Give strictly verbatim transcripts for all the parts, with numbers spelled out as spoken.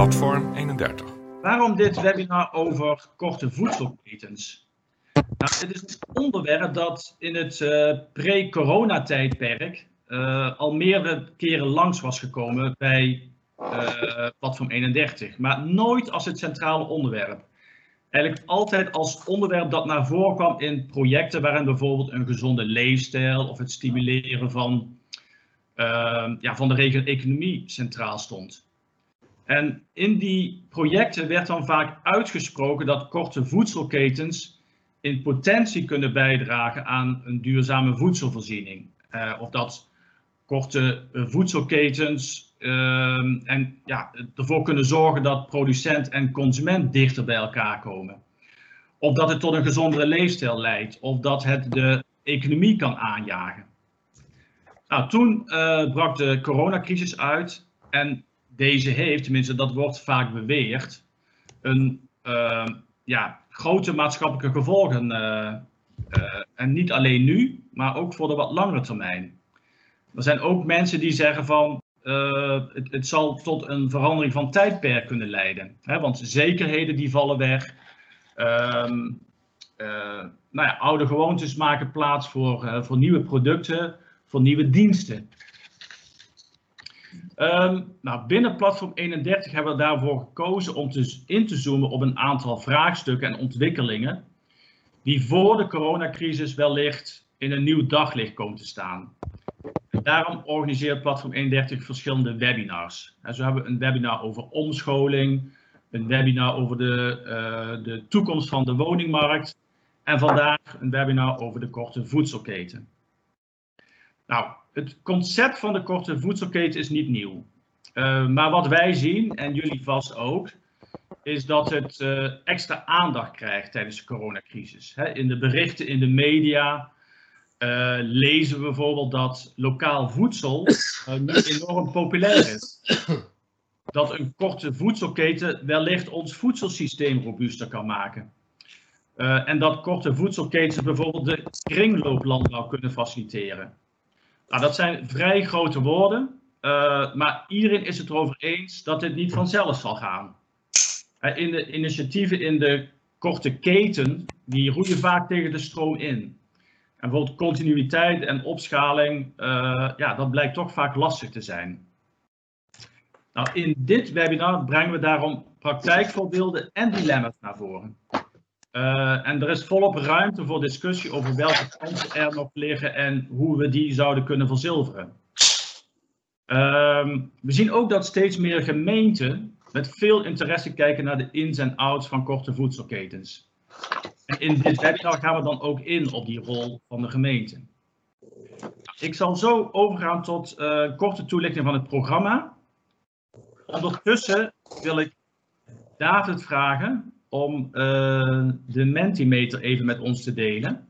Platform eenendertig. Waarom dit webinar over korte voedselketens? Nou, het is een onderwerp dat in het uh, pre-corona-tijdperk uh, al meerdere keren langs was gekomen bij uh, Platform eenendertig, maar nooit als het centrale onderwerp. Eigenlijk altijd als onderwerp dat naar voren kwam in projecten waarin bijvoorbeeld een gezonde leefstijl of het stimuleren van, uh, ja, van de regio-economie centraal stond. En in die projecten werd dan vaak uitgesproken dat korte voedselketens in potentie kunnen bijdragen aan een duurzame voedselvoorziening. Uh, of dat korte uh, voedselketens uh, en, ja, ervoor kunnen zorgen dat producent en consument dichter bij elkaar komen. Of dat het tot een gezondere leefstijl leidt. Of dat het de economie kan aanjagen. Nou, toen uh, brak de coronacrisis uit en deze heeft, tenminste dat wordt vaak beweerd, een uh, ja, grote maatschappelijke gevolgen. Uh, uh, en niet alleen nu, maar ook voor de wat langere termijn. Er zijn ook mensen die zeggen van uh, het, het zal tot een verandering van tijdperk kunnen leiden. Hè, want zekerheden die vallen weg. Um, uh, nou ja, oude gewoontes maken plaats voor, uh, voor nieuwe producten, voor nieuwe diensten. Um, nou, binnen Platform eenendertig hebben we daarvoor gekozen om te, in te zoomen op een aantal vraagstukken en ontwikkelingen die voor de coronacrisis wellicht in een nieuw daglicht komen te staan. En daarom organiseert Platform eenendertig verschillende webinars. En zo hebben we een webinar over omscholing, een webinar over de, uh, de toekomst van de woningmarkt en vandaag een webinar over de korte voedselketen. Nou, het concept van de korte voedselketen is niet nieuw. Uh, maar wat wij zien, en jullie vast ook, is dat het uh, extra aandacht krijgt tijdens de coronacrisis. He, in de berichten in de media uh, lezen we bijvoorbeeld dat lokaal voedsel uh, nu enorm populair is. Dat een korte voedselketen wellicht ons voedselsysteem robuuster kan maken. Uh, en dat korte voedselketens bijvoorbeeld de kringlooplandbouw kunnen faciliteren. Nou, dat zijn vrij grote woorden, uh, maar iedereen is het erover eens dat dit niet vanzelf zal gaan. Uh, in de initiatieven in de korte keten, die roeien vaak tegen de stroom in. En bijvoorbeeld continuïteit en opschaling, uh, ja, dat blijkt toch vaak lastig te zijn. Nou, in dit webinar brengen we daarom praktijkvoorbeelden en dilemma's naar voren. Uh, en er is volop ruimte voor discussie over welke kansen er nog liggen en hoe we die zouden kunnen verzilveren. Uh, we zien ook dat steeds meer gemeenten met veel interesse kijken naar de ins en outs van korte voedselketens. En in dit webinar gaan we dan ook in op die rol van de gemeente. Ik zal zo overgaan tot uh, een korte toelichting van het programma. Ondertussen wil ik David vragen om uh, de Mentimeter even met ons te delen.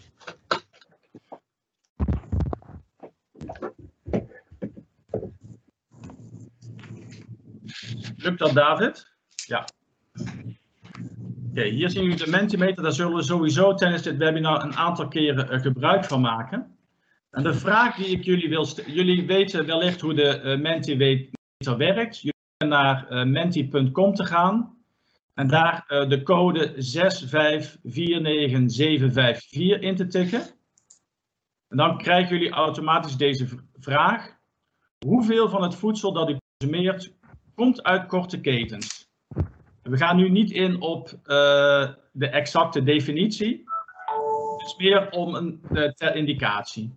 Lukt dat, David? Ja. Oké, okay, hier zien jullie de Mentimeter. Daar zullen we sowieso tijdens dit webinar een aantal keren uh, gebruik van maken. En de vraag die ik jullie wil stellen, jullie weten wellicht hoe de uh, Mentimeter werkt. Jullie kunnen naar uh, menti punt com te gaan. En daar uh, de code zes vijf vier negen zeven vijf vier in te tikken. En dan krijgen jullie automatisch deze vraag. Hoeveel van het voedsel dat u consumeert komt uit korte ketens? We gaan nu niet in op uh, de exacte definitie. Het is meer om een uh, ter indicatie.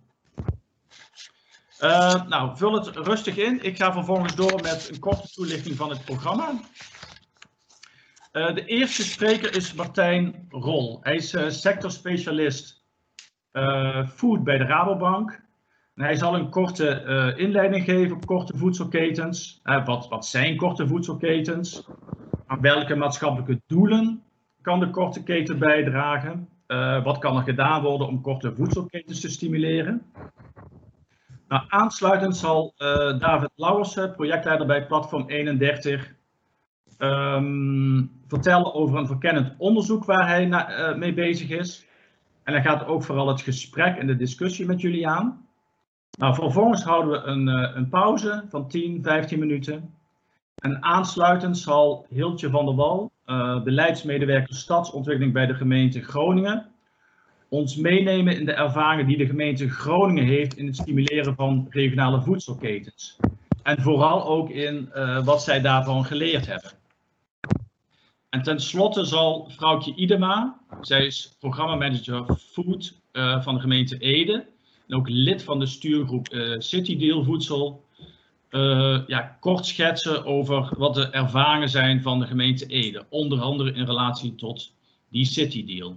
Uh, nou, vul het rustig in. Ik ga vervolgens door met een korte toelichting van het programma. Uh, de eerste spreker is Martijn Rol. Hij is uh, sectorspecialist uh, food bij de Rabobank. En hij zal een korte uh, inleiding geven op korte voedselketens. Uh, wat, wat zijn korte voedselketens? Aan welke maatschappelijke doelen kan de korte keten bijdragen? Uh, wat kan er gedaan worden om korte voedselketens te stimuleren? Nou, aansluitend zal uh, David Lauwersen, projectleider bij Platform eenendertig, Um, vertellen over een verkennend onderzoek waar hij na, uh, mee bezig is. En hij gaat ook vooral het gesprek en de discussie met jullie aan. Nou, vervolgens houden we een, uh, een pauze van tien, vijftien minuten. En aansluitend zal Hiltje van der Wal, uh, beleidsmedewerker stadsontwikkeling bij de gemeente Groningen, ons meenemen in de ervaringen die de gemeente Groningen heeft in het stimuleren van regionale voedselketens. En vooral ook in uh, wat zij daarvan geleerd hebben. En tenslotte zal vrouwtje Idema, zij is programmamanager Food uh, van de gemeente Ede en ook lid van de stuurgroep uh, City Deal Voedsel, uh, ja, kort schetsen over wat de ervaringen zijn van de gemeente Ede, onder andere in relatie tot die City Deal.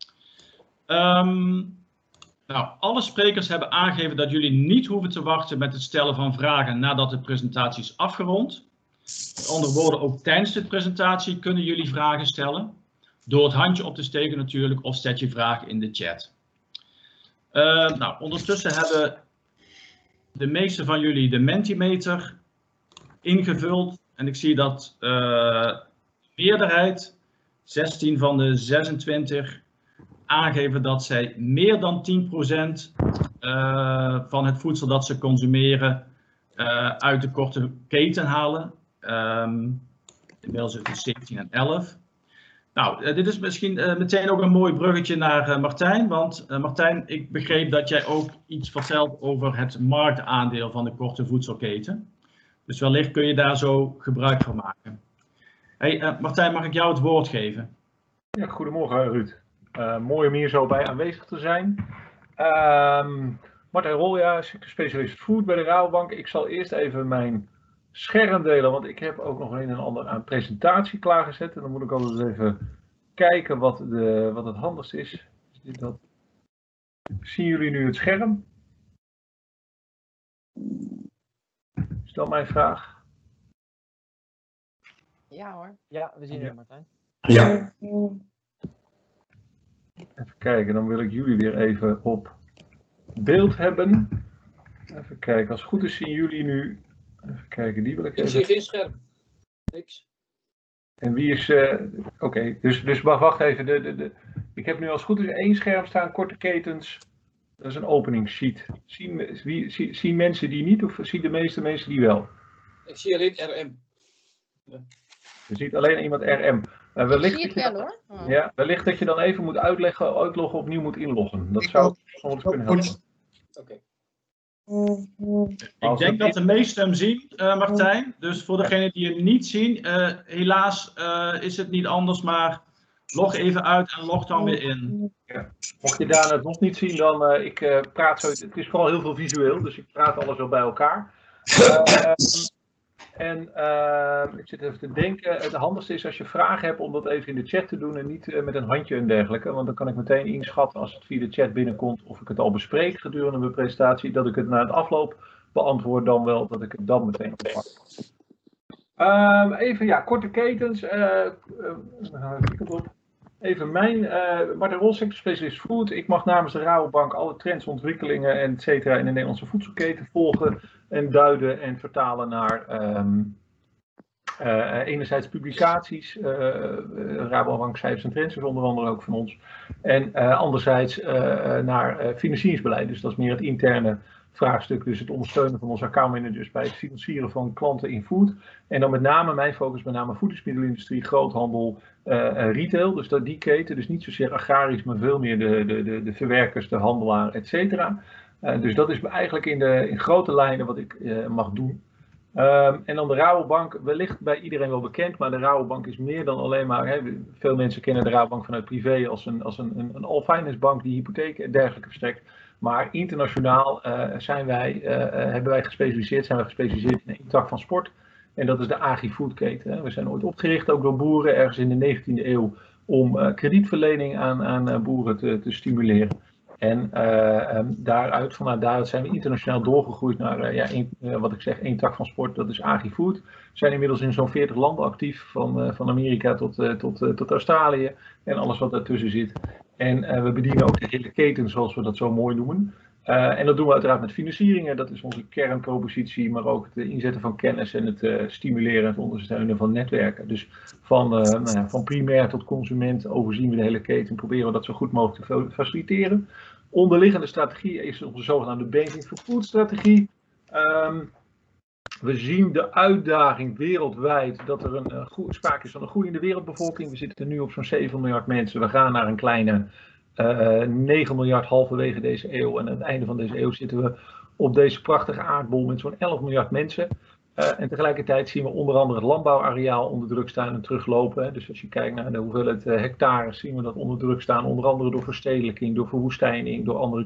Um, nou, alle sprekers hebben aangegeven dat jullie niet hoeven te wachten met het stellen van vragen nadat de presentatie is afgerond. Met andere woorden, ook tijdens de presentatie kunnen jullie vragen stellen. Door het handje op te steken natuurlijk, of zet je vragen in de chat. Uh, nou, ondertussen hebben de meeste van jullie de Mentimeter ingevuld. En ik zie dat uh, de meerderheid, zestien van de zesentwintig, aangeven dat zij meer dan tien procent uh, van het voedsel dat ze consumeren uh, uit de korte keten halen. Um, inmiddels is het zeventien en elf. Nou, uh, dit is misschien uh, meteen ook een mooi bruggetje naar uh, Martijn. Want uh, Martijn, ik begreep dat jij ook iets vertelt over het marktaandeel van de korte voedselketen. Dus wellicht kun je daar zo gebruik van maken. Hey, uh, Martijn, mag ik jou het woord geven? Ja, goedemorgen Ruud. Uh, mooi om hier zo bij aanwezig te zijn. Um, Martijn Rolja, sector-specialist food bij de Rabobank. Ik zal eerst even mijn scherm delen, want ik heb ook nog een en ander aan presentatie klaargezet. En dan moet ik altijd even kijken wat, de, wat het handigst is. Is dit dat? Zien jullie nu het scherm? Is dat mijn vraag? Ja hoor. Ja, we zien het, Martijn. Ja. Even kijken, dan wil ik jullie weer even op beeld hebben. Even kijken, als het goed is zien jullie nu. Even kijken, die wil ik even. Ik zie geen scherm. Niks. En wie is. Uh, Oké, okay, dus, dus wacht even. De, de, de, ik heb nu als het goed is één scherm staan, korte ketens. Dat is een openingssheet. Zien, wie, zien, zien mensen die niet of zien de meeste mensen die wel? Ik zie alleen R M. Ja. Je ziet alleen iemand R M. Uh, wellicht ik zie het wel hoor. Oh. Ja, wellicht dat je dan even moet uitleggen, uitloggen, opnieuw moet inloggen. Dat zou ons kunnen helpen. Oké. Ik denk dat de meesten hem zien, uh, Martijn. Dus voor degenen die hem niet zien, uh, helaas uh, is het niet anders, maar log even uit en log dan weer in. Ja. Mocht je daar het nog niet zien, dan uh, ik uh, praat zo. Het is vooral heel veel visueel, dus ik praat alles wel bij elkaar. Uh, En uh, ik zit even te denken, het handigste is als je vragen hebt om dat even in de chat te doen en niet uh, met een handje en dergelijke. Want dan kan ik meteen inschatten als het via de chat binnenkomt of ik het al bespreek gedurende mijn presentatie, dat ik het na het afloop beantwoord dan wel, dat ik het dan meteen oppak. Uh, even, ja, korte ketens. Uh, uh, even mijn, uh, Martijn Rol, sector-specialist food. Ik mag namens de Rabobank alle trends, ontwikkelingen en et cetera in de Nederlandse voedselketen volgen en duiden en vertalen naar um, uh, enerzijds publicaties, uh, uh, Rabobank cijfers en trends is onder andere ook van ons, en uh, anderzijds uh, naar uh, financieringsbeleid. Dus dat is meer het interne vraagstuk, dus het ondersteunen van onze accountmanagers bij het financieren van klanten in food. En dan met name, mijn focus met name voedingsmiddelenindustrie, groothandel, uh, retail, dus dat die keten, dus niet zozeer agrarisch, maar veel meer de, de, de, de verwerkers, de handelaar, et cetera. Uh, dus dat is eigenlijk in, de, in grote lijnen wat ik uh, mag doen. Um, en dan de Rabobank, wellicht bij iedereen wel bekend, maar de Rabobank is meer dan alleen maar, hè, veel mensen kennen de Rabobank vanuit privé als een, als een, een, een all-finance bank die hypotheken en dergelijke verstrekt. Maar internationaal uh, zijn wij, uh, hebben wij gespecialiseerd, zijn we gespecialiseerd in één tak van sport. En dat is de agri-foodketen. We zijn ooit opgericht, ook door boeren, ergens in de negentiende eeuw, om uh, kredietverlening aan, aan uh, boeren te, te stimuleren. En uh, um, daaruit, vanuit daaruit zijn we internationaal doorgegroeid naar, uh, ja, een, uh, wat ik zeg, één tak van sport, dat is agri-food. We zijn inmiddels in zo'n veertig landen actief, van, uh, van Amerika tot, uh, tot, uh, tot Australië en alles wat daartussen zit. En uh, we bedienen ook de hele keten, zoals we dat zo mooi noemen. Uh, en dat doen we uiteraard met financieringen, dat is onze kernpropositie, maar ook het inzetten van kennis en het uh, stimuleren en het ondersteunen van netwerken. Dus van, uh, nou ja, van primair tot consument overzien we de hele keten en proberen we dat zo goed mogelijk te faciliteren. Onderliggende strategie is onze zogenaamde Banking for Food strategie. Um, We zien de uitdaging wereldwijd dat er een, uh, goed, sprake is van een groeiende wereldbevolking. We zitten nu op zo'n zeven miljard mensen. We gaan naar een kleine uh, negen miljard halverwege deze eeuw. En aan het einde van deze eeuw zitten we op deze prachtige aardbol met zo'n elf miljard mensen. Uh, en tegelijkertijd zien we onder andere het landbouwareaal onder druk staan en teruglopen. Hè. Dus als je kijkt naar de hoeveelheid uh, hectares, zien we dat onder druk staan. Onder andere door verstedelijking, door verwoestijning, door andere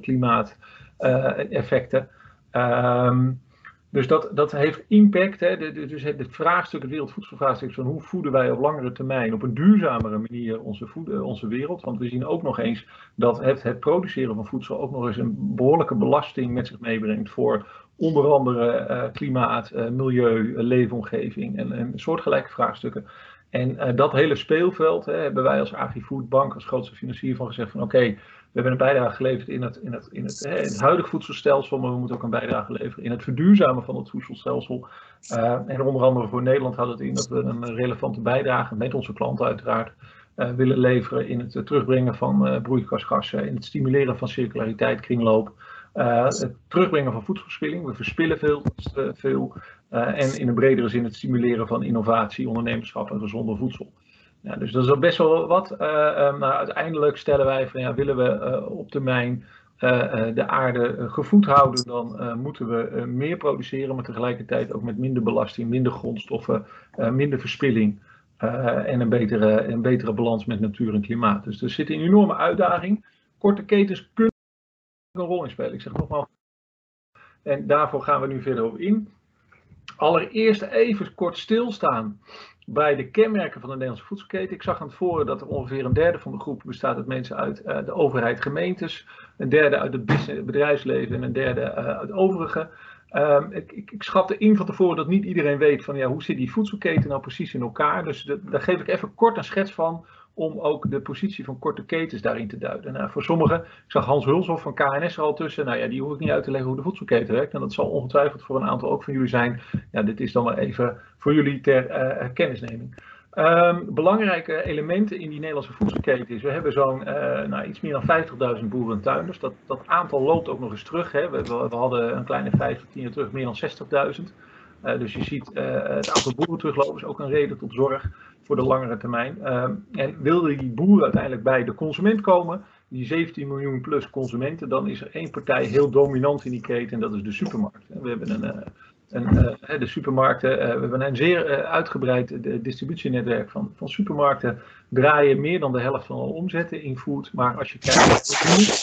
klimaateffecten. Uh, um, Dus dat, dat heeft impact. Hè. De, de, dus het, het vraagstuk, het wereldvoedselvraagstuk van hoe voeden wij op langere termijn op een duurzamere manier onze, voeden, onze wereld. Want we zien ook nog eens dat het, het produceren van voedsel ook nog eens een behoorlijke belasting met zich meebrengt voor onder andere uh, klimaat, uh, milieu, uh, leefomgeving en, en soortgelijke vraagstukken. En uh, dat hele speelveld hè, hebben wij als AgriFood-bank als grootste financier van gezegd van oké, okay, we hebben een bijdrage geleverd in het, in, het, in, het, hè, in het huidige voedselstelsel, maar we moeten ook een bijdrage leveren in het verduurzamen van het voedselstelsel. Uh, en onder andere voor Nederland houdt het in dat we een relevante bijdrage met onze klanten uiteraard uh, willen leveren in het terugbrengen van uh, broeikasgassen, in het stimuleren van circulariteit, kringloop, uh, het terugbrengen van voedselverspilling. We verspillen veel, uh, veel uh, en in een bredere zin het stimuleren van innovatie, ondernemerschap en gezonde voedsel. Ja, dus dat is al best wel wat. Uh, uh, maar uiteindelijk stellen wij van ja, willen we uh, op termijn uh, uh, de aarde uh, gevoed houden, dan uh, moeten we uh, meer produceren, maar tegelijkertijd ook met minder belasting, minder grondstoffen, uh, minder verspilling uh, en een betere, een betere balans met natuur en klimaat. Dus er zit een enorme uitdaging. Korte ketens kunnen een rol in spelen. Ik zeg nogmaals. En daarvoor gaan we nu verder op in. Allereerst even kort stilstaan bij de kenmerken van de Nederlandse voedselketen. Ik zag aan het voren dat er ongeveer een derde van de groep bestaat uit mensen uit uh, de overheid, gemeentes, een derde uit het bedrijfsleven en een derde uh, uit overige. Um, ik, ik, ik schatte in van tevoren dat niet iedereen weet van ja, hoe zit die voedselketen nou precies in elkaar. Dus de, daar geef ik even kort een schets van om ook de positie van korte ketens daarin te duiden. Nou, voor sommigen, ik zag Hans Hulshoff van K N S er al tussen, nou ja, die hoef ik niet uit te leggen hoe de voedselketen werkt. En dat zal ongetwijfeld voor een aantal ook van jullie zijn. Ja, dit is dan maar even voor jullie ter uh, kennisneming. Um, belangrijke elementen in die Nederlandse voedselketen is, we hebben zo'n uh, nou, iets meer dan vijftigduizend boerentuinders. Dat, dat aantal loopt ook nog eens terug. Hè. We, we, we hadden een kleine vijf tot tien jaar terug meer dan zestigduizend. Uh, dus je ziet uh, het aantal boeren teruglopen is ook een reden tot zorg voor de langere termijn. Uh, en wilden die boeren uiteindelijk bij de consument komen, die zeventien miljoen plus consumenten, dan is er één partij heel dominant in die keten en dat is de supermarkt. We hebben een, uh, een, uh, de supermarkten, uh, we hebben een zeer uh, uitgebreid uh, distributienetwerk van, van supermarkten, draaien meer dan de helft van alle omzetten in food. Maar als je kijkt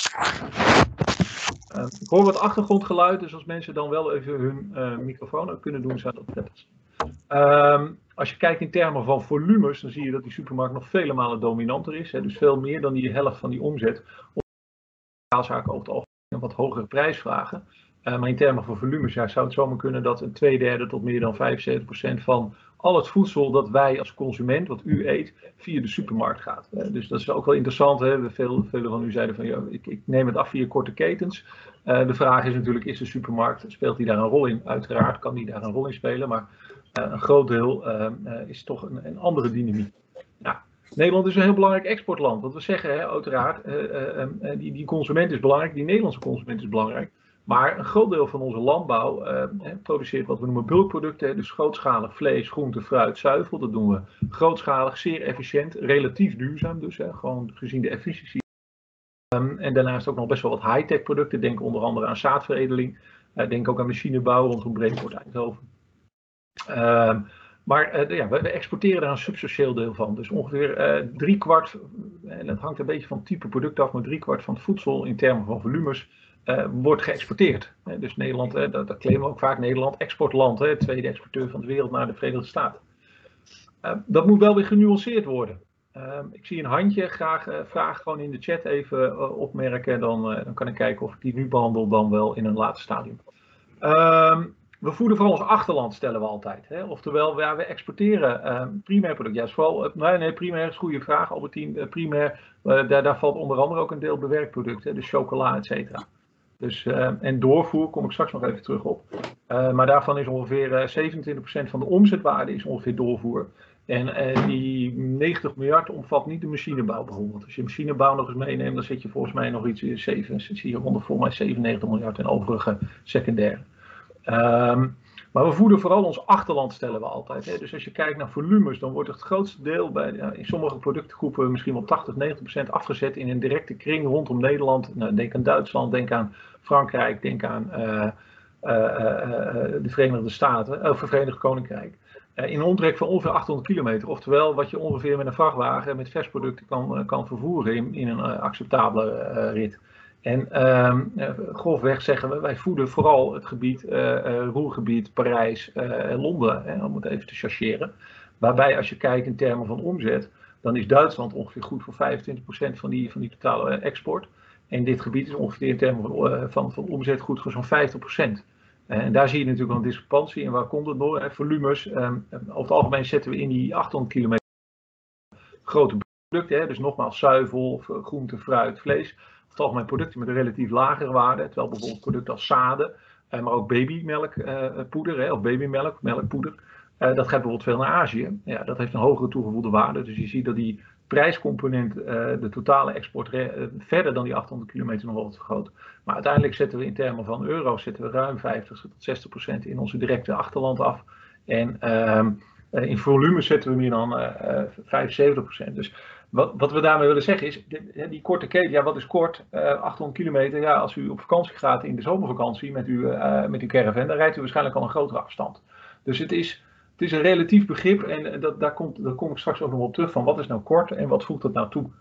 Uh, ik hoor wat achtergrondgeluid, dus als mensen dan wel even hun uh, microfoon ook kunnen doen, zou dat prettig zijn. Um, als je kijkt in termen van volumes, dan zie je dat die supermarkt nog vele malen dominanter is. Hè, dus veel meer dan die helft van die omzet. Betaalzaken over het algemeen een wat hogere prijs vragen. Uh, maar in termen van volumes ja, zou het zomaar kunnen dat een tweederde tot meer dan vijfenzeventig procent van al het voedsel dat wij als consument, wat u eet, via de supermarkt gaat. Uh, dus dat is ook wel interessant. Hè? Veel, veel van u zeiden van ja, ik, ik neem het af via korte ketens. Uh, de vraag is natuurlijk, is de supermarkt, speelt die daar een rol in? Uiteraard kan die daar een rol in spelen, maar uh, een groot deel uh, uh, is toch een, een andere dynamiek. Nou, Nederland is een heel belangrijk exportland. Wat we zeggen, hè, uiteraard, uh, uh, uh, die, die consument is belangrijk, die Nederlandse consument is belangrijk. Maar een groot deel van onze landbouw uh, produceert wat we noemen bulkproducten. Dus grootschalig vlees, groente, fruit, zuivel. Dat doen we grootschalig, zeer efficiënt, relatief duurzaam. Dus hè, gewoon gezien de efficiëntie. Um, en daarnaast ook nog best wel wat high-tech producten. Denk onder andere aan zaadveredeling. Uh, denk ook aan machinebouw rondom Bredevoort Eindhoven. Um, maar uh, ja, we, we exporteren daar een substantieel deel van. Dus ongeveer uh, drie kwart, en dat hangt een beetje van het type product af, maar drie kwart van het voedsel in termen van volumes uh, wordt geëxporteerd. Uh, dus Nederland, uh, dat, dat claimen we ook vaak, Nederland, exportland, uh, het tweede exporteur van de wereld naar de Verenigde Staten. Uh, dat moet wel weer genuanceerd worden. Uh, ik zie een handje, graag uh, vraag gewoon in de chat even uh, opmerken, dan, uh, dan kan ik kijken of ik die nu behandel dan wel in een later stadium. Uh, We voeden vooral ons achterland, stellen we altijd. Hè? Oftewel, ja, we exporteren uh, primair product. Ja, vooral, uh, nee, nee, primair is een goede vraag, Albertien. Uh, primair, uh, daar, daar valt onder andere ook een deel bewerkt product, hè? Dus chocola, et cetera. Dus, uh, en doorvoer, kom ik straks nog even terug op. Uh, maar daarvan is ongeveer uh, zevenentwintig procent van de omzetwaarde is ongeveer doorvoer. En uh, die negentig miljard omvat niet de machinebouw bijvoorbeeld. Als je machinebouw nog eens meeneemt, dan zit je volgens mij nog iets in zeven, zie je rond volgens mij zevenennegentig miljard en overige secundair. Um, Maar we voeden vooral ons achterland, stellen we altijd. Hè. Dus als je kijkt naar volumes, dan wordt het grootste deel bij, ja, in sommige productgroepen misschien wel tachtig, negentig procent afgezet in een directe kring rondom Nederland. Nou, denk aan Duitsland, denk aan Frankrijk, denk aan uh, uh, uh, de Verenigde Staten, of het Verenigd Koninkrijk. Uh, in een omtrek van ongeveer achthonderd kilometer. Oftewel wat je ongeveer met een vrachtwagen met versproducten kan, uh, kan vervoeren in, in een uh, acceptabele uh, rit. En uh, grofweg zeggen we, wij voeden vooral het gebied, uh, uh, Roergebied, Parijs, uh, Londen, hè, om het even te chargeren. Waarbij als je kijkt in termen van omzet, dan is Duitsland ongeveer goed voor vijfentwintig procent van die, van die totale export. En dit gebied is ongeveer in termen van, uh, van, van omzet goed voor zo'n vijftig procent. Uh, en daar zie je natuurlijk wel een discrepantie. En waar komt het door? Hè? Volumes, um, over het algemeen zetten we in die achthonderd kilometer grote producten. Hè? Dus nogmaals zuivel, groente, fruit, vlees. Over het algemeen producten met een relatief lagere waarde. Terwijl bijvoorbeeld producten als zaden, uh, maar ook babymelkpoeder, uh, of babymelk, melkpoeder. Uh, dat gaat bijvoorbeeld veel naar Azië. Ja, dat heeft een hogere toegevoegde waarde. Dus je ziet dat die prijscomponent, uh, de totale export, uh, verder dan die achthonderd kilometer nog wel wat vergroot. Maar uiteindelijk zetten we in termen van euro's zetten we ruim vijftig tot zestig procent in onze directe achterland af. En uh, uh, in volume zetten we meer dan uh, uh, vijfenzeventig procent. Dus wat, wat we daarmee willen zeggen is, die, die korte keten, ja wat is kort? Uh, achthonderd kilometer, ja als u op vakantie gaat in de zomervakantie met uw, uh, met uw caravan, dan rijdt u waarschijnlijk al een grotere afstand. Dus het is... Het is een relatief begrip en dat, daar, komt, daar kom ik straks ook nog op terug van wat is nou kort en wat voegt dat nou toe.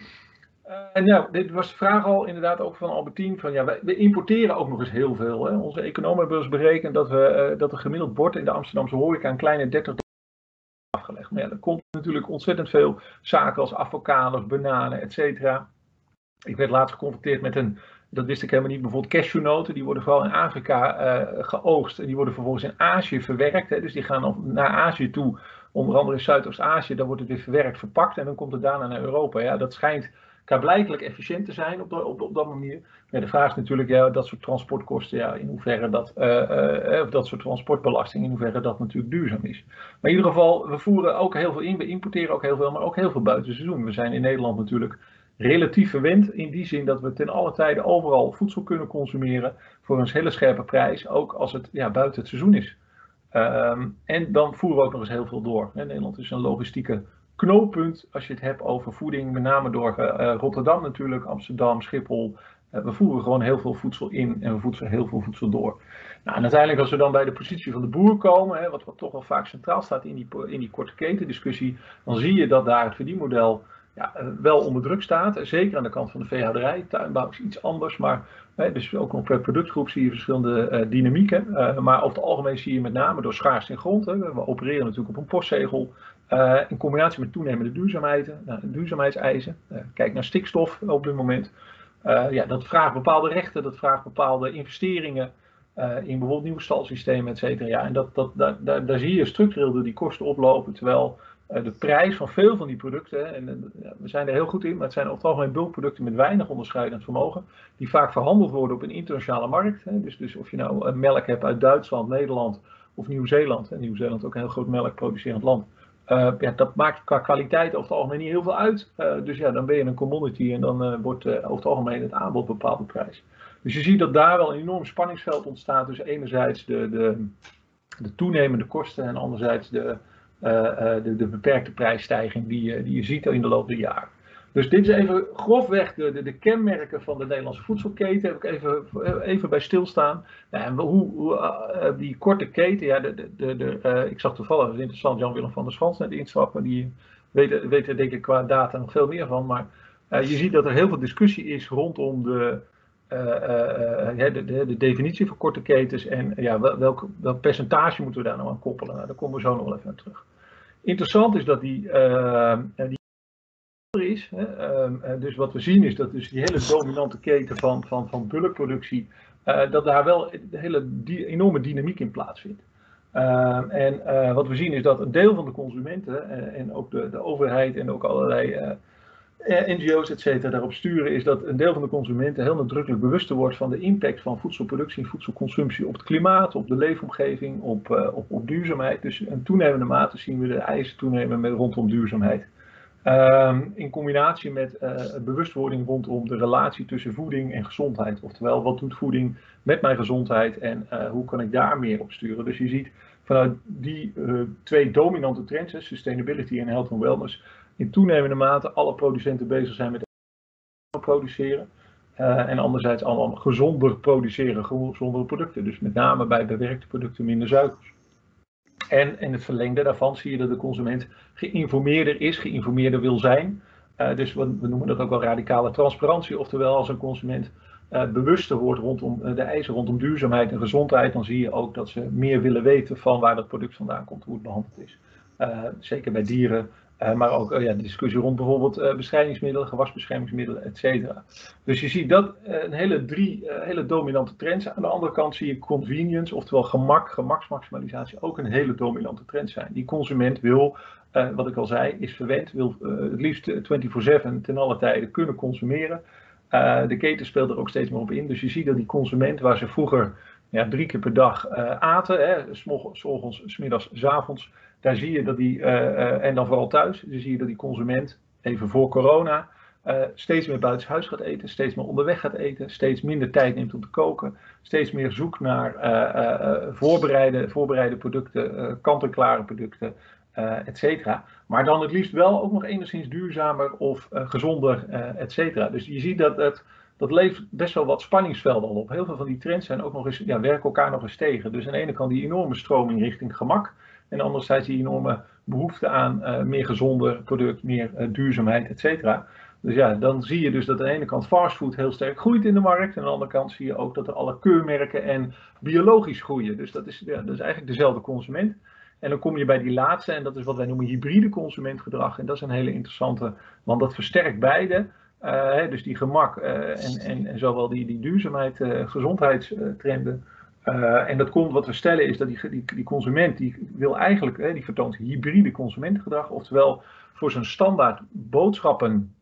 Uh, en nou, dit was de vraag al inderdaad ook van Albertine, van ja, wij, we importeren ook nog eens heel veel. Hè. Onze economen hebben dus berekend dat, we, uh, dat een gemiddeld bord in de Amsterdamse horeca een kleine dertig afgelegd. Maar ja, er komt natuurlijk ontzettend veel zaken als avocados, bananen, et cetera. Ik werd laatst geconfronteerd met een, dat wist ik helemaal niet, bijvoorbeeld cashewnoten. Die worden vooral in Afrika uh, geoogst en die worden vervolgens in Azië verwerkt. Hè. Dus die gaan naar Azië toe, onder andere in Zuidoost-Azië. Dan wordt het weer verwerkt, verpakt en dan komt het daarna naar Europa. Ja, dat schijnt klaarblijkelijk efficiënt te zijn op, de, op, op dat manier. Ja, de vraag is natuurlijk, ja, dat soort transportkosten, ja, in hoeverre dat, uh, uh, of dat soort transportbelasting, in hoeverre dat natuurlijk duurzaam is. Maar in ieder geval, we voeren ook heel veel in, we importeren ook heel veel, maar ook heel veel buiten seizoen. We zijn in Nederland natuurlijk relatief verwend in die zin dat we ten alle tijde overal voedsel kunnen consumeren voor een hele scherpe prijs, ook als het ja, buiten het seizoen is. Um, en dan voeren we ook nog eens heel veel door. Nederland is een logistieke knooppunt als je het hebt over voeding, met name door uh, Rotterdam natuurlijk, Amsterdam, Schiphol. Uh, we voeren gewoon heel veel voedsel in en we voeden heel veel voedsel door. Nou, en uiteindelijk als we dan bij de positie van de boer komen, hè, wat, wat toch wel vaak centraal staat in die, in die korte keten discussie, dan zie je dat daar het verdienmodel ja, wel onder druk staat. Zeker aan de kant van de veehouderij. Tuinbouw is iets anders, maar hè, dus ook nog per productgroep zie je verschillende uh, dynamieken. Uh, maar over het algemeen zie je met name door schaarste in grond. Hè, we opereren natuurlijk op een postzegel. Uh, in combinatie met toenemende duurzaamheden, nou, duurzaamheidseisen. Uh, kijk naar stikstof op dit moment. Uh, ja, dat vraagt bepaalde rechten, dat vraagt bepaalde investeringen uh, in bijvoorbeeld nieuwe stalsystemen, et cetera. Ja, en dat, dat, daar, daar, daar zie je structureel door die kosten oplopen, terwijl uh, de prijs van veel van die producten, en uh, we zijn er heel goed in, maar het zijn over het algemeen bulkproducten met weinig onderscheidend vermogen, die vaak verhandeld worden op een internationale markt. Hè. Dus, dus of je nou uh, melk hebt uit Duitsland, Nederland of Nieuw-Zeeland, en Nieuw-Zeeland ook een heel groot melkproducerend land. Uh, ja, dat maakt qua kwaliteit over het algemeen niet heel veel uit. Uh, dus ja, dan ben je een commodity en dan uh, wordt uh, over het algemeen het aanbod bepaald op prijs. Dus je ziet dat daar wel een enorm spanningsveld ontstaat tussen enerzijds de, de, de toenemende kosten en anderzijds de, uh, uh, de, de beperkte prijsstijging die, uh, die je ziet in de loop der jaren. Dus dit is even grofweg de, de, de kenmerken van de Nederlandse voedselketen. Heb ik even, even bij stilstaan. Nou, en hoe, hoe uh, die korte keten, ja, de, de, de, uh, ik zag toevallig, dat is interessant, Jan-Willem van der Schans net instappen. Die weet, weet er denk ik qua data nog veel meer van. Maar uh, je ziet dat er heel veel discussie is rondom de, uh, uh, de, de, de definitie van korte ketens. En ja, welk, welk percentage moeten we daar nou aan koppelen. Nou, daar komen we zo nog wel even aan terug. Interessant is dat die... Uh, die is. Hè. Um, dus wat we zien is dat dus die hele dominante keten van, van, van bulkproductie, uh, dat daar wel een hele die, enorme dynamiek in plaatsvindt. Um, en uh, wat we zien is dat een deel van de consumenten uh, en ook de, de overheid en ook allerlei uh, N G O's et cetera daarop sturen, is dat een deel van de consumenten heel nadrukkelijk bewuster wordt van de impact van voedselproductie en voedselconsumptie op het klimaat, op de leefomgeving, op, uh, op, op duurzaamheid. Dus in toenemende mate zien we de eisen toenemen met rondom duurzaamheid. Um, in combinatie met uh, bewustwording rondom de relatie tussen voeding en gezondheid. Oftewel, wat doet voeding met mijn gezondheid en uh, hoe kan ik daar meer op sturen? Dus je ziet vanuit die uh, twee dominante trends, sustainability en health and wellness, in toenemende mate alle producenten bezig zijn met produceren. Uh, en anderzijds allemaal gezonder produceren, gezondere producten. Dus met name bij bewerkte producten minder suikers. En in het verlengde daarvan zie je dat de consument geïnformeerder is, geïnformeerder wil zijn. Uh, dus we, we noemen dat ook wel radicale transparantie. Oftewel, als een consument uh, bewuster wordt rondom uh, de eisen rondom duurzaamheid en gezondheid, dan zie je ook dat ze meer willen weten van waar dat product vandaan komt, hoe het behandeld is. Uh, zeker bij dieren. Uh, maar ook uh, ja, de discussie rond bijvoorbeeld uh, bestrijdingsmiddelen, gewasbeschermingsmiddelen, et cetera. Dus je ziet dat uh, een hele drie uh, hele dominante trends. Aan de andere kant zie je convenience, oftewel gemak, gemaksmaximalisatie, ook een hele dominante trend zijn. Die consument wil, uh, wat ik al zei, is verwend, wil uh, het liefst vierentwintig zeven ten alle tijden kunnen consumeren. Uh, de keten speelt er ook steeds meer op in. Dus je ziet dat die consument, waar ze vroeger ja, drie keer per dag uh, aten, hè, 's ochtends, 's middags, 's avonds. Daar zie je dat die, uh, uh, en dan vooral thuis, dan zie je dat die consument, even voor corona, uh, steeds meer buitenshuis gaat eten, steeds meer onderweg gaat eten, steeds minder tijd neemt om te koken, steeds meer zoekt naar uh, uh, voorbereide, voorbereide producten, uh, kant-en-klare producten, uh, et cetera. Maar dan het liefst wel ook nog enigszins duurzamer of uh, gezonder, uh, et cetera. Dus je ziet dat het, dat levert best wel wat spanningsvelden al op. Heel veel van die trends zijn ook nog eens, ja, werken elkaar nog eens tegen. Dus aan de ene kant die enorme stroming richting gemak. En anderzijds die enorme behoefte aan uh, meer gezonder product, meer uh, duurzaamheid, et cetera. Dus ja, dan zie je dus dat aan de ene kant fastfood heel sterk groeit in de markt. En aan de andere kant zie je ook dat er alle keurmerken en biologisch groeien. Dus dat is, ja, dat is eigenlijk dezelfde consument. En dan kom je bij die laatste, en dat is wat wij noemen hybride consumentgedrag. En dat is een hele interessante, want dat versterkt beide. Uh, dus die gemak uh, en, en, en zowel die, die duurzaamheid, uh, gezondheidstrenden. Uh, en dat komt, wat we stellen is dat die, die, die consument, die wil eigenlijk, hè, die vertoont hybride consumentengedrag. Oftewel, voor zijn standaard boodschappen,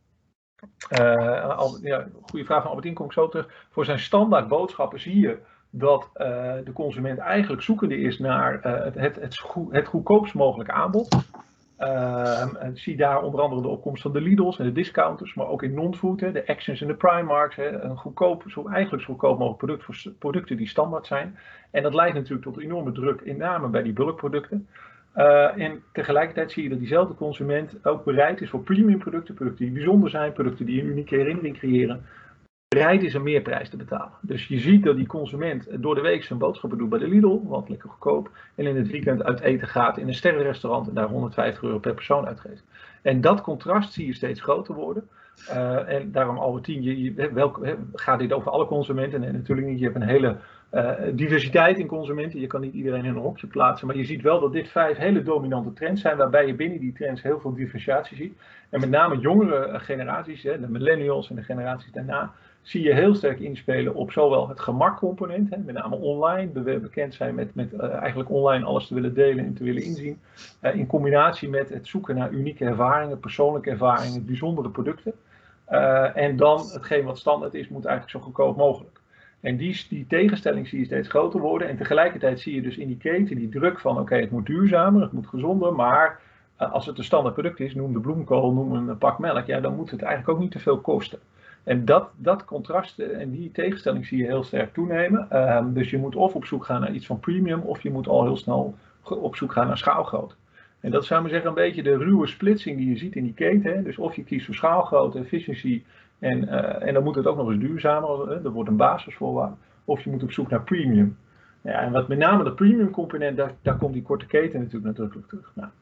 uh, al, ja, goede vraag van Albertine, kom ik zo terug. Voor zijn standaard boodschappen zie je dat uh, de consument eigenlijk zoekende is naar uh, het, het, het, het goedkoopst mogelijke aanbod. Uh, zie daar onder andere de opkomst van de Lidl's en de discounters, maar ook in non-food, de Actions en de Primarks. Hè, een goedkoop, zo, eigenlijk zo goedkoop mogelijk product voor producten die standaard zijn. En dat leidt natuurlijk tot enorme druk, in name bij die bulkproducten. Uh, en tegelijkertijd zie je dat diezelfde consument ook bereid is voor premium producten, producten die bijzonder zijn, producten die een unieke herinnering creëren, bereid is een meerprijs te betalen. Dus je ziet dat die consument door de week zijn boodschappen doet bij de Lidl, wat lekker goedkoop, en in het weekend uit eten gaat in een sterrenrestaurant en daar honderdvijftig euro per persoon uitgeeft. En dat contrast zie je steeds groter worden. Uh, en daarom Albertine, je, je, welke, gaat dit over alle consumenten? Nee, natuurlijk niet. Je hebt een hele uh, diversiteit in consumenten. Je kan niet iedereen in een hokje plaatsen. Maar je ziet wel dat dit vijf hele dominante trends zijn, waarbij je binnen die trends heel veel differentiatie ziet. En met name jongere generaties, hè, de millennials en de generaties daarna, zie je heel sterk inspelen op zowel het gemakcomponent, hè, met name online, be bekend zijn met, met uh, eigenlijk online alles te willen delen en te willen inzien, uh, in combinatie met het zoeken naar unieke ervaringen, persoonlijke ervaringen, bijzondere producten. Uh, en dan hetgeen wat standaard is, moet eigenlijk zo goedkoop mogelijk. En die, die tegenstelling zie je steeds groter worden. En tegelijkertijd zie je dus in die keten die druk van oké, okay, het moet duurzamer, het moet gezonder, maar uh, als het een standaard product is, noem de bloemkool, noem een pak melk, ja, dan moet het eigenlijk ook niet te veel kosten. En dat, dat contrast en die tegenstelling zie je heel sterk toenemen. Uh, dus je moet of op zoek gaan naar iets van premium, of je moet al heel snel op zoek gaan naar schaalgrootte. En dat zou maar zeggen een beetje de ruwe splitsing die je ziet in die keten. Hè? Dus of je kiest voor schaalgrootte, efficiëntie en, uh, en dan moet het ook nog eens duurzamer, hè? Dat wordt een basisvoorwaarde. Of je moet op zoek naar premium. Ja, en wat met name de premium component, daar, daar komt die korte keten natuurlijk nadrukkelijk terug. Nou.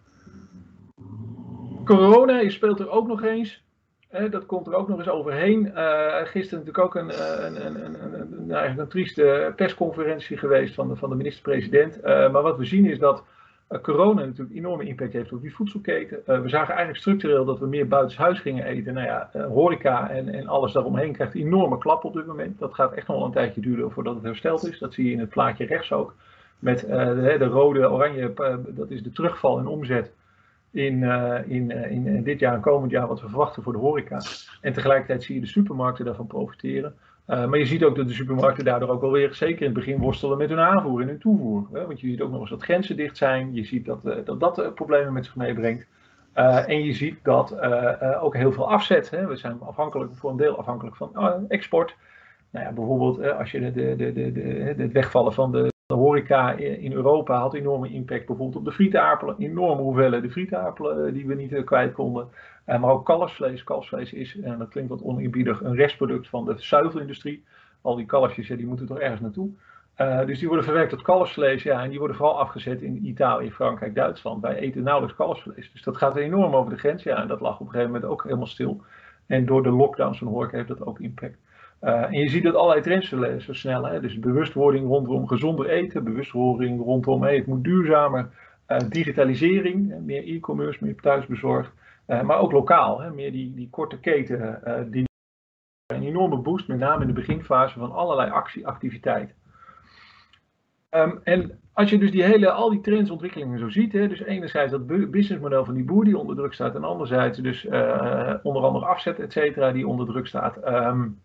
Corona, je speelt er ook nog eens. Hè? Dat komt er ook nog eens overheen. Uh, gisteren natuurlijk ook een, een, een, een, een, een, eigenlijk een trieste persconferentie geweest van de, van de minister-president. Uh, maar wat we zien is dat Uh, corona natuurlijk enorme impact heeft op die voedselketen. Uh, we zagen eigenlijk structureel dat we meer buitenshuis gingen eten. Nou ja, uh, horeca en, en alles daaromheen krijgt enorme klap op dit moment. Dat gaat echt nog wel een tijdje duren voordat het hersteld is. Dat zie je in het plaatje rechts ook. Met uh, de, de rode, oranje, uh, dat is de terugval in omzet in, uh, in, uh, in, in dit jaar en komend jaar wat we verwachten voor de horeca. En tegelijkertijd zie je de supermarkten daarvan profiteren. Uh, maar je ziet ook dat de supermarkten daardoor ook alweer zeker in het begin worstelen met hun aanvoer en hun toevoer. Hè? Want je ziet ook nog eens dat grenzen dicht zijn. Je ziet dat uh, dat, dat uh, problemen met zich meebrengt. Uh, en je ziet dat uh, uh, ook heel veel afzet. Hè. We zijn afhankelijk, voor een deel afhankelijk van uh, export. Nou ja, bijvoorbeeld uh, als je de, de, de, de, de, het wegvallen van de, de horeca in Europa had enorme impact. Bijvoorbeeld op de frietaarpelen. Enorme hoeveelheden frietaarpelen uh, die we niet uh, kwijt konden. Uh, maar ook kalfsvlees. Kalfsvlees is, en dat klinkt wat oneerbiedig, een restproduct van de zuivelindustrie. Al die kalfjes, ja, die moeten toch ergens naartoe. Uh, dus die worden verwerkt tot kalfsvlees, ja, en die worden vooral afgezet in Italië, Frankrijk, Duitsland. Wij eten nauwelijks kalfsvlees, dus dat gaat enorm over de grens, ja, en dat lag op een gegeven moment ook helemaal stil. En door de lockdowns van horeca heeft dat ook impact. Uh, en je ziet dat allerlei trends versnellen, hè? Dus bewustwording rondom gezonder eten, bewustwording rondom hey, het moet duurzamer, uh, digitalisering, meer e-commerce, meer thuisbezorgd, uh, maar ook lokaal, hè? Meer die, die korte keten, uh, die een enorme boost, met name in de beginfase van allerlei actie, activiteiten. Um, en als je dus die hele, al die trendsontwikkelingen zo ziet, hè, dus enerzijds dat businessmodel van die boer die onder druk staat en anderzijds dus uh, onder andere afzet, et cetera, die onder druk staat, um,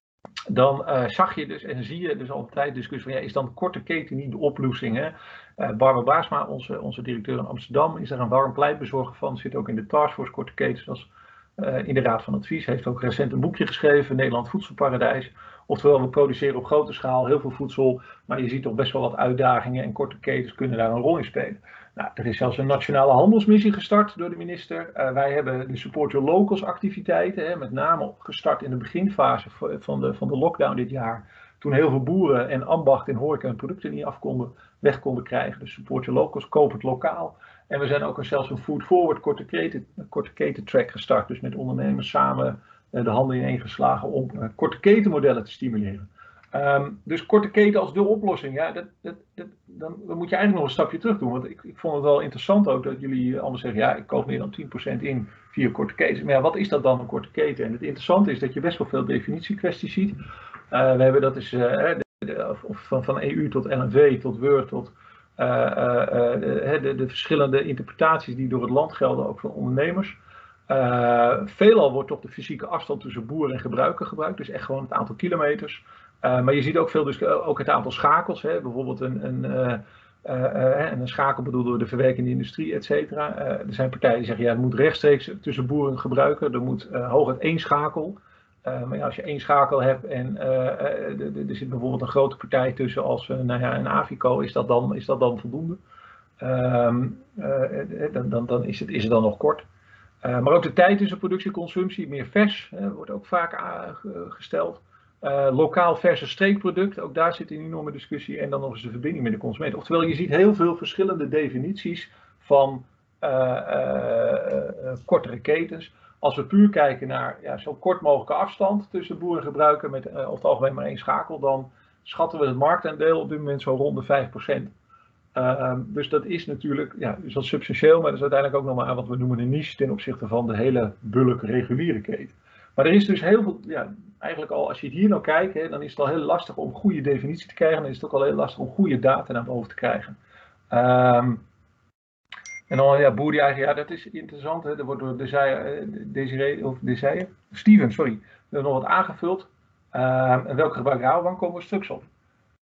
dan uh, zag je dus en zie je dus altijd discussie van ja, is dan de korte keten niet de oplossing? Hè? Uh, Barbara Baasma, onze, onze directeur in Amsterdam, is daar een warm pleitbezorger van, zit ook in de taskforce korte ketens als uh, in de Raad van Advies, heeft ook recent een boekje geschreven, Nederland Voedselparadijs. Oftewel, we produceren op grote schaal heel veel voedsel, maar je ziet toch best wel wat uitdagingen en korte ketens kunnen daar een rol in spelen. Nou, er is zelfs een nationale handelsmissie gestart door de minister. Uh, wij hebben de Support Your Locals activiteiten, hè, met name gestart in de beginfase van de, van de lockdown dit jaar. Toen heel veel boeren en ambachten in horeca en producten niet af konden, weg konden krijgen. Dus Support Your Locals, koop het lokaal. En we zijn ook zelfs een Food Forward korte keten, korte keten track gestart. Dus met ondernemers samen uh, de handen ineengeslagen om uh, korte ketenmodellen te stimuleren. Um, dus korte keten als de oplossing, ja, dat, dat, dat, dan, dan moet je eigenlijk nog een stapje terug doen. Want ik, ik vond het wel interessant ook dat jullie allemaal zeggen, ja, ik koop meer dan tien procent in via korte ketens. Maar ja, wat is dat dan, een korte keten? En het interessante is dat je best wel veel definitiekwesties ziet. Uh, we hebben dat is uh, de, de, of van, van E U tot L N V, tot Word, tot uh, uh, de, de, de verschillende interpretaties die door het land gelden, ook van ondernemers. Uh, veelal wordt toch de fysieke afstand tussen boer en gebruiker gebruikt, dus echt gewoon het aantal kilometers. Uh, maar je ziet ook veel, dus ook het aantal schakels, hè? Bijvoorbeeld een, een, uh, uh, uh, een schakel bedoeld door de verwerkende industrie, et cetera. Uh, er zijn partijen die zeggen, ja, het moet rechtstreeks tussen boer en gebruiker, er moet uh, hooguit één schakel. Uh, maar ja, als je één schakel hebt en uh, uh, er zit bijvoorbeeld een grote partij tussen als uh, nou ja, een Avico, is dat dan, is dat dan voldoende? Um, uh, dan dan, dan is, het, is het dan nog kort. Uh, maar ook de tijd tussen productie en consumptie, meer vers, uh, wordt ook vaak aangesteld. Uh, lokaal versus streekproduct, ook daar zit een enorme discussie. En dan nog eens de verbinding met de consument. Oftewel, je ziet heel veel verschillende definities van uh, uh, uh, kortere ketens. Als we puur kijken naar ja, zo kort mogelijke afstand tussen boer en gebruiker met uh, over het algemeen maar één schakel, dan schatten we het marktaandeel op dit moment zo rond de vijf procent. Uh, dus dat is natuurlijk, ja, is wat substantieel, maar dat is uiteindelijk ook nog maar wat we noemen een niche ten opzichte van de hele bulk reguliere keten. Maar er is dus heel veel, ja, eigenlijk al als je hier nou kijkt, hè, dan is het al heel lastig om goede definitie te krijgen. Dan is het ook al heel lastig om goede data naar boven te krijgen. Um, en dan, ja, boer die eigen, ja, dat is interessant. Hè. Er wordt door Desiree, of Desiree, Steven, sorry, er nog wat aangevuld. Um, en welke gebruik houden, dan komen we straks op.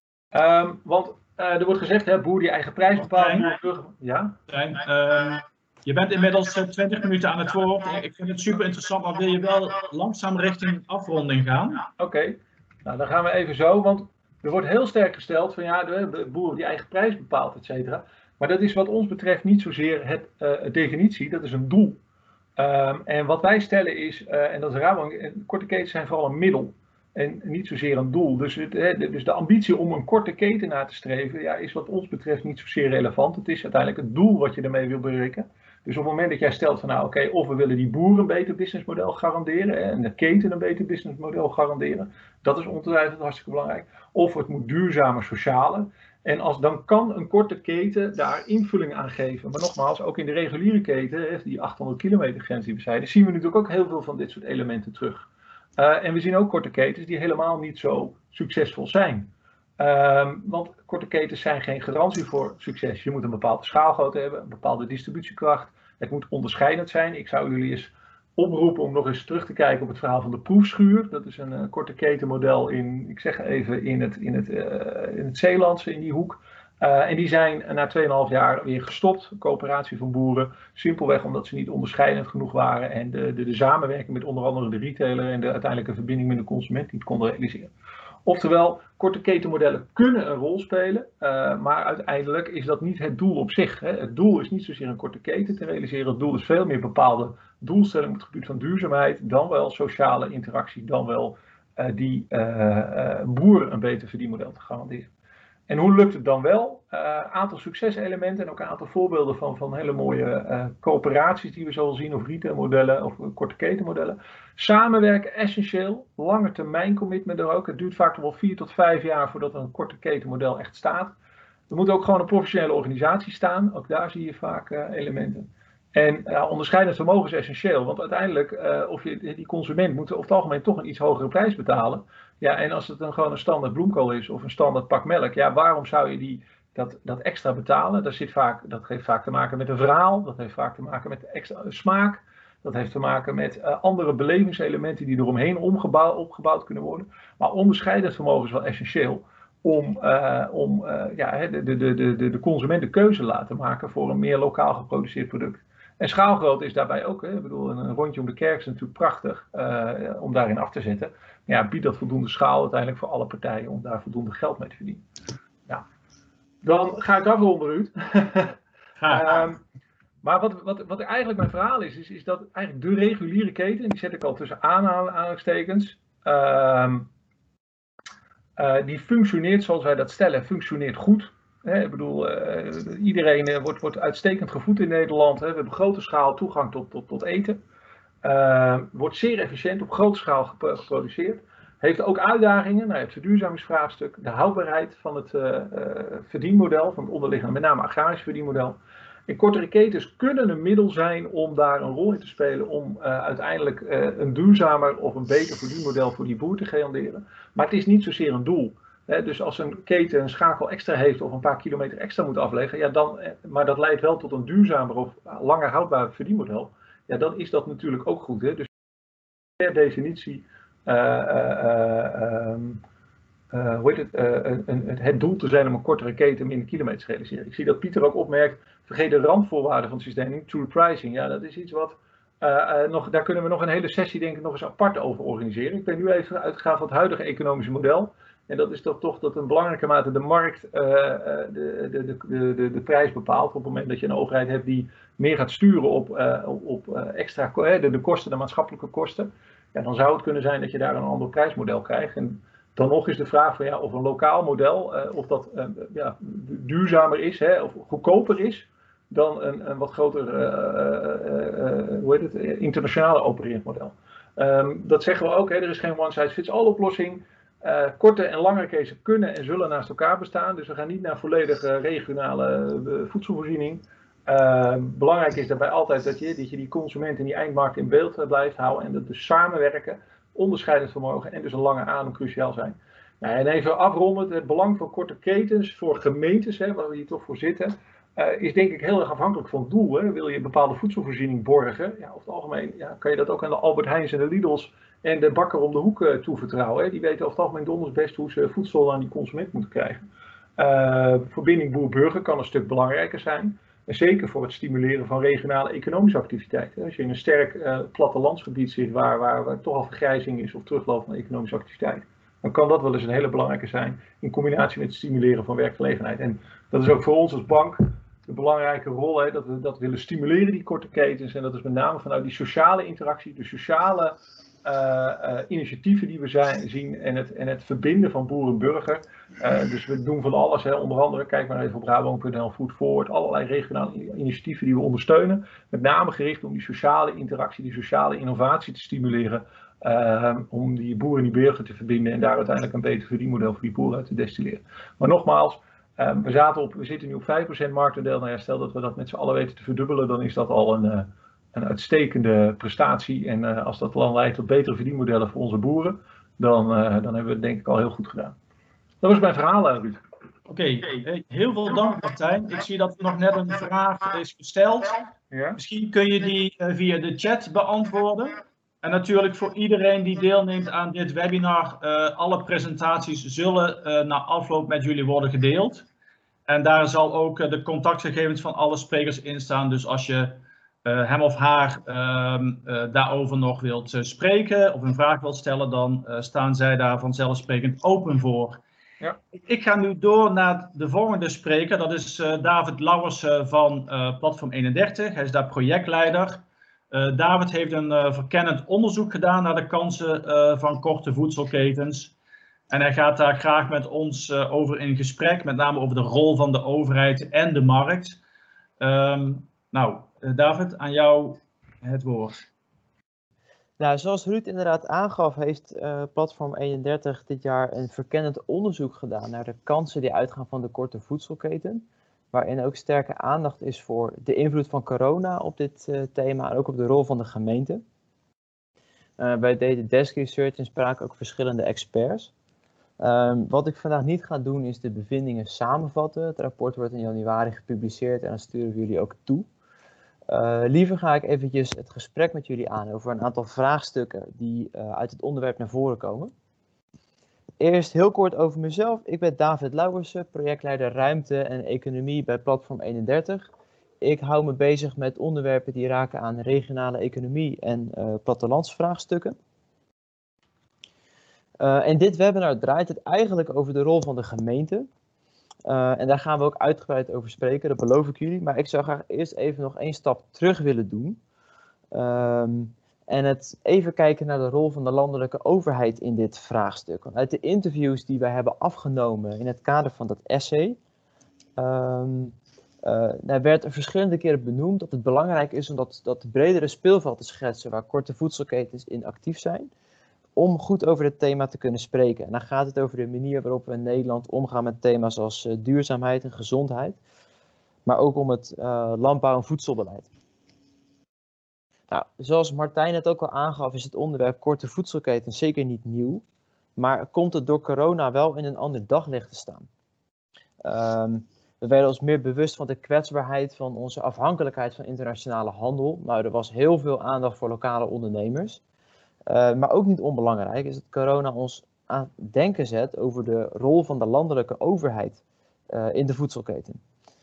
Um, want uh, er wordt gezegd, hè, boer die eigen prijs bepaalt. Ja? Stijn, uh, je bent inmiddels twintig minuten aan het woord. Ik vind het super interessant, maar wil je wel langzaam richting afronding gaan? Oké, okay. Nou dan gaan we even zo, want er wordt heel sterk gesteld van ja, de boer die eigen prijs bepaalt, et cetera. Maar dat is wat ons betreft niet zozeer het uh, definitie, dat is een doel. Um, en wat wij stellen is, uh, en dat is raar, korte ketens zijn vooral een middel. En niet zozeer een doel. Dus, het, dus de ambitie om een korte keten na te streven, ja, is wat ons betreft niet zozeer relevant. Het is uiteindelijk het doel wat je ermee wil bereiken. Dus op het moment dat jij stelt van nou oké, okay, of we willen die boeren een beter businessmodel garanderen hè, en de keten een beter businessmodel garanderen, dat is ongetwijfeld hartstikke belangrijk. Of het moet duurzamer, socialer. En als, dan kan een korte keten daar invulling aan geven. Maar nogmaals, ook in de reguliere keten, hè, die achthonderd kilometer grens die we zeiden, zien we natuurlijk ook heel veel van dit soort elementen terug. Uh, en we zien ook korte ketens die helemaal niet zo succesvol zijn. Um, want korte ketens zijn geen garantie voor succes. Je moet een bepaalde schaalgrootte hebben, een bepaalde distributiekracht. Het moet onderscheidend zijn. Ik zou jullie eens oproepen om nog eens terug te kijken op het verhaal van de proefschuur. Dat is een uh, korte ketenmodel in, ik zeg even, in het, in het, uh, in het Zeelandse, in die hoek. Uh, en die zijn na twee komma vijf jaar weer gestopt, coöperatie van boeren. Simpelweg omdat ze niet onderscheidend genoeg waren en de, de, de samenwerking met onder andere de retailer en de uiteindelijke verbinding met de consument niet konden realiseren. Oftewel, korte ketenmodellen kunnen een rol spelen, uh, maar uiteindelijk is dat niet het doel op zich. Hè. Het doel is niet zozeer een korte keten te realiseren, het doel is veel meer bepaalde doelstellingen op het gebied van duurzaamheid, dan wel sociale interactie, dan wel uh, die uh, uh, boeren een beter verdienmodel te garanderen. En hoe lukt het dan wel? Een uh, aantal succeselementen en ook een aantal voorbeelden van, van hele mooie uh, coöperaties die we zo zien, of retailmodellen of korte ketenmodellen. Samenwerken essentieel, lange termijn commitment er ook. Het duurt vaak nog wel vier tot vijf jaar voordat een korte ketenmodel echt staat. Er moet ook gewoon een professionele organisatie staan, ook daar zie je vaak uh, elementen. En uh, onderscheidend vermogen is essentieel, want uiteindelijk, uh, of je, die consument moet over het algemeen toch een iets hogere prijs betalen. Ja, en als het dan gewoon een standaard bloemkool is of een standaard pak melk, ja, waarom zou je die, dat, dat extra betalen? Dat, zit vaak, dat heeft vaak te maken met een verhaal, dat heeft vaak te maken met extra smaak, dat heeft te maken met uh, andere belevingselementen die eromheen omgebouwd, opgebouwd kunnen worden. Maar onderscheidend vermogen is wel essentieel om, uh, om uh, ja, de, de, de, de, de consument de keuze te laten maken voor een meer lokaal geproduceerd product. En schaalgrootte is daarbij ook, hè. Ik bedoel, een rondje om de kerk is natuurlijk prachtig uh, om daarin af te zetten. Maar ja, biedt dat voldoende schaal uiteindelijk voor alle partijen om daar voldoende geld mee te verdienen. Nou, dan ga ik afronden, Ruud. um, maar wat, wat, wat eigenlijk mijn verhaal is, is, is dat eigenlijk de reguliere keten, en die zet ik al tussen aanhalingstekens, um, uh, die functioneert zoals wij dat stellen, functioneert goed. He, ik bedoel, uh, iedereen uh, wordt, wordt uitstekend gevoed in Nederland. He. We hebben grote schaal toegang tot, tot, tot eten. Uh, wordt zeer efficiënt op grote schaal gep geproduceerd. Heeft ook uitdagingen. Nou, het verduurzamingsvraagstuk, de houdbaarheid van het uh, uh, verdienmodel, van het onderliggende, met name agrarisch verdienmodel. En kortere ketens kunnen een middel zijn om daar een rol in te spelen om uh, uiteindelijk uh, een duurzamer of een beter verdienmodel voor die boer te garanderen. Maar het is niet zozeer een doel. He, dus als een keten een schakel extra heeft of een paar kilometer extra moet afleggen, ja dan, maar dat leidt wel tot een duurzamer of langer houdbaar verdienmodel, ja dan is dat natuurlijk ook goed. Hè? Dus per definitie uh, uh, um, uh, hoe heet het, uh, een, een, het doel te zijn om een kortere keten minder kilometers te realiseren. Ik zie dat Pieter ook opmerkt, vergeet de randvoorwaarden van het systeem niet, true pricing. Ja, dat is iets wat, uh, uh, nog, daar kunnen we nog een hele sessie denk ik nog eens apart over organiseren. Ik ben nu even uitgegaan van het huidige economische model. En dat is toch, toch dat in belangrijke mate de markt uh, de, de, de, de, de prijs bepaalt. Op het moment dat je een overheid hebt die meer gaat sturen op, uh, op uh, extra de, de kosten, de maatschappelijke kosten. Ja, dan zou het kunnen zijn dat je daar een ander prijsmodel krijgt. En dan nog is de vraag van ja, of een lokaal model, uh, of dat uh, ja, duurzamer is, hè, of goedkoper is dan een, een wat groter uh, uh, uh, hoe heet het, internationale opererend model. Um, dat zeggen we ook, hè, er is geen one size fits all oplossing. Uh, korte en lange ketens kunnen en zullen naast elkaar bestaan. Dus we gaan niet naar volledige regionale uh, voedselvoorziening. Uh, belangrijk is daarbij altijd dat je, dat je die consument en die eindmarkt in beeld uh, blijft houden. En dat dus samenwerken, onderscheidend vermogen en dus een lange adem cruciaal zijn. Nou, en even afrondend, het belang van korte ketens voor gemeentes, hè, waar we hier toch voor zitten, uh, is denk ik heel erg afhankelijk van het doel. Hè. Wil je bepaalde voedselvoorziening borgen? Ja, over het algemeen ja, kan je dat ook aan de Albert Heijns en de Lidl's en de bakker om de hoek uh, toevertrouwen. Hè. Die weten over het algemeen donders best hoe ze voedsel aan die consument moeten krijgen. Uh, verbinding boer-burger kan een stuk belangrijker zijn. En zeker voor het stimuleren van regionale economische activiteiten. Als je in een sterk uh, plattelandsgebied zit waar, waar, waar toch al vergrijzing is of terugloop van economische activiteit, dan kan dat wel eens een hele belangrijke zijn in combinatie met het stimuleren van werkgelegenheid. En dat is ook voor ons als bank de belangrijke rol, hè, dat we dat willen stimuleren, die korte ketens. En dat is met name vanuit die sociale interactie, de sociale uh, uh, initiatieven die we zijn, zien en het, en het verbinden van boer en burger. Uh, dus we doen van alles, hè, onder andere, kijk maar even op Rabobank punt n l, Food Forward, allerlei regionale initiatieven die we ondersteunen. Met name gericht om die sociale interactie, die sociale innovatie te stimuleren. Uh, om die boeren en die burger te verbinden en daar uiteindelijk een beter verdienmodel voor die boeren uit te destilleren. Maar nogmaals, uh, we, zaten op, we zitten nu op vijf procent marktaandeel. Nou ja, stel dat we dat met z'n allen weten te verdubbelen, dan is dat al een, uh, een uitstekende prestatie. En uh, als dat dan leidt tot betere verdienmodellen voor onze boeren, dan, uh, dan hebben we het denk ik al heel goed gedaan. Dat was mijn verhaal, Ruud. Oké, okay. Heel veel dank Martijn. Ik zie dat er nog net een vraag is gesteld. Ja? Misschien kun je die uh, via de chat beantwoorden. En natuurlijk voor iedereen die deelneemt aan dit webinar, uh, alle presentaties zullen uh, na afloop met jullie worden gedeeld. En daar zal ook uh, de contactgegevens van alle sprekers in staan. Dus als je uh, hem of haar uh, uh, daarover nog wilt uh, spreken of een vraag wilt stellen, dan uh, staan zij daar vanzelfsprekend open voor. Ja. Ik ga nu door naar de volgende spreker. Dat is uh, David Lauwers uh, van uh, Platform eenendertig. Hij is daar projectleider. Uh, David heeft een uh, verkennend onderzoek gedaan naar de kansen uh, van korte voedselketens. En hij gaat daar graag met ons uh, over in gesprek, met name over de rol van de overheid en de markt. Um, nou, uh, David, aan jou het woord. Nou, zoals Ruud inderdaad aangaf, heeft uh, Platform eenendertig dit jaar een verkennend onderzoek gedaan naar de kansen die uitgaan van de korte voedselketen. Waarin ook sterke aandacht is voor de invloed van corona op dit uh, thema en ook op de rol van de gemeente. Uh, wij deden desk research en spraken ook verschillende experts. Um, wat ik vandaag niet ga doen is de bevindingen samenvatten. Het rapport wordt in januari gepubliceerd en dat sturen we jullie ook toe. Uh, liever ga ik eventjes het gesprek met jullie aan over een aantal vraagstukken die uh, uit het onderwerp naar voren komen. Eerst heel kort over mezelf. Ik ben David Lauwersen, projectleider Ruimte en Economie bij Platform eenendertig. Ik hou me bezig met onderwerpen die raken aan regionale economie en uh, plattelandsvraagstukken. Uh, en dit webinar draait het eigenlijk over de rol van de gemeente. Uh, en daar gaan we ook uitgebreid over spreken, dat beloof ik jullie. Maar ik zou graag eerst even nog één stap terug willen doen. Um, en het even kijken naar de rol van de landelijke overheid in dit vraagstuk. Uit de interviews die wij hebben afgenomen in het kader van dat essay, um, uh, daar werd er verschillende keren benoemd dat het belangrijk is om dat, dat bredere speelveld te schetsen waar korte voedselketens in actief zijn, om goed over dit thema te kunnen spreken. En dan gaat het over de manier waarop we in Nederland omgaan met thema's als uh, duurzaamheid en gezondheid, maar ook om het uh, landbouw- en voedselbeleid. Nou, zoals Martijn het ook al aangaf, is het onderwerp korte voedselketens zeker niet nieuw, maar komt het door corona wel in een ander daglicht te staan. Um, we werden ons meer bewust van de kwetsbaarheid van onze afhankelijkheid van internationale handel. Nou, er was heel veel aandacht voor lokale ondernemers. Uh, maar ook niet onbelangrijk is dat corona ons aan het denken zet over de rol van de landelijke overheid uh, in de voedselketen.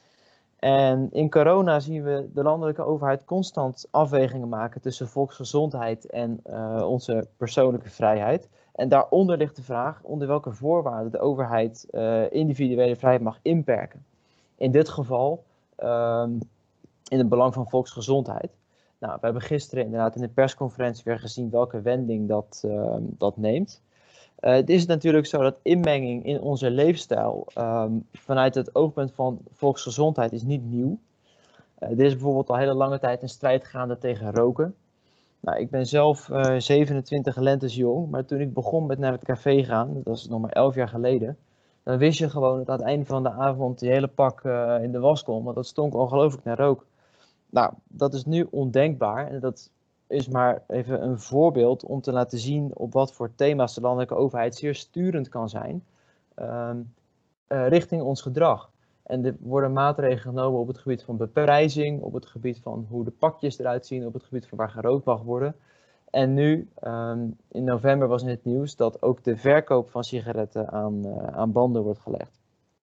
En in corona zien we de landelijke overheid constant afwegingen maken tussen volksgezondheid en uh, onze persoonlijke vrijheid. En daaronder ligt de vraag onder welke voorwaarden de overheid uh, individuele vrijheid mag inperken. In dit geval uh, in het belang van volksgezondheid. Nou, we hebben gisteren inderdaad in de persconferentie weer gezien welke wending dat, uh, dat neemt. Uh, het is natuurlijk zo dat inmenging in onze leefstijl um, vanuit het oogpunt van volksgezondheid is niet nieuw. Uh, er is bijvoorbeeld al hele lange tijd een strijd gaande tegen roken. Nou, ik ben zelf uh, zevenentwintig lentes jong, maar toen ik begon met naar het café gaan, dat was nog maar elf jaar geleden, dan wist je gewoon dat aan het einde van de avond die hele pak uh, in de was kon, want dat stonk ongelooflijk naar rook. Nou, dat is nu ondenkbaar en dat is maar even een voorbeeld om te laten zien op wat voor thema's de landelijke overheid zeer sturend kan zijn um, uh, richting ons gedrag. En er worden maatregelen genomen op het gebied van beprijzing, op het gebied van hoe de pakjes eruit zien, op het gebied van waar gerookt mag worden. En nu, um, in november was in het nieuws dat ook de verkoop van sigaretten aan, uh, aan banden wordt gelegd.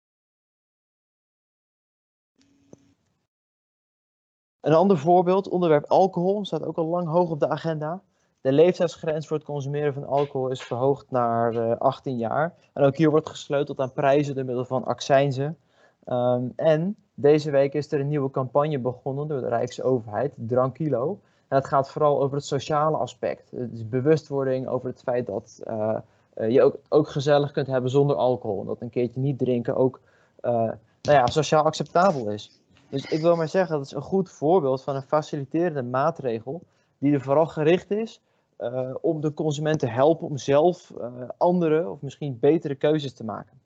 Een ander voorbeeld, onderwerp alcohol, staat ook al lang hoog op de agenda. De leeftijdsgrens voor het consumeren van alcohol is verhoogd naar uh, achttien jaar. En ook hier wordt gesleuteld aan prijzen door middel van accijnzen. Um, en deze week is er een nieuwe campagne begonnen door de Rijksoverheid, Drankilo. En dat gaat vooral over het sociale aspect. Het is bewustwording over het feit dat uh, uh, je ook, ook gezellig kunt hebben zonder alcohol. Dat een keertje niet drinken ook uh, nou ja, sociaal acceptabel is. Dus ik wil maar zeggen, dat is een goed voorbeeld van een faciliterende maatregel die er vooral gericht is uh, om de consument te helpen om zelf uh, andere of misschien betere keuzes te maken.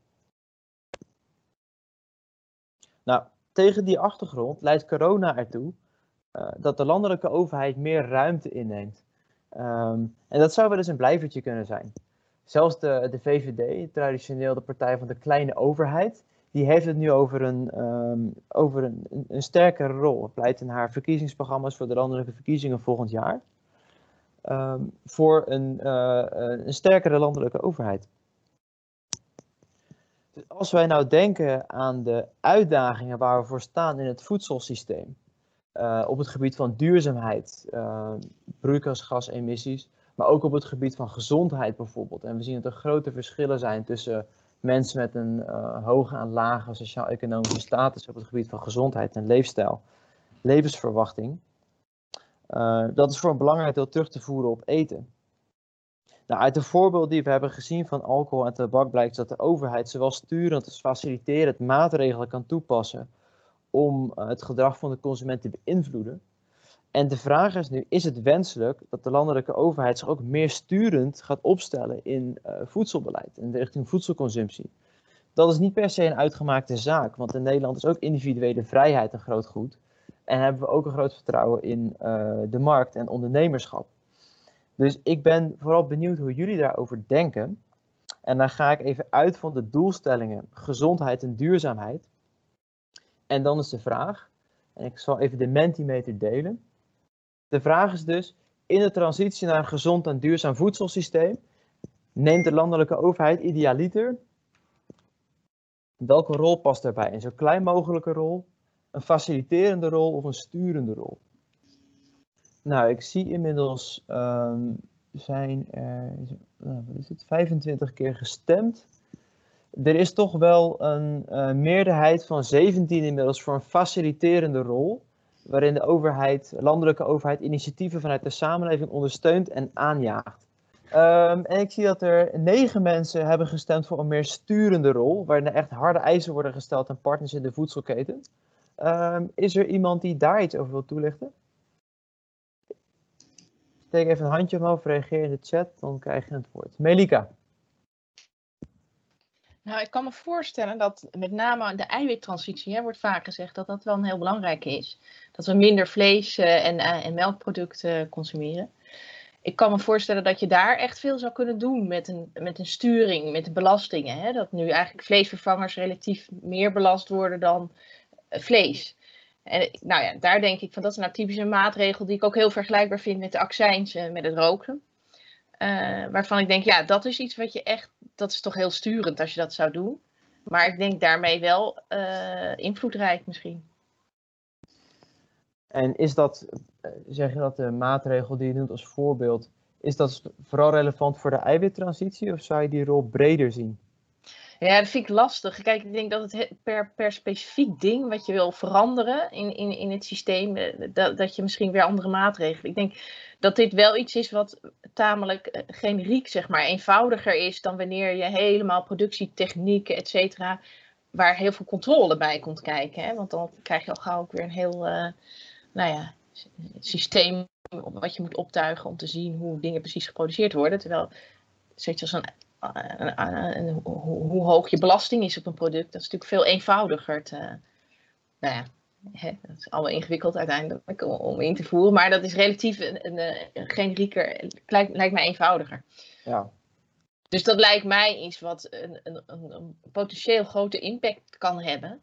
Nou, tegen die achtergrond leidt corona ertoe uh, dat de landelijke overheid meer ruimte inneemt. Um, en dat zou wel eens een blijvertje kunnen zijn. Zelfs de, de V V D, traditioneel de partij van de kleine overheid, die heeft het nu over een, um, over een, een, een sterkere rol. Het pleit in haar verkiezingsprogramma's voor de landelijke verkiezingen volgend jaar. Um, voor een, uh, een sterkere landelijke overheid. Dus als wij nou denken aan de uitdagingen waar we voor staan in het voedselsysteem, uh, op het gebied van duurzaamheid, uh, broeikasgasemissies, maar ook op het gebied van gezondheid bijvoorbeeld. En we zien dat er grote verschillen zijn tussen mensen met een uh, hoge en lage sociaal-economische status op het gebied van gezondheid en leefstijl, levensverwachting. Uh, dat is voor een belangrijk deel terug te voeren op eten. Nou, uit de voorbeelden die we hebben gezien van alcohol en tabak blijkt dat de overheid zowel sturend als faciliterend maatregelen kan toepassen om uh, het gedrag van de consument te beïnvloeden. En de vraag is nu, is het wenselijk dat de landelijke overheid zich ook meer sturend gaat opstellen in uh, voedselbeleid, in de richting voedselconsumptie? Dat is niet per se een uitgemaakte zaak, want in Nederland is ook individuele vrijheid een groot goed. En hebben we ook een groot vertrouwen in uh, de markt en ondernemerschap. Dus ik ben vooral benieuwd hoe jullie daarover denken. En dan ga ik even uit van de doelstellingen gezondheid en duurzaamheid. En dan is de vraag, en ik zal even de Mentimeter delen. De vraag is dus, in de transitie naar een gezond en duurzaam voedselsysteem, neemt de landelijke overheid idealiter, welke rol past daarbij? Een zo klein mogelijke rol, een faciliterende rol of een sturende rol? Nou, ik zie inmiddels um, zijn er uh, wat is het, vijfentwintig keer gestemd. Er is toch wel een uh, meerderheid van zeventien inmiddels voor een faciliterende rol, waarin de overheid, landelijke overheid initiatieven vanuit de samenleving ondersteunt en aanjaagt. Um, en ik zie dat er negen mensen hebben gestemd voor een meer sturende rol, waarin er echt harde eisen worden gesteld aan partners in de voedselketen. Um, is er iemand die daar iets over wil toelichten? Steek even een handje omhoog, reageer in de chat, dan krijg je het woord. Melika. Nou, ik kan me voorstellen dat met name de eiwittransitie, hè, wordt vaak gezegd dat dat wel een heel belangrijke is. Dat we minder vlees uh, en, uh, en melkproducten consumeren. Ik kan me voorstellen dat je daar echt veel zou kunnen doen met een, met een sturing, met de belastingen. Hè? Dat nu eigenlijk vleesvervangers relatief meer belast worden dan uh, vlees. En nou ja, daar denk ik van, dat is nou typisch een maatregel die ik ook heel vergelijkbaar vind met de accijns uh, met het roken. Uh, waarvan ik denk, ja, dat is iets wat je echt, dat is toch heel sturend als je dat zou doen. Maar ik denk daarmee wel uh, invloedrijk misschien. En is dat, zeg je dat de maatregel die je noemt als voorbeeld, is dat vooral relevant voor de eiwittransitie of zou je die rol breder zien? Ja, dat vind ik lastig. Kijk, ik denk dat het per, per specifiek ding wat je wil veranderen in, in, in het systeem, dat, dat je misschien weer andere maatregelen. Ik denk dat dit wel iets is wat tamelijk generiek, zeg maar, eenvoudiger is dan wanneer je helemaal productietechnieken, et cetera, waar heel veel controle bij komt kijken. Hè? Want dan krijg je al gauw ook weer een heel, uh, nou ja, systeem wat je moet optuigen om te zien hoe dingen precies geproduceerd worden. Terwijl zoiets als een En, en, en hoe, hoe hoog je belasting is op een product, dat is natuurlijk veel eenvoudiger te, nou ja, hè, dat is allemaal ingewikkeld uiteindelijk om, om in te voeren, maar dat is relatief een, een, een generieker, lijkt, lijkt mij eenvoudiger. Ja. Dus dat lijkt mij iets wat een, een, een, een potentieel grote impact kan hebben,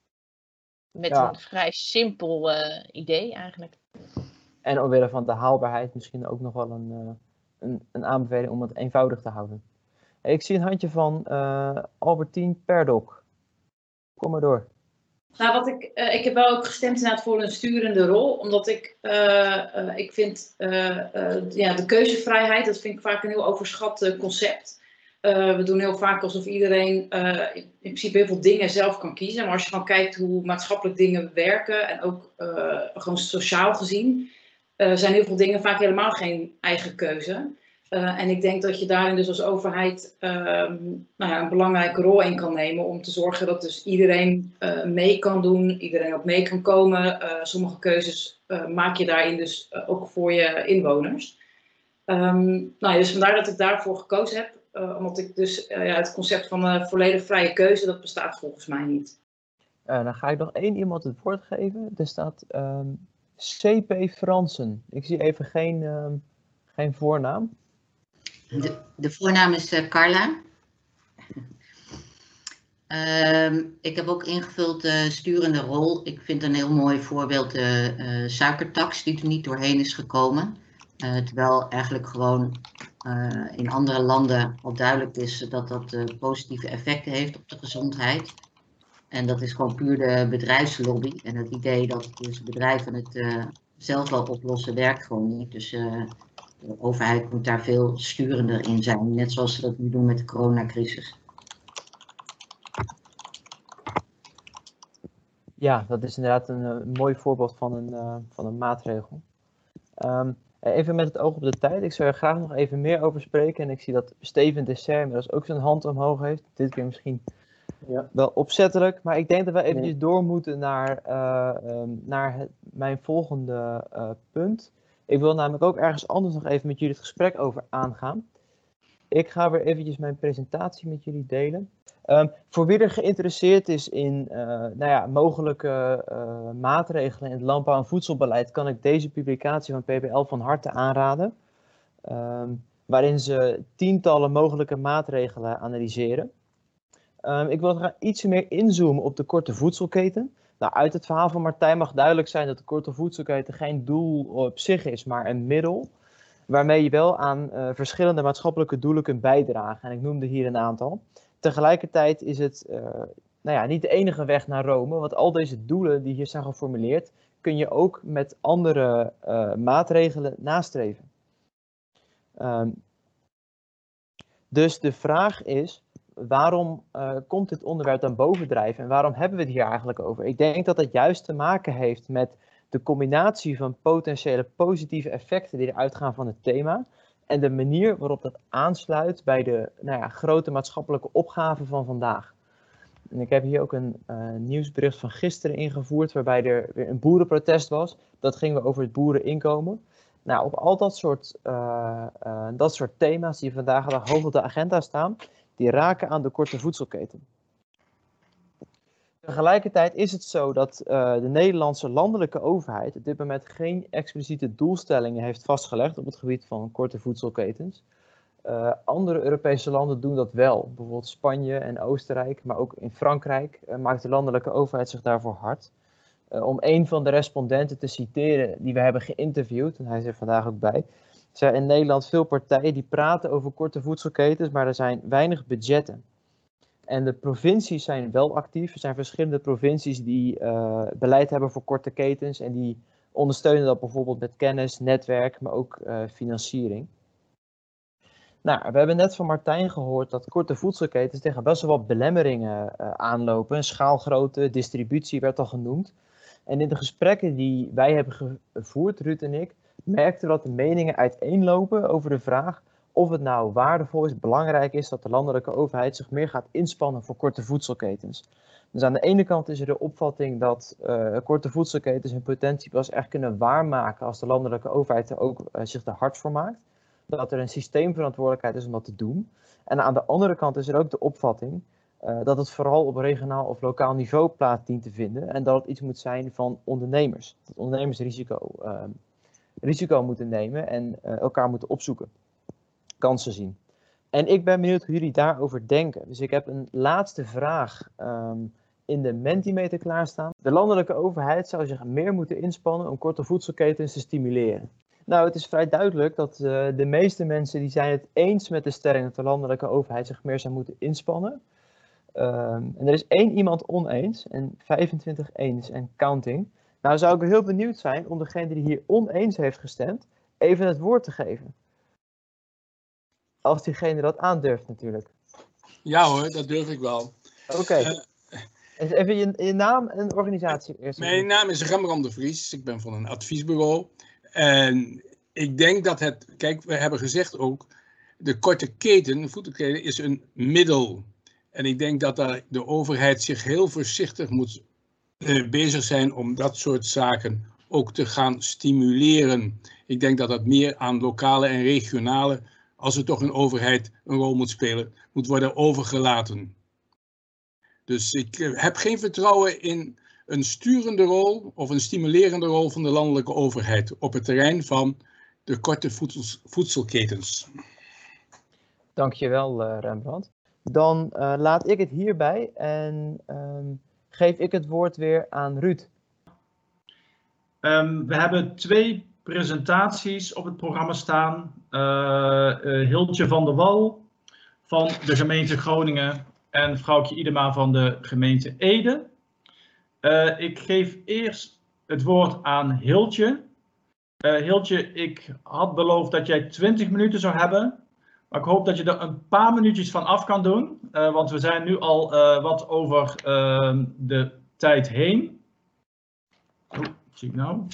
met ja. een vrij simpel uh, idee eigenlijk. En omwille van de haalbaarheid misschien ook nog wel een, uh, een, een aanbeveling om het eenvoudig te houden. Ik zie een handje van uh, Albertine Perdok. Kom maar door. Nou, wat ik, uh, ik heb wel ook gestemd inderdaad voor een sturende rol. Omdat ik, uh, uh, ik vind uh, uh, ja, de keuzevrijheid, dat vind ik vaak een heel overschat uh, concept. Uh, we doen heel vaak alsof iedereen uh, in principe heel veel dingen zelf kan kiezen. Maar als je dan kijkt hoe maatschappelijk dingen werken en ook uh, gewoon sociaal gezien, uh, zijn heel veel dingen vaak helemaal geen eigen keuze. Uh, en ik denk dat je daarin dus als overheid uh, nou ja, een belangrijke rol in kan nemen om te zorgen dat dus iedereen uh, mee kan doen, iedereen ook mee kan komen. Uh, sommige keuzes uh, maak je daarin dus uh, ook voor je inwoners. Um, nou ja, dus vandaar dat ik daarvoor gekozen heb, uh, omdat ik dus uh, ja, het concept van uh, volledig vrije keuze, dat bestaat volgens mij niet. Uh, dan ga ik nog één iemand het woord geven. Er staat um, C P Fransen. Ik zie even geen, um, geen voornaam. De, de voornaam is uh, Carla. Uh, ik heb ook ingevuld de uh, sturende rol. Ik vind een heel mooi voorbeeld de uh, uh, suikertax die er niet doorheen is gekomen. Uh, terwijl eigenlijk gewoon uh, in andere landen al duidelijk is dat dat uh, positieve effecten heeft op de gezondheid. En dat is gewoon puur de bedrijfslobby. En het idee dat dus bedrijven het uh, zelf wel oplossen, werkt gewoon niet. Dus uh, de overheid moet daar veel sturender in zijn. Net zoals ze dat nu doen met de coronacrisis. Ja, dat is inderdaad een, een mooi voorbeeld van een, uh, van een maatregel. Um, even met het oog op de tijd. Ik zou er graag nog even meer over spreken. En ik zie dat Steven Dessert inmiddels ook zijn hand omhoog heeft. Dit keer misschien ja. wel opzettelijk. Maar ik denk dat we eventjes nee. door moeten naar, uh, um, naar het, mijn volgende uh, punt. Ik wil namelijk ook ergens anders nog even met jullie het gesprek over aangaan. Ik ga weer eventjes mijn presentatie met jullie delen. Um, voor wie er geïnteresseerd is in uh, nou ja, mogelijke uh, maatregelen in het landbouw- en voedselbeleid, kan ik deze publicatie van P B L van harte aanraden. Um, waarin ze tientallen mogelijke maatregelen analyseren. Um, ik wil graag iets meer inzoomen op de korte voedselketen. Nou, uit het verhaal van Martijn mag duidelijk zijn dat de korte voedselketen geen doel op zich is, maar een middel. Waarmee je wel aan uh, verschillende maatschappelijke doelen kunt bijdragen. En ik noemde hier een aantal. Tegelijkertijd is het uh, nou ja, niet de enige weg naar Rome, want al deze doelen die hier zijn geformuleerd, kun je ook met andere uh, maatregelen nastreven. Um, dus de vraag is, waarom uh, komt dit onderwerp dan bovendrijven en waarom hebben we het hier eigenlijk over? Ik denk dat het juist te maken heeft met de combinatie van potentiële positieve effecten die eruit gaan van het thema en de manier waarop dat aansluit bij de nou ja, grote maatschappelijke opgaven van vandaag. En ik heb hier ook een uh, nieuwsbericht van gisteren ingevoerd waarbij er weer een boerenprotest was. Dat ging weer over het boereninkomen. Nou, op al dat soort, uh, uh, dat soort thema's die vandaag de hoog op de agenda staan, die raken aan de korte voedselketen. Tegelijkertijd is het zo dat uh, de Nederlandse landelijke overheid op dit moment geen expliciete doelstellingen heeft vastgelegd op het gebied van korte voedselketens. Uh, andere Europese landen doen dat wel, bijvoorbeeld Spanje en Oostenrijk, maar ook in Frankrijk uh, maakt de landelijke overheid zich daarvoor hard. Uh, om een van de respondenten te citeren die we hebben geïnterviewd, en hij is er vandaag ook bij, zijn in Nederland veel partijen die praten over korte voedselketens, maar er zijn weinig budgetten. En de provincies zijn wel actief. Er zijn verschillende provincies die uh, beleid hebben voor korte ketens en die ondersteunen dat bijvoorbeeld met kennis, netwerk, maar ook uh, financiering. Nou, we hebben net van Martijn gehoord dat korte voedselketens tegen best wel wat belemmeringen uh, aanlopen. Schaalgrootte, distributie werd al genoemd. En in de gesprekken die wij hebben gevoerd, Ruud en ik, merkten we dat de meningen uiteenlopen over de vraag of het nou waardevol is, belangrijk is dat de landelijke overheid zich meer gaat inspannen voor korte voedselketens. Dus aan de ene kant is er de opvatting dat uh, korte voedselketens hun potentie pas echt kunnen waarmaken als de landelijke overheid er ook uh, zich er hard voor maakt. Dat er een systeemverantwoordelijkheid is om dat te doen. En aan de andere kant is er ook de opvatting uh, dat het vooral op regionaal of lokaal niveau plaats dient te vinden. En dat het iets moet zijn van ondernemers. Dat ondernemers risico, uh, risico moeten nemen en uh, elkaar moeten opzoeken. Kansen zien. En ik ben benieuwd hoe jullie daarover denken. Dus ik heb een laatste vraag um, in de Mentimeter klaarstaan. De landelijke overheid zou zich meer moeten inspannen om korte voedselketens te stimuleren. Nou, het is vrij duidelijk dat uh, de meeste mensen die zijn het eens met de stelling dat de landelijke overheid zich meer zou moeten inspannen. Um, en er is één iemand oneens en vijfentwintig eens en counting. Nou zou ik heel benieuwd zijn om degene die hier oneens heeft gestemd even het woord te geven. Als diegene dat aandurft natuurlijk. Ja hoor, dat durf ik wel. Oké. Okay. Uh, even je, je naam en organisatie eerst. Mijn naam is Rembrandt de Vries. Ik ben van een adviesbureau. En ik denk dat het, kijk, we hebben gezegd ook, de korte keten, de voedselketen, is een middel. En ik denk dat daar de overheid zich heel voorzichtig moet uh, bezig zijn om dat soort zaken ook te gaan stimuleren. Ik denk dat dat meer aan lokale en regionale, als er toch een overheid een rol moet spelen, moet worden overgelaten. Dus ik heb geen vertrouwen in een sturende rol of een stimulerende rol van de landelijke overheid op het terrein van de korte voedsels, voedselketens. Dankjewel uh, Rembrandt. Dan uh, laat ik het hierbij en um, geef ik het woord weer aan Ruud. Um, we hebben twee presentaties op het programma staan. Uh, uh, Hiltje van der Wal van de gemeente Groningen en vrouwtje Idema van de gemeente Ede. Uh, ik geef eerst het woord aan Hiltje. Uh, Hiltje, ik had beloofd dat jij twintig minuten zou hebben. Maar ik hoop dat je er een paar minuutjes van af kan doen. Uh, want we zijn nu al uh, wat over uh, de tijd heen. Oh, wat zie ik nou?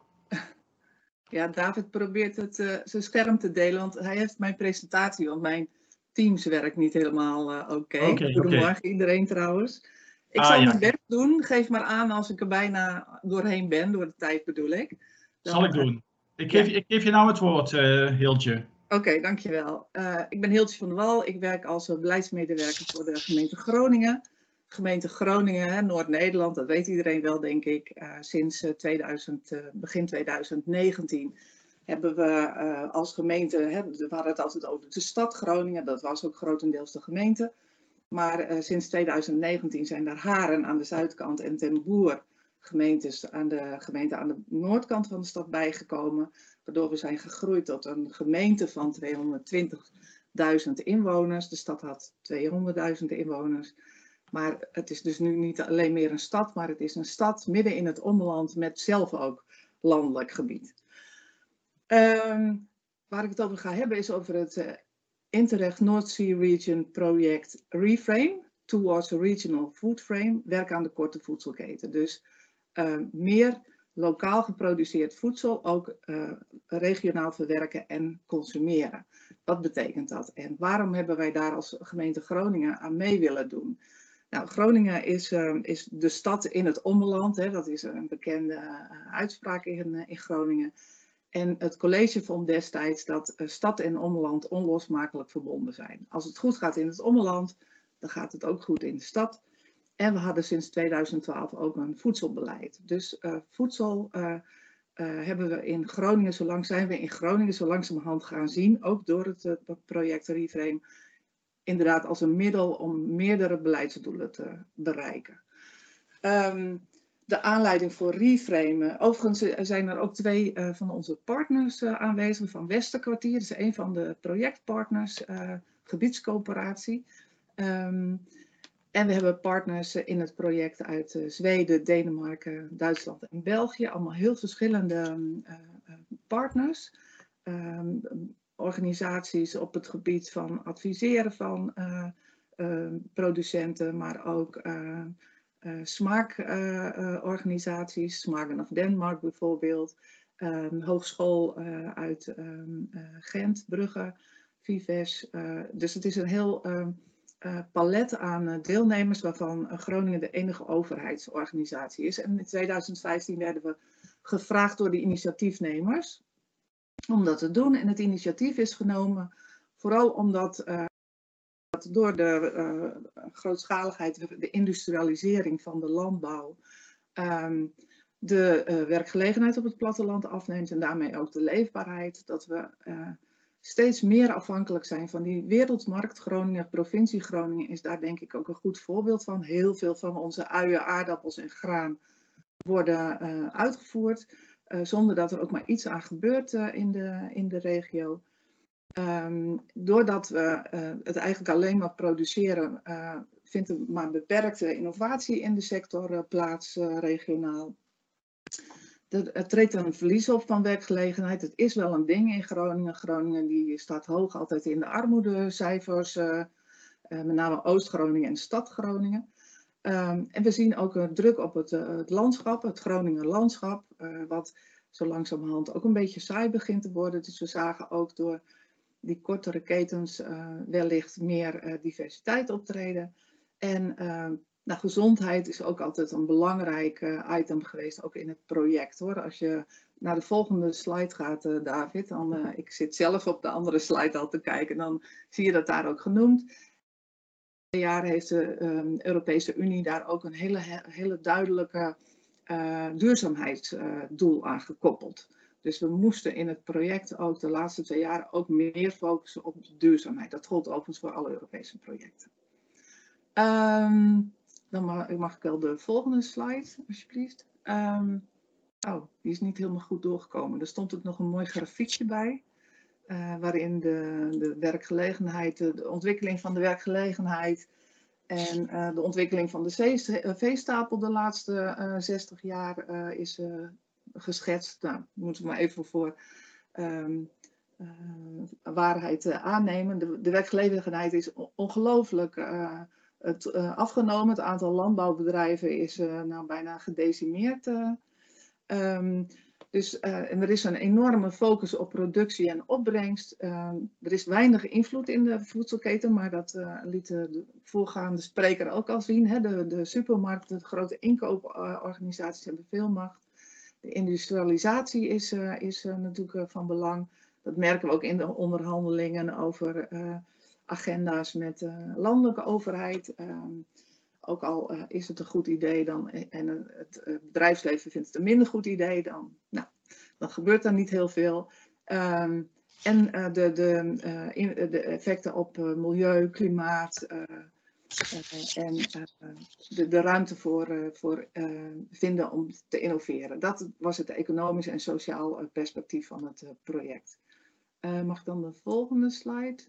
Ja, David probeert het, uh, zijn scherm te delen, want hij heeft mijn presentatie, want mijn Teams werkt niet helemaal uh, oké. Okay. Okay, Goedemorgen okay. iedereen trouwens. Ik ah, zal ja. mijn best doen. Geef maar aan als ik er bijna doorheen ben, door de tijd bedoel ik. Dan, zal ik doen. Ik geef, ja. ik geef je nou het woord, uh, Hiltje. Oké, okay, dankjewel. Uh, ik ben Hiltje van der Wal. Ik werk als beleidsmedewerker voor de gemeente Groningen. Gemeente Groningen, Noord-Nederland, dat weet iedereen wel, denk ik. Uh, sinds uh, tweeduizend, uh, begin tweeduizend negentien hebben we uh, als gemeente, hè, we hadden het altijd over de stad Groningen, dat was ook grotendeels de gemeente. Maar uh, sinds tweeduizend negentien zijn er Haren aan de zuidkant en Ten Boer gemeentes aan de gemeente aan de noordkant van de stad bijgekomen. Waardoor we zijn gegroeid tot een gemeente van tweehonderdtwintigduizend inwoners. De stad had tweehonderdduizend inwoners. Maar het is dus nu niet alleen meer een stad, maar het is een stad midden in het omland met zelf ook landelijk gebied. Um, waar ik het over ga hebben is over het uh, Interreg North Sea Region project Reframe Towards a Regional Food Frame, werk aan de korte voedselketen. Dus uh, meer lokaal geproduceerd voedsel ook uh, regionaal verwerken en consumeren. Wat betekent dat? En waarom hebben wij daar als gemeente Groningen aan mee willen doen? Nou, Groningen is, uh, is de stad in het ommeland. Hè, dat is een bekende uh, uitspraak in, uh, in Groningen. En het college vond destijds dat uh, stad en ommeland onlosmakelijk verbonden zijn. Als het goed gaat in het ommeland, dan gaat het ook goed in de stad. En we hadden sinds tweeduizend twaalf ook een voedselbeleid. Dus uh, voedsel uh, uh, hebben we in Groningen, zolang zijn we in Groningen zo langzamerhand gaan zien, ook door het uh, project Reframe, inderdaad als een middel om meerdere beleidsdoelen te bereiken. Um, de aanleiding voor Reframe, overigens zijn er ook twee uh, van onze partners uh, aanwezig van Westerkwartier, dat is een van de projectpartners, uh, gebiedscoöperatie. Um, en we hebben partners in het project uit uh, Zweden, Denemarken, Duitsland en België, allemaal heel verschillende uh, partners. Um, organisaties op het gebied van adviseren van uh, uh, producenten, maar ook uh, uh, smaakorganisaties, uh, uh, Smaken of Denmark bijvoorbeeld, um, hogeschool uh, uit um, uh, Gent, Brugge, Vives. Uh, dus het is een heel uh, uh, palet aan uh, deelnemers waarvan uh, Groningen de enige overheidsorganisatie is. En in tweeduizend vijftien werden we gevraagd door de initiatiefnemers om dat te doen. En het initiatief is genomen vooral omdat uh, door de uh, grootschaligheid, de industrialisering van de landbouw, um, de uh, werkgelegenheid op het platteland afneemt en daarmee ook de leefbaarheid. Dat we uh, steeds meer afhankelijk zijn van die wereldmarkt. Groningen, provincie Groningen is daar denk ik ook een goed voorbeeld van. Heel veel van onze uien, aardappels en graan worden uh, uitgevoerd. Uh, zonder dat er ook maar iets aan gebeurt uh, in, de, in de regio. Um, doordat we uh, het eigenlijk alleen maar produceren, uh, vindt er maar beperkte innovatie in de sector uh, plaats uh, regionaal. Er treedt een verlies op van werkgelegenheid. Het is wel een ding in Groningen. Groningen die staat hoog altijd in de armoedecijfers, uh, uh, met name Oost-Groningen en Stad Groningen. Um, en we zien ook een druk op het, uh, het landschap, het Groninger landschap, uh, wat zo langzamerhand ook een beetje saai begint te worden. Dus we zagen ook door die kortere ketens uh, wellicht meer uh, diversiteit optreden. En uh, nou, gezondheid is ook altijd een belangrijk uh, item geweest, ook in het project hoor. Als je naar de volgende slide gaat, uh, David, dan, uh, ik zit zelf op de andere slide al te kijken, dan zie je dat daar ook genoemd. Jaar heeft de um, Europese Unie daar ook een hele, hele duidelijke uh, duurzaamheidsdoel uh, aan gekoppeld. Dus we moesten in het project ook de laatste twee jaar ook meer focussen op duurzaamheid. Dat gold overigens voor alle Europese projecten. Um, dan mag, mag ik wel de volgende slide, alsjeblieft. Um, Oh, die is niet helemaal goed doorgekomen. Er stond ook nog een mooi grafiekje bij. Uh, waarin de, de werkgelegenheid, de, de ontwikkeling van de werkgelegenheid en uh, de ontwikkeling van de zee, uh, veestapel de laatste uh, zestig jaar uh, is uh, geschetst. Nou, moeten we maar even voor um, uh, waarheid uh, aannemen. De, de werkgelegenheid is ongelooflijk uh, het, uh, afgenomen. Het aantal landbouwbedrijven is uh, nou bijna gedecimeerd. Uh, um, Dus, uh, en er is een enorme focus op productie en opbrengst. Uh, er is weinig invloed in de voedselketen, maar dat uh, liet de voorgaande spreker ook al zien. Hè. De, de supermarkten, de grote inkooporganisaties hebben veel macht. De industrialisatie is, uh, is uh, natuurlijk uh, van belang. Dat merken we ook in de onderhandelingen over uh, agenda's met de uh, landelijke overheid. Uh, Ook al uh, is het een goed idee dan, en uh, het uh, bedrijfsleven vindt het een minder goed idee, dan, nou, dan gebeurt er niet heel veel. Um, en uh, de, de, uh, in, de effecten op uh, milieu, klimaat uh, uh, en uh, de, de ruimte voor, uh, voor uh, vinden om te innoveren. Dat was het economisch en sociaal uh, perspectief van het uh, project. Uh, mag ik dan de volgende slide?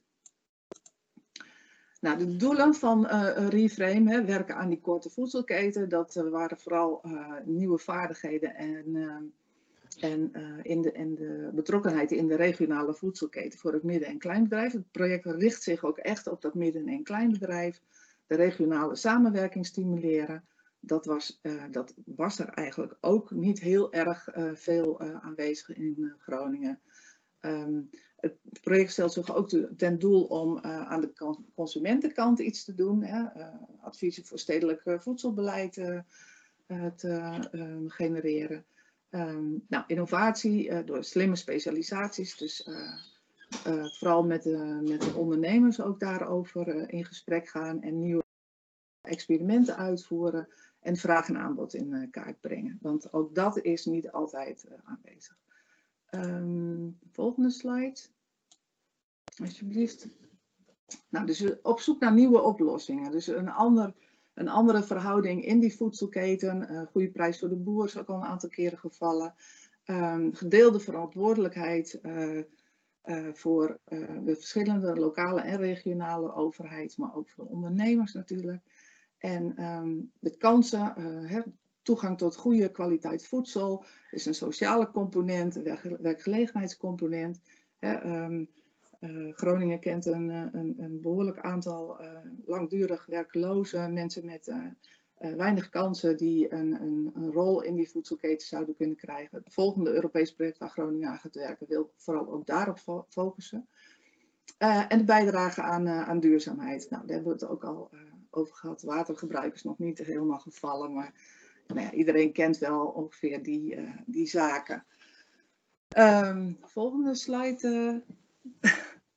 Nou, de doelen van uh, Reframe, hè, werken aan die korte voedselketen, dat uh, waren vooral uh, nieuwe vaardigheden en, uh, en, uh, in de, en de betrokkenheid in de regionale voedselketen voor het midden- en kleinbedrijf. Het project richt zich ook echt op dat midden- en kleinbedrijf, de regionale samenwerking stimuleren. Dat was, uh, dat was er eigenlijk ook niet heel erg uh, veel uh, aanwezig in uh, Groningen. Um, het project stelt zich ook ten doel om uh, aan de consumentenkant iets te doen. Hè, uh, adviezen voor stedelijk uh, voedselbeleid uh, uh, te uh, genereren. Um, nou, innovatie uh, door slimme specialisaties. Dus uh, uh, vooral met de, met de ondernemers ook daarover uh, in gesprek gaan en nieuwe experimenten uitvoeren. En vraag en aanbod in uh, kaart brengen. Want ook dat is niet altijd uh, aanwezig. Um, volgende slide, alsjeblieft. Nou, dus op zoek naar nieuwe oplossingen. Dus een, ander, een andere verhouding in die voedselketen. Uh, goede prijs voor de boer is ook al een aantal keren gevallen. Um, gedeelde verantwoordelijkheid uh, uh, voor uh, de verschillende lokale en regionale overheid, maar ook voor ondernemers natuurlijk. En um, de kansen. Uh, hè, Toegang tot goede kwaliteit voedsel is een sociale component, een werkgelegenheidscomponent. Hè, um, uh, Groningen kent een, een, een behoorlijk aantal uh, langdurig werklozen, mensen met uh, uh, weinig kansen die een, een, een rol in die voedselketen zouden kunnen krijgen. Het volgende Europees project waar Groningen aan gaat werken wil vooral ook daarop fo focussen. Uh, en de bijdrage aan, uh, aan duurzaamheid. Nou, daar hebben we het ook al uh, over gehad. Watergebruik is nog niet helemaal gevallen, maar nou ja, iedereen kent wel ongeveer die, uh, die zaken. Um, volgende slide. Uh.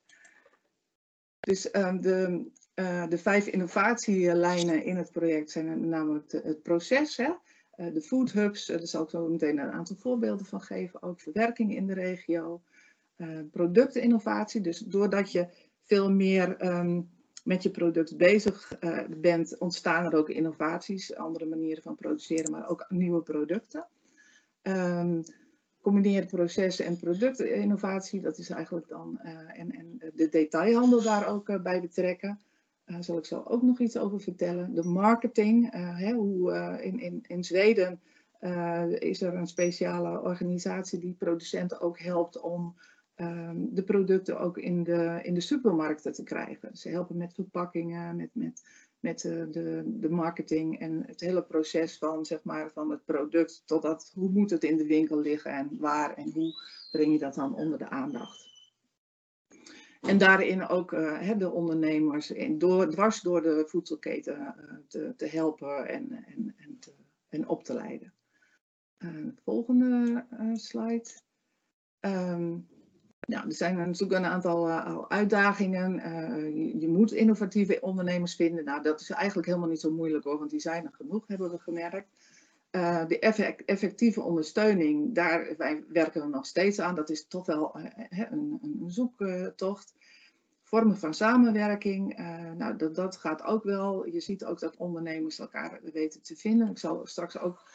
dus um, de, uh, de vijf innovatielijnen in het project zijn namelijk de, het proces. Hè? Uh, de food hubs, uh, daar zal ik zo meteen een aantal voorbeelden van geven. Ook verwerking in de regio. Uh, producteninnovatie, dus doordat je veel meer um, met je product bezig uh, bent, ontstaan er ook innovaties, andere manieren van produceren, maar ook nieuwe producten. Um, combineer processen en productinnovatie, dat is eigenlijk dan, uh, en, en de detailhandel daar ook uh, bij betrekken. Daar uh, zal ik zo ook nog iets over vertellen. De marketing, uh, hè, hoe, uh, in, in, in Zweden uh, is er een speciale organisatie die producenten ook helpt om Um, de producten ook in de, in de supermarkten te krijgen. Ze helpen met verpakkingen, met, met, met uh, de, de marketing en het hele proces van, zeg maar, van het product totdat hoe moet het in de winkel liggen en waar en hoe breng je dat dan onder de aandacht. En daarin ook uh, de ondernemers in, door, dwars door de voedselketen uh, te, te helpen en, en, en, te, en op te leiden. Uh, volgende uh, slide. Um, Nou, er zijn natuurlijk een aantal uh, uitdagingen. Uh, je, je moet innovatieve ondernemers vinden. Nou, dat is eigenlijk helemaal niet zo moeilijk hoor, want die zijn er genoeg, hebben we gemerkt. Uh, de effect, effectieve ondersteuning, daar wij werken we nog steeds aan. Dat is toch wel uh, een, een zoektocht. Vormen van samenwerking, uh, nou, dat, dat gaat ook wel. Je ziet ook dat ondernemers elkaar weten te vinden. Ik zal straks ook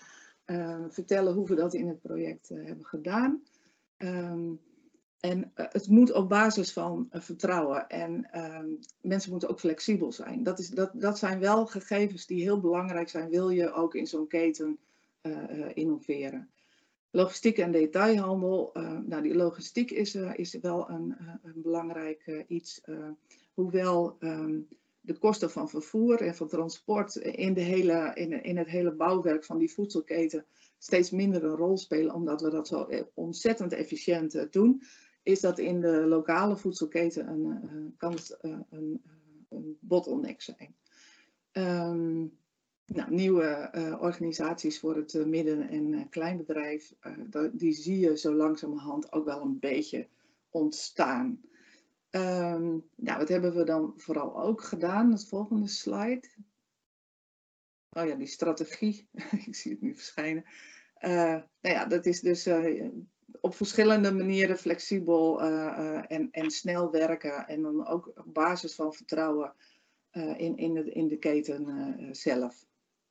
uh, vertellen hoe we dat in het project uh, hebben gedaan. Um, en uh, het moet op basis van uh, vertrouwen en um, mensen moeten ook flexibel zijn. Dat, is, dat, dat zijn wel gegevens die heel belangrijk zijn, wil je ook in zo'n keten uh, uh, innoveren. Logistiek en detailhandel, uh, nou die logistiek is, uh, is wel een, uh, een belangrijk uh, iets. Uh, hoewel um, de kosten van vervoer en van transport in, de hele, in, in het hele bouwwerk van die voedselketen steeds minder een rol spelen, omdat we dat zo ontzettend efficiënt uh, doen, is dat in de lokale voedselketen een, uh, kan het uh, een, een bottleneck zijn. Um, Nou, nieuwe uh, organisaties voor het uh, midden- en uh, kleinbedrijf, uh, die zie je zo langzamerhand ook wel een beetje ontstaan. Um, nou, wat hebben we dan vooral ook gedaan? Het volgende slide. Oh ja, die strategie. Ik zie het nu verschijnen. Uh, nou ja, dat is dus uh, op verschillende manieren flexibel uh, uh, en, en snel werken. En dan ook op basis van vertrouwen uh, in, in, de, in de keten uh, zelf.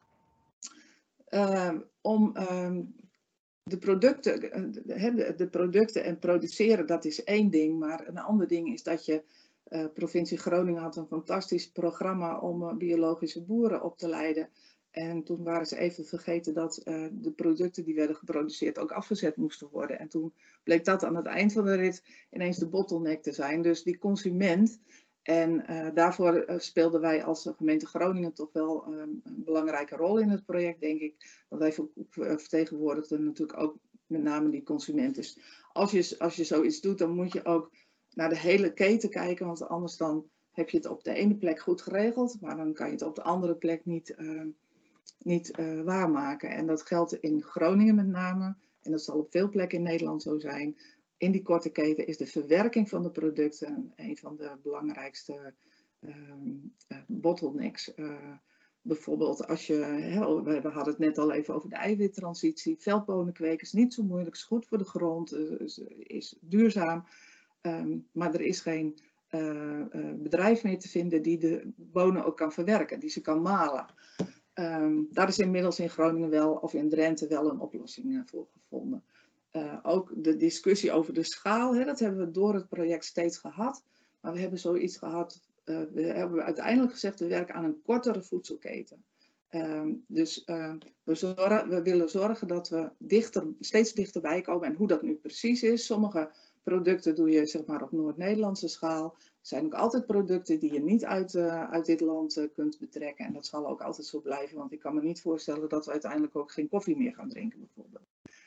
Uh, om um, de producten, uh, de, de producten en produceren, dat is één ding. Maar een ander ding is dat je, uh, provincie Groningen had een fantastisch programma om uh, biologische boeren op te leiden. En toen waren ze even vergeten dat uh, de producten die werden geproduceerd ook afgezet moesten worden. En toen bleek dat aan het eind van de rit ineens de bottleneck te zijn. Dus die consument... En uh, daarvoor uh, speelden wij als gemeente Groningen toch wel um, een belangrijke rol in het project, denk ik. Want wij vertegenwoordigden natuurlijk ook met name die consument. Dus als je, als je zoiets doet, dan moet je ook naar de hele keten kijken. Want anders dan heb je het op de ene plek goed geregeld, maar dan kan je het op de andere plek niet, uh, niet uh, waarmaken. En dat geldt in Groningen met name. En dat zal op veel plekken in Nederland zo zijn. In die korte keten is de verwerking van de producten een van de belangrijkste uh, uh, bottlenecks. Uh, bijvoorbeeld als je, hè, we hadden het net al even over de eiwittransitie. Veldbonen kweken is niet zo moeilijk, is goed voor de grond, uh, is, is duurzaam. Um, maar er is geen uh, uh, bedrijf meer te vinden die de bonen ook kan verwerken, die ze kan malen. Um, daar is inmiddels in Groningen wel, of in Drenthe wel een oplossing uh, voor gevonden. Uh, ook de discussie over de schaal, hè, dat hebben we door het project steeds gehad. Maar we hebben zoiets gehad, uh, we hebben uiteindelijk gezegd, we werken aan een kortere voedselketen. Um, dus uh, we, zorgen, we willen zorgen dat we dichter, steeds dichterbij komen. En hoe dat nu precies is, sommige producten doe je zeg maar op Noord-Nederlandse schaal. Er zijn ook altijd producten die je niet uit, uh, uit dit land uh, kunt betrekken. En dat zal ook altijd zo blijven, want ik kan me niet voorstellen dat we uiteindelijk ook geen koffie meer gaan drinken bijvoorbeeld.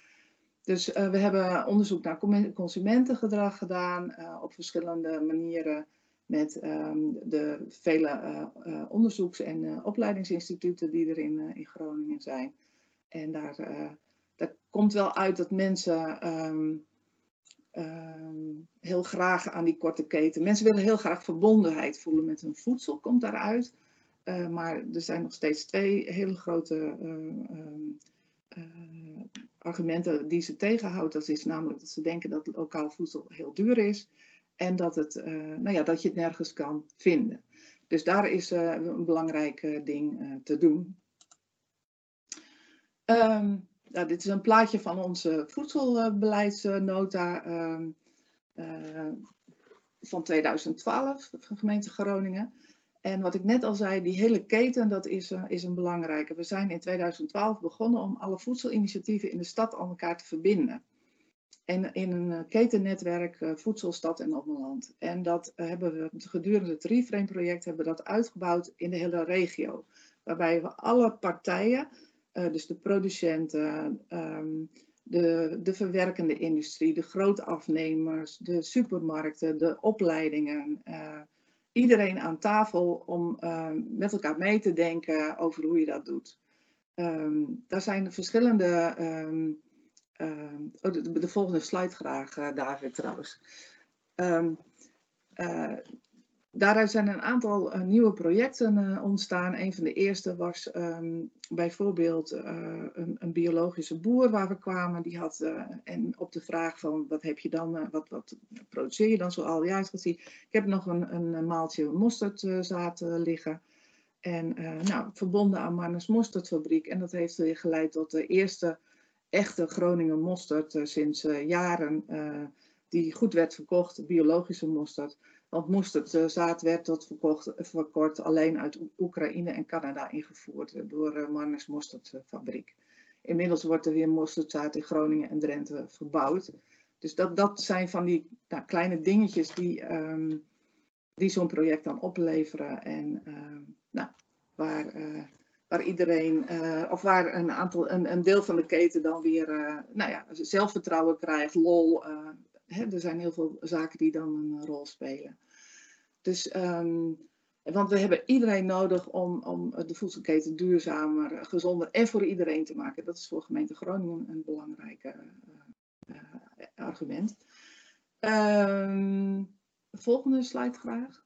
Dus uh, we hebben onderzoek naar consumentengedrag gedaan uh, op verschillende manieren met um, de vele uh, uh, onderzoeks- en uh, opleidingsinstituten die er in, uh, in Groningen zijn. En daar, uh, daar komt wel uit dat mensen um, um, heel graag aan die korte keten, mensen willen heel graag verbondenheid voelen met hun voedsel, komt daaruit. Uh, maar er zijn nog steeds twee hele grote uh, um, uh, argumenten die ze tegenhoudt. Dat is namelijk dat ze denken dat lokaal voedsel heel duur is en dat, het, uh, nou ja, dat je het nergens kan vinden. Dus daar is uh, een belangrijk uh, ding uh, te doen. Um, nou, dit is een plaatje van onze voedselbeleidsnota uh, uh, van tweeduizend twaalf van gemeente Groningen. En wat ik net al zei, die hele keten, dat is, uh, is een belangrijke. We zijn in tweeduizend twaalf begonnen om alle voedselinitiatieven in de stad aan elkaar te verbinden. En in een uh, ketennetwerk uh, Voedsel, Stad en Ommeland. En dat uh, hebben we gedurende het Reframe project hebben we dat uitgebouwd in de hele regio. Waarbij we alle partijen, uh, dus de producenten, um, de, de verwerkende industrie, de grootafnemers, de supermarkten, de opleidingen... Uh, Iedereen aan tafel om uh, met elkaar mee te denken over hoe je dat doet. Um, daar zijn verschillende... Um, um, oh, de, de volgende slide graag, uh, David, trouwens. Um, uh, daaruit zijn een aantal uh, nieuwe projecten uh, ontstaan. Een van de eerste was um, bijvoorbeeld uh, een, een biologische boer waar we kwamen. Die had uh, en op de vraag van wat heb je dan, uh, wat, wat produceer je dan zoal? Ja, ik heb nog een, een maaltje mosterdzaad uh, liggen. En uh, nou, verbonden aan Marners Mosterdfabriek. En dat heeft weer geleid tot de eerste echte Groninger mosterd uh, sinds uh, jaren. Uh, die goed werd verkocht, biologische mosterd. Want mosterdzaad uh, werd tot verkocht, verkort alleen uit Oekraïne en Canada ingevoerd. Uh, door uh, Marners Mosterdfabriek. Inmiddels wordt er weer mosterdzaad in Groningen en Drenthe verbouwd. Dus dat, dat zijn van die nou, kleine dingetjes die, um, die zo'n project dan opleveren. En um, nou, waar, uh, waar iedereen, uh, of waar een, aantal, een, een deel van de keten dan weer uh, nou ja, zelfvertrouwen krijgt, lol. Uh, hè, er zijn heel veel zaken die dan een rol spelen. Dus, um, want we hebben iedereen nodig om, om de voedselketen duurzamer, gezonder en voor iedereen te maken. Dat is voor gemeente Groningen een belangrijk uh, uh, argument. Um, volgende slide graag.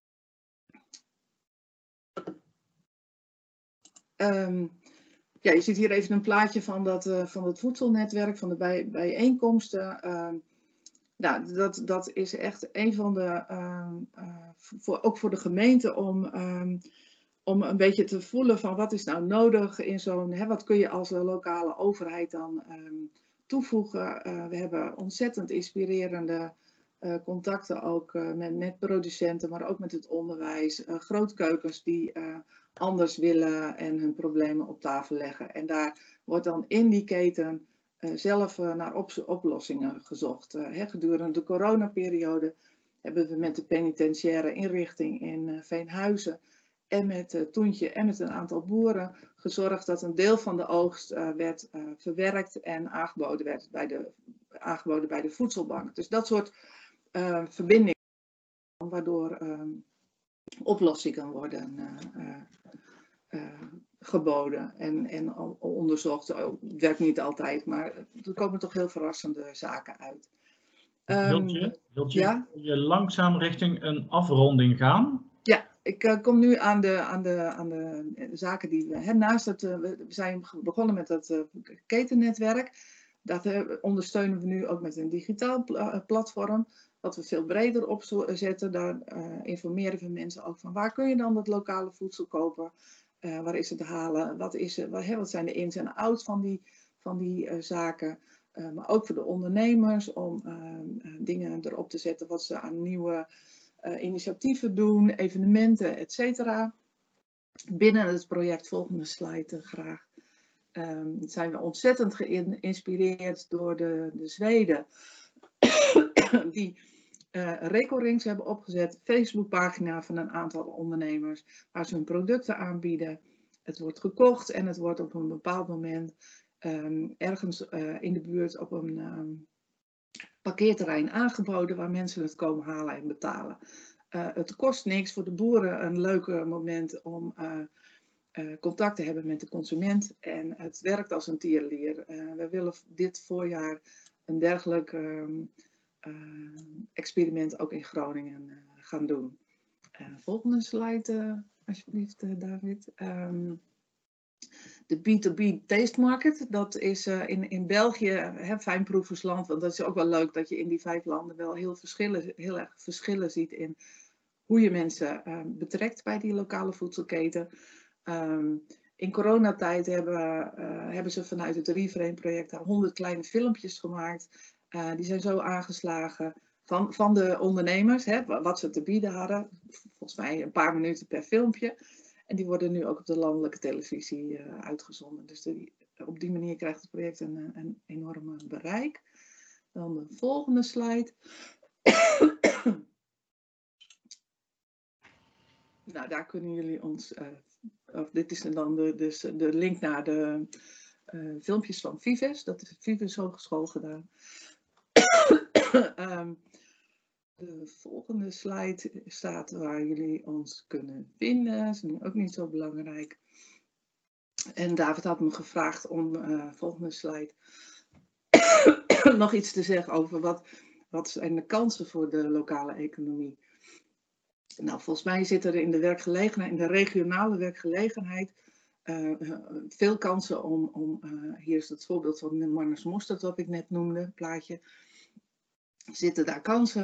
Um, ja, je ziet hier even een plaatje van, dat, uh, van het voedselnetwerk, van de bij, bijeenkomsten. Uh, nou, dat, dat is echt een van de, uh, uh, voor, ook voor de gemeente om, um, om een beetje te voelen van wat is nou nodig in zo'n, hè, wat kun je als lokale overheid dan um, toevoegen. Uh, we hebben ontzettend inspirerende uh, contacten ook uh, met, met producenten, maar ook met het onderwijs. Uh, grootkeukens die uh, anders willen en hun problemen op tafel leggen. En daar wordt dan in die keten uh, zelf uh, naar op oplossingen gezocht. Uh, hè, gedurende de coronaperiode hebben we met de penitentiaire inrichting in uh, Veenhuizen en met uh, Toentje en met een aantal boeren gezorgd dat een deel van de oogst uh, werd uh, verwerkt en aangeboden werd bij de, aangeboden bij de voedselbank. Dus dat soort uh, verbindingen waardoor uh, oplossingen worden uh, uh, uh, geboden en, en onderzocht. Het werkt niet altijd, maar er komen toch heel verrassende zaken uit. Wilt je, wilt je, ja? je langzaam richting een afronding gaan? Ja, ik uh, kom nu aan de, aan de, aan de zaken die we hebben. Naast het, uh, we zijn begonnen met het uh, ketennetwerk. Dat uh, ondersteunen we nu ook met een digitaal pl uh, platform. Wat we veel breder opzetten. Daar uh, informeren we mensen ook van waar kun je dan dat lokale voedsel kopen. Uh, waar is het te halen? Wat, is het, wat, hè, wat zijn de ins en outs van die, van die uh, zaken? Uh, maar ook voor de ondernemers om uh, uh, dingen erop te zetten wat ze aan nieuwe uh, initiatieven doen, evenementen, et cetera. Binnen het project, volgende slide uh, graag, um, zijn we ontzettend geïnspireerd door de, de Zweden die uh, Recorings hebben opgezet, Facebookpagina van een aantal ondernemers waar ze hun producten aanbieden. Het wordt gekocht en het wordt op een bepaald moment Um, ergens uh, in de buurt op een um, parkeerterrein aangeboden waar mensen het komen halen en betalen. Uh, het kost niks, voor de boeren een leuk moment om uh, uh, contact te hebben met de consument en het werkt als een tierenlier. Uh, we willen dit voorjaar een dergelijk um, uh, experiment ook in Groningen uh, gaan doen. Uh, volgende slide uh, alsjeblieft uh, David. Um, De B twee B Taste Market, dat is uh, in, in België, hè, fijnproeversland, want dat is ook wel leuk dat je in die vijf landen wel heel, verschillen, heel erg verschillen ziet in hoe je mensen uh, betrekt bij die lokale voedselketen. Um, in coronatijd hebben, uh, hebben ze vanuit het Reframe project daar honderd kleine filmpjes gemaakt. Uh, die zijn zo aangeslagen van, van de ondernemers, hè, wat ze te bieden hadden. Volgens mij een paar minuten per filmpje. En die worden nu ook op de landelijke televisie uh, uitgezonden. Dus de, op die manier krijgt het project een, een enorme bereik. Dan de volgende slide. Nou, daar kunnen jullie ons... Uh, of dit is dan de, dus de link naar de uh, filmpjes van Vives. Dat is Vives Hogeschool gedaan. um, De volgende slide staat waar jullie ons kunnen vinden. Dat is nu ook niet zo belangrijk. En David had me gevraagd om, uh, volgende slide, nog iets te zeggen over wat, wat zijn de kansen voor de lokale economie. Nou, volgens mij zit er in de werkgelegenheid, in de regionale werkgelegenheid, uh, veel kansen om, om uh, hier is het voorbeeld van de Marners Mosterd wat ik net noemde, plaatje. Zitten daar kansen?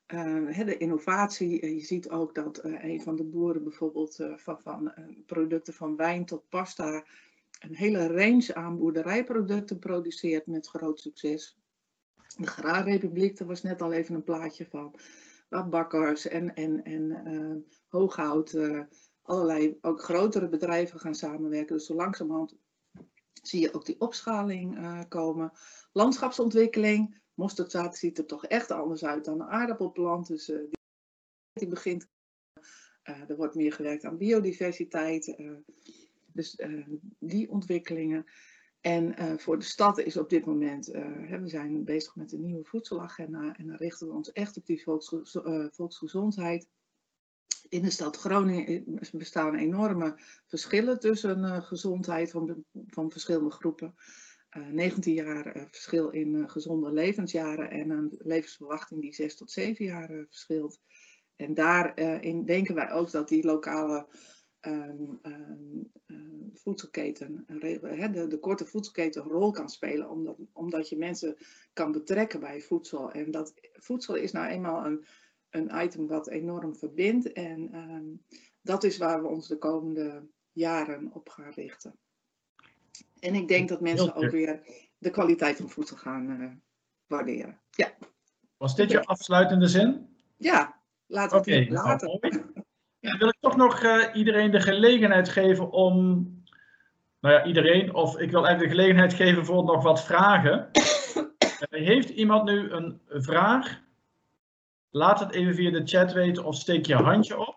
Uh, de innovatie, uh, je ziet ook dat uh, een van de boeren bijvoorbeeld uh, van, van uh, producten van wijn tot pasta een hele range aan boerderijproducten produceert met groot succes. De Graanrepubliek, daar was net al even een plaatje van, waar bakkers en, en, en uh, Hooghout, uh, allerlei ook grotere bedrijven gaan samenwerken. Dus zo langzamerhand zie je ook die opschaling uh, komen. Landschapsontwikkeling. Mosterdzaad ziet er toch echt anders uit dan een aardappelplant. Dus uh, die, die begint. Uh, er wordt meer gewerkt aan biodiversiteit. Uh, dus uh, die ontwikkelingen. En uh, voor de stad is op dit moment, uh, hè, we zijn bezig met een nieuwe voedselagenda. En dan richten we ons echt op die volksgez uh, volksgezondheid. In de stad Groningen bestaan enorme verschillen tussen uh, gezondheid van, de, van verschillende groepen. Uh, negentien jaar uh, verschil in uh, gezonde levensjaren en een levensverwachting die zes tot zeven jaar uh, verschilt. En daarin uh, denken wij ook dat die lokale um, um, uh, voedselketen, uh, de, de korte voedselketen een rol kan spelen, omdat, omdat je mensen kan betrekken bij voedsel. En dat voedsel is nou eenmaal een, een item wat enorm verbindt en um, dat is waar we ons de komende jaren op gaan richten. En ik denk dat mensen ook weer de kwaliteit van voedsel gaan uh, waarderen. Ja. Was dit je afsluitende zin? Ja, laten we het okay, laten. Nou, mooi. Dan wil ik toch nog uh, iedereen de gelegenheid geven om... Nou ja, iedereen. Of ik wil eigenlijk de gelegenheid geven voor nog wat vragen. Uh, heeft iemand nu een vraag? Laat het even via de chat weten of steek je handje op.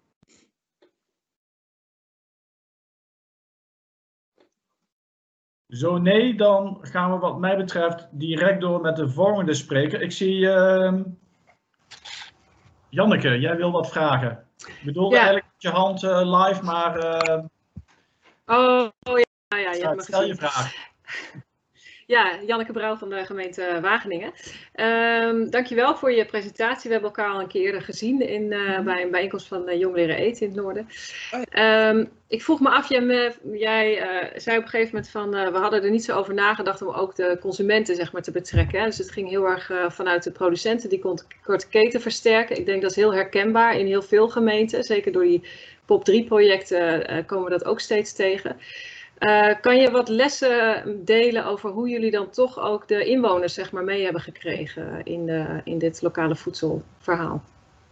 Zo nee, dan gaan we wat mij betreft direct door met de volgende spreker. Ik zie uh, Janneke, jij wil wat vragen. Ik bedoelde ja. eigenlijk met je hand uh, live, maar... Uh, oh, oh ja, ja, je hebt me stel je vraag. Ja, Janneke Brouw van de gemeente Wageningen. Um, dankjewel voor je presentatie. We hebben elkaar al een keer eerder gezien in, uh, bij een bijeenkomst van uh, Jong Leren Eten in het noorden. Um, ik vroeg me af, jij, jij uh, zei op een gegeven moment van, uh, we hadden er niet zo over nagedacht om ook de consumenten zeg maar, te betrekken. Hè? Dus het ging heel erg uh, vanuit de producenten, die kon korte keten versterken. Ik denk dat is heel herkenbaar in heel veel gemeenten. Zeker door die P O P drie projecten uh, komen we dat ook steeds tegen. Uh, kan je wat lessen delen over hoe jullie dan toch ook de inwoners zeg maar, mee hebben gekregen in, de, in dit lokale voedselverhaal?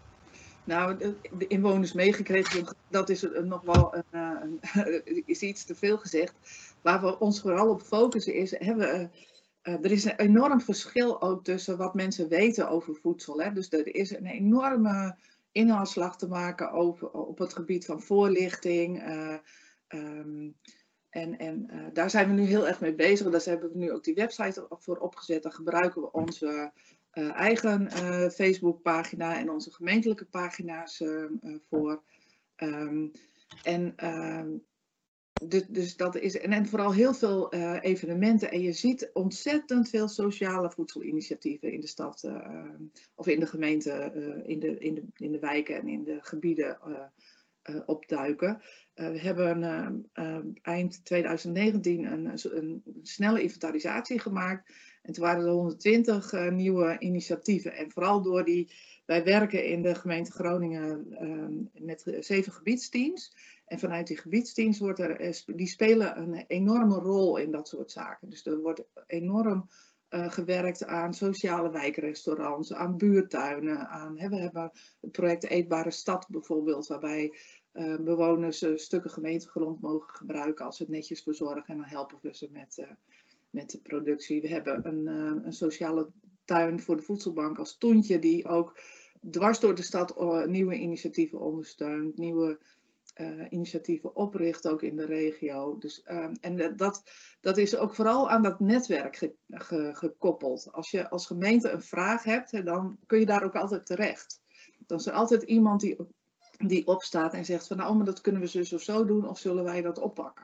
Nou, de, de inwoners meegekregen, dat is nog wel een, een, is iets te veel gezegd. Waar we ons vooral op focussen is, hebben, uh, uh, er is een enorm verschil ook tussen wat mensen weten over voedsel. Hè? Dus er is een enorme inhaalslag te maken over, op het gebied van voorlichting. Uh, um, En, en uh, daar zijn we nu heel erg mee bezig. Daar hebben we nu ook die website voor opgezet. Daar gebruiken we onze uh, eigen uh, Facebookpagina en onze gemeentelijke pagina's uh, uh, voor. Um, en, uh, dus, dus dat is, en, en vooral heel veel uh, evenementen. En je ziet ontzettend veel sociale voedselinitiatieven in de stad. Uh, of in de gemeente, uh, in, de, in, de, in de wijken en in de gebieden uh, uh, opduiken. Uh, we hebben uh, uh, eind twintig negentien een, een snelle inventarisatie gemaakt. En toen waren er honderdtwintig uh, nieuwe initiatieven. En vooral door die, wij werken in de gemeente Groningen uh, met zeven gebiedsteams. En vanuit die gebiedsteams wordt er, die spelen een enorme rol in dat soort zaken. Dus er wordt enorm uh, gewerkt aan sociale wijkrestaurants, aan buurtuinen. Aan, hè, we hebben het project Eetbare Stad bijvoorbeeld, waarbij Uh, bewoners uh, stukken gemeentegrond mogen gebruiken als ze het netjes verzorgen. En dan helpen we ze met, uh, met de productie. We hebben een, uh, een sociale tuin voor de voedselbank als Toentje, die ook dwars door de stad uh, nieuwe initiatieven ondersteunt. Nieuwe uh, initiatieven opricht, ook in de regio. Dus, uh, en dat, dat is ook vooral aan dat netwerk ge, ge, gekoppeld. Als je als gemeente een vraag hebt, hè, dan kun je daar ook altijd terecht. Dan is er altijd iemand die... die opstaat en zegt van nou, maar dat kunnen we zus of zo doen of zullen wij dat oppakken.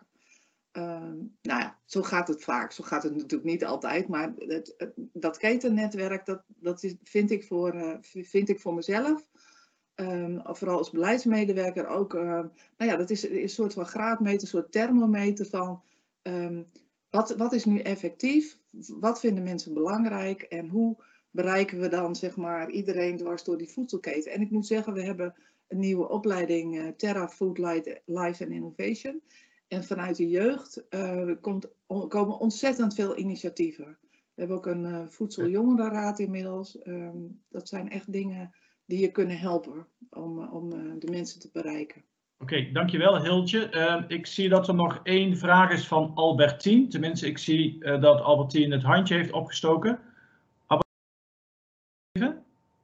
Um, nou ja, zo gaat het vaak. Zo gaat het natuurlijk niet altijd, maar het, het, dat ketennetwerk, dat, dat is, vind, ik voor, uh, vind ik voor mezelf, um, vooral als beleidsmedewerker ook, uh, nou ja, dat is, is een soort van graadmeter, een soort thermometer van um, wat, wat is nu effectief, wat vinden mensen belangrijk en hoe bereiken we dan zeg maar iedereen dwars door die voedselketen. En ik moet zeggen, we hebben een nieuwe opleiding uh, Terra Food Life and Innovation. En vanuit de jeugd uh, komt, on, komen ontzettend veel initiatieven. We hebben ook een uh, voedseljongerenraad inmiddels. Um, dat zijn echt dingen die je kunnen helpen om, om uh, de mensen te bereiken. Oké, okay, dankjewel Hiltje. Uh, ik zie dat er nog één vraag is van Albertine. Tenminste, ik zie uh, dat Albertine het handje heeft opgestoken. Albertine?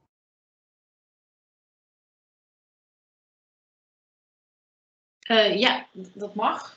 Uh, ja, dat mag.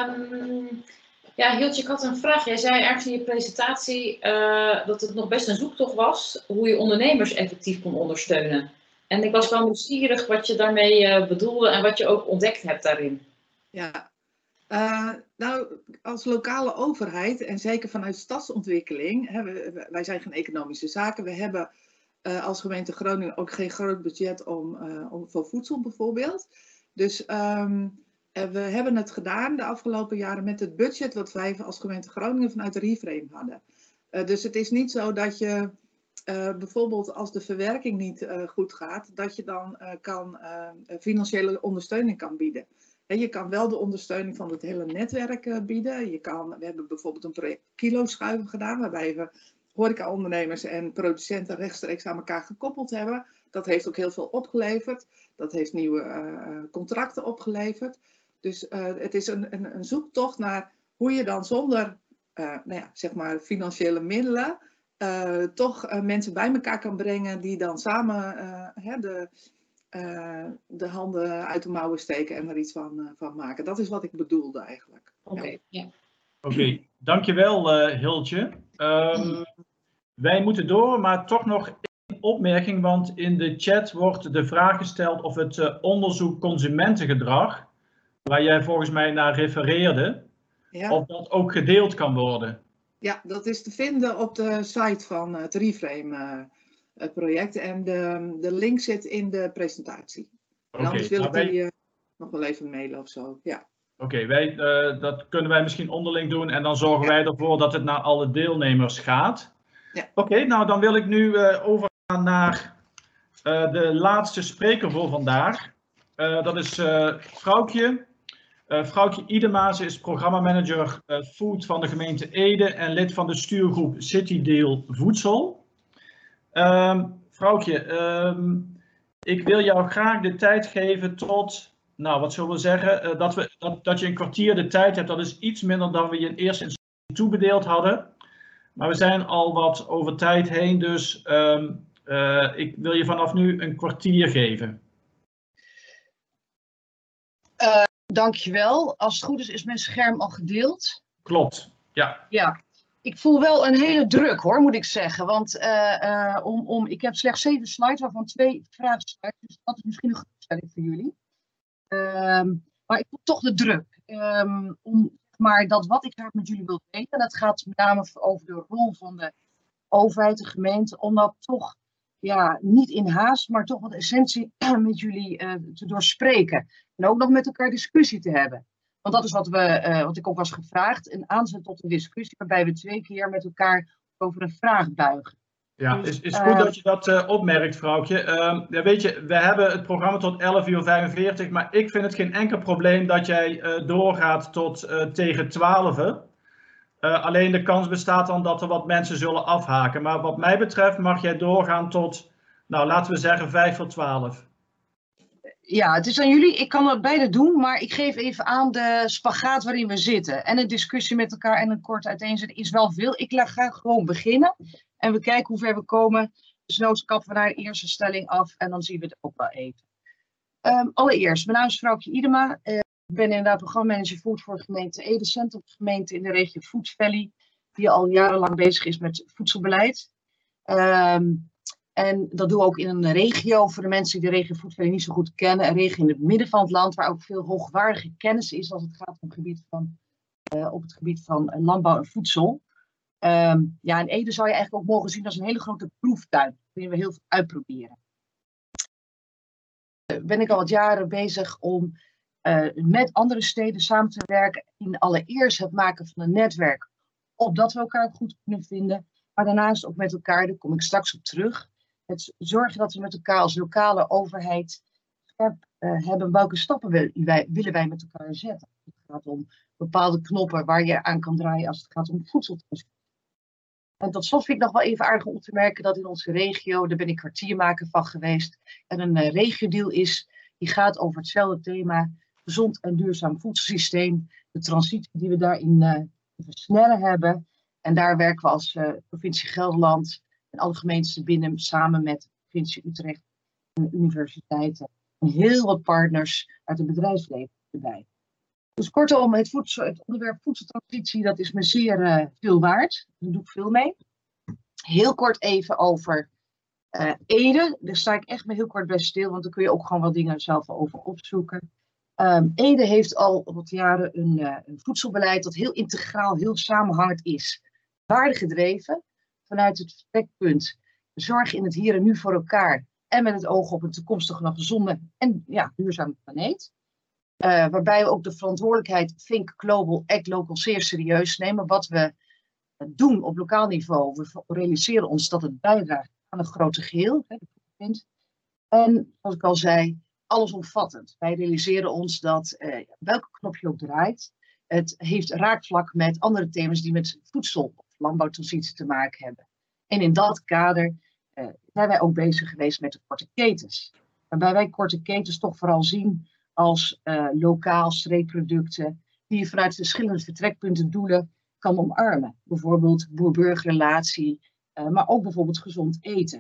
Um, ja, Hiltje, ik had een vraag. Jij zei ergens in je presentatie uh, dat het nog best een zoektocht was hoe je ondernemers effectief kon ondersteunen. En ik was wel nieuwsgierig wat je daarmee uh, bedoelde en wat je ook ontdekt hebt daarin. Ja, uh, nou, als lokale overheid en zeker vanuit stadsontwikkeling, hè, we, wij zijn geen economische zaken, we hebben uh, als gemeente Groningen ook geen groot budget om, uh, om voor voedsel bijvoorbeeld. Dus um, we hebben het gedaan de afgelopen jaren met het budget wat wij als gemeente Groningen vanuit de Reframe hadden. Uh, dus het is niet zo dat je uh, bijvoorbeeld als de verwerking niet uh, goed gaat, dat je dan uh, kan, uh, financiële ondersteuning kan bieden. En je kan wel de ondersteuning van het hele netwerk uh, bieden. Je kan, we hebben bijvoorbeeld een project kilo schuiven gedaan, waarbij we horecaondernemers en producenten rechtstreeks aan elkaar gekoppeld hebben. Dat heeft ook heel veel opgeleverd. Dat heeft nieuwe uh, contracten opgeleverd. Dus uh, het is een, een, een zoektocht naar hoe je dan zonder uh, nou ja, zeg maar financiële middelen uh, toch uh, mensen bij elkaar kan brengen die dan samen uh, hè, de, uh, de handen uit de mouwen steken en er iets van, uh, van maken. Dat is wat ik bedoelde eigenlijk. Oké, okay, ja. Oké, okay, dankjewel uh, Hiltje. Um, wij moeten door, maar toch nog één opmerking, want in de chat wordt de vraag gesteld of het uh, onderzoek consumentengedrag, waar jij volgens mij naar refereerde, ja, of dat ook gedeeld kan worden. Ja, dat is te vinden op de site van het Reframe uh, project en de, de link zit in de presentatie. En okay, anders wil ik wij... die uh, nog wel even mailen of zo. Ja. Oké, okay, uh, dat kunnen wij misschien onderling doen en dan zorgen ja. wij ervoor dat het naar alle deelnemers gaat. Ja. Oké, okay, nou dan wil ik nu uh, overgaan naar uh, de laatste spreker voor vandaag. Uh, dat is uh, Vrouwtje. Uh, Vrouwtje Idema, ze is programmamanager uh, Food van de gemeente Ede en lid van de stuurgroep Citydeel Voedsel. Um, Vrouwtje, um, ik wil jou graag de tijd geven tot, nou wat zullen we zeggen, uh, dat, we, dat, dat je een kwartier de tijd hebt. Dat is iets minder dan we je in eerste instantie toebedeeld hadden. Maar we zijn al wat over tijd heen, dus um, uh, ik wil je vanaf nu een kwartier geven. Uh, dankjewel. Als het goed is, is mijn scherm al gedeeld. Klopt, ja. Ja, ik voel wel een hele druk hoor, moet ik zeggen. Want uh, uh, om, om, ik heb slechts zeven slides, waarvan twee vraagslides. Dus dat is misschien een geruststelling voor jullie. Um, maar ik voel toch de druk. Um, om maar dat wat ik graag met jullie wil weten, dat gaat met name over de rol van de overheid, de gemeente, om dat toch ja, niet in haast, maar toch wat essentie met jullie uh, te doorspreken. En ook nog met elkaar discussie te hebben. Want dat is wat, we, uh, wat ik ook was gevraagd, een aanzet tot een discussie, waarbij we twee keer met elkaar over een vraag buigen. Ja, het is, is goed uh, dat je dat uh, opmerkt, vrouwtje. Uh, ja, weet je, we hebben het programma tot elf uur vijfenveertig, maar ik vind het geen enkel probleem dat jij uh, doorgaat tot uh, tegen twaalf. Uh, alleen de kans bestaat dan dat er wat mensen zullen afhaken. Maar wat mij betreft mag jij doorgaan tot, nou laten we zeggen, vijf voor twaalf. Ja, het is aan jullie. Ik kan dat beide doen, maar ik geef even aan de spagaat waarin we zitten. En een discussie met elkaar en een kort uiteenzetten is wel veel. Ik ga gewoon beginnen en we kijken hoe ver we komen. Dus noods kappen we naar de eerste stelling af en dan zien we het ook wel even. Um, allereerst, mijn naam is Vrouwtje Idema. Uh, ik ben inderdaad programmamanager Food voor de gemeente Ede, centrum gemeente in de regio Food Valley, die al jarenlang bezig is met voedselbeleid. Um, En dat doen we ook in een regio, voor de mensen die de regio Food Valley niet zo goed kennen. Een regio in het midden van het land, waar ook veel hoogwaardige kennis is als het gaat om het gebied van, uh, op het gebied van landbouw en voedsel. Um, ja, en Ede zou je eigenlijk ook mogen zien als een hele grote proeftuin, waarin we heel veel uitproberen. Uh, ben ik al wat jaren bezig om uh, met andere steden samen te werken in allereerst het maken van een netwerk, opdat we elkaar goed kunnen vinden. Maar daarnaast ook met elkaar, daar kom ik straks op terug, het zorgen dat we met elkaar als lokale overheid scherp uh, hebben welke stappen we, wij, willen wij met elkaar zetten. Het gaat om bepaalde knoppen waar je aan kan draaien als het gaat om voedseltransport. En tot slot vind ik nog wel even aardig om te merken dat in onze regio, daar ben ik kwartiermaker van geweest, er een uh, regiodeal is die gaat over hetzelfde thema, gezond en duurzaam voedselsysteem, de transitie die we daarin uh, te versnellen hebben. En daar werken we als uh, provincie Gelderland en alle gemeenten binnen samen met de provincie Utrecht en de universiteiten en heel wat partners uit het bedrijfsleven erbij. Dus kortom, het, voedsel, het onderwerp voedseltransitie, dat is me zeer uh, veel waard. Daar doe ik veel mee. Heel kort even over uh, Ede. Daar sta ik echt maar heel kort bij stil, want dan kun je ook gewoon wat dingen zelf over opzoeken. Um, Ede heeft al wat jaren een, uh, een voedselbeleid dat heel integraal, heel samenhangend is. Waardegedreven, vanuit het vertrekpunt zorg in het hier en nu voor elkaar en met het oog op een toekomstige nog gezonde en ja, duurzame planeet. Uh, waarbij we ook de verantwoordelijkheid Think Global, Act Local zeer serieus nemen. Wat we doen op lokaal niveau, we realiseren ons dat het bijdraagt aan een groter geheel. Hè, en zoals ik al zei, allesomvattend. Wij realiseren ons dat uh, welke knop je ook draait, het heeft raakvlak met andere thema's die met voedsel of landbouwtransitie te maken hebben. En in dat kader uh, zijn wij ook bezig geweest met de korte ketens. Waarbij wij korte ketens toch vooral zien als uh, lokaal streekproducten die je vanuit verschillende vertrekpunten doelen kan omarmen. Bijvoorbeeld boer-burgerrelatie, uh, maar ook bijvoorbeeld gezond eten.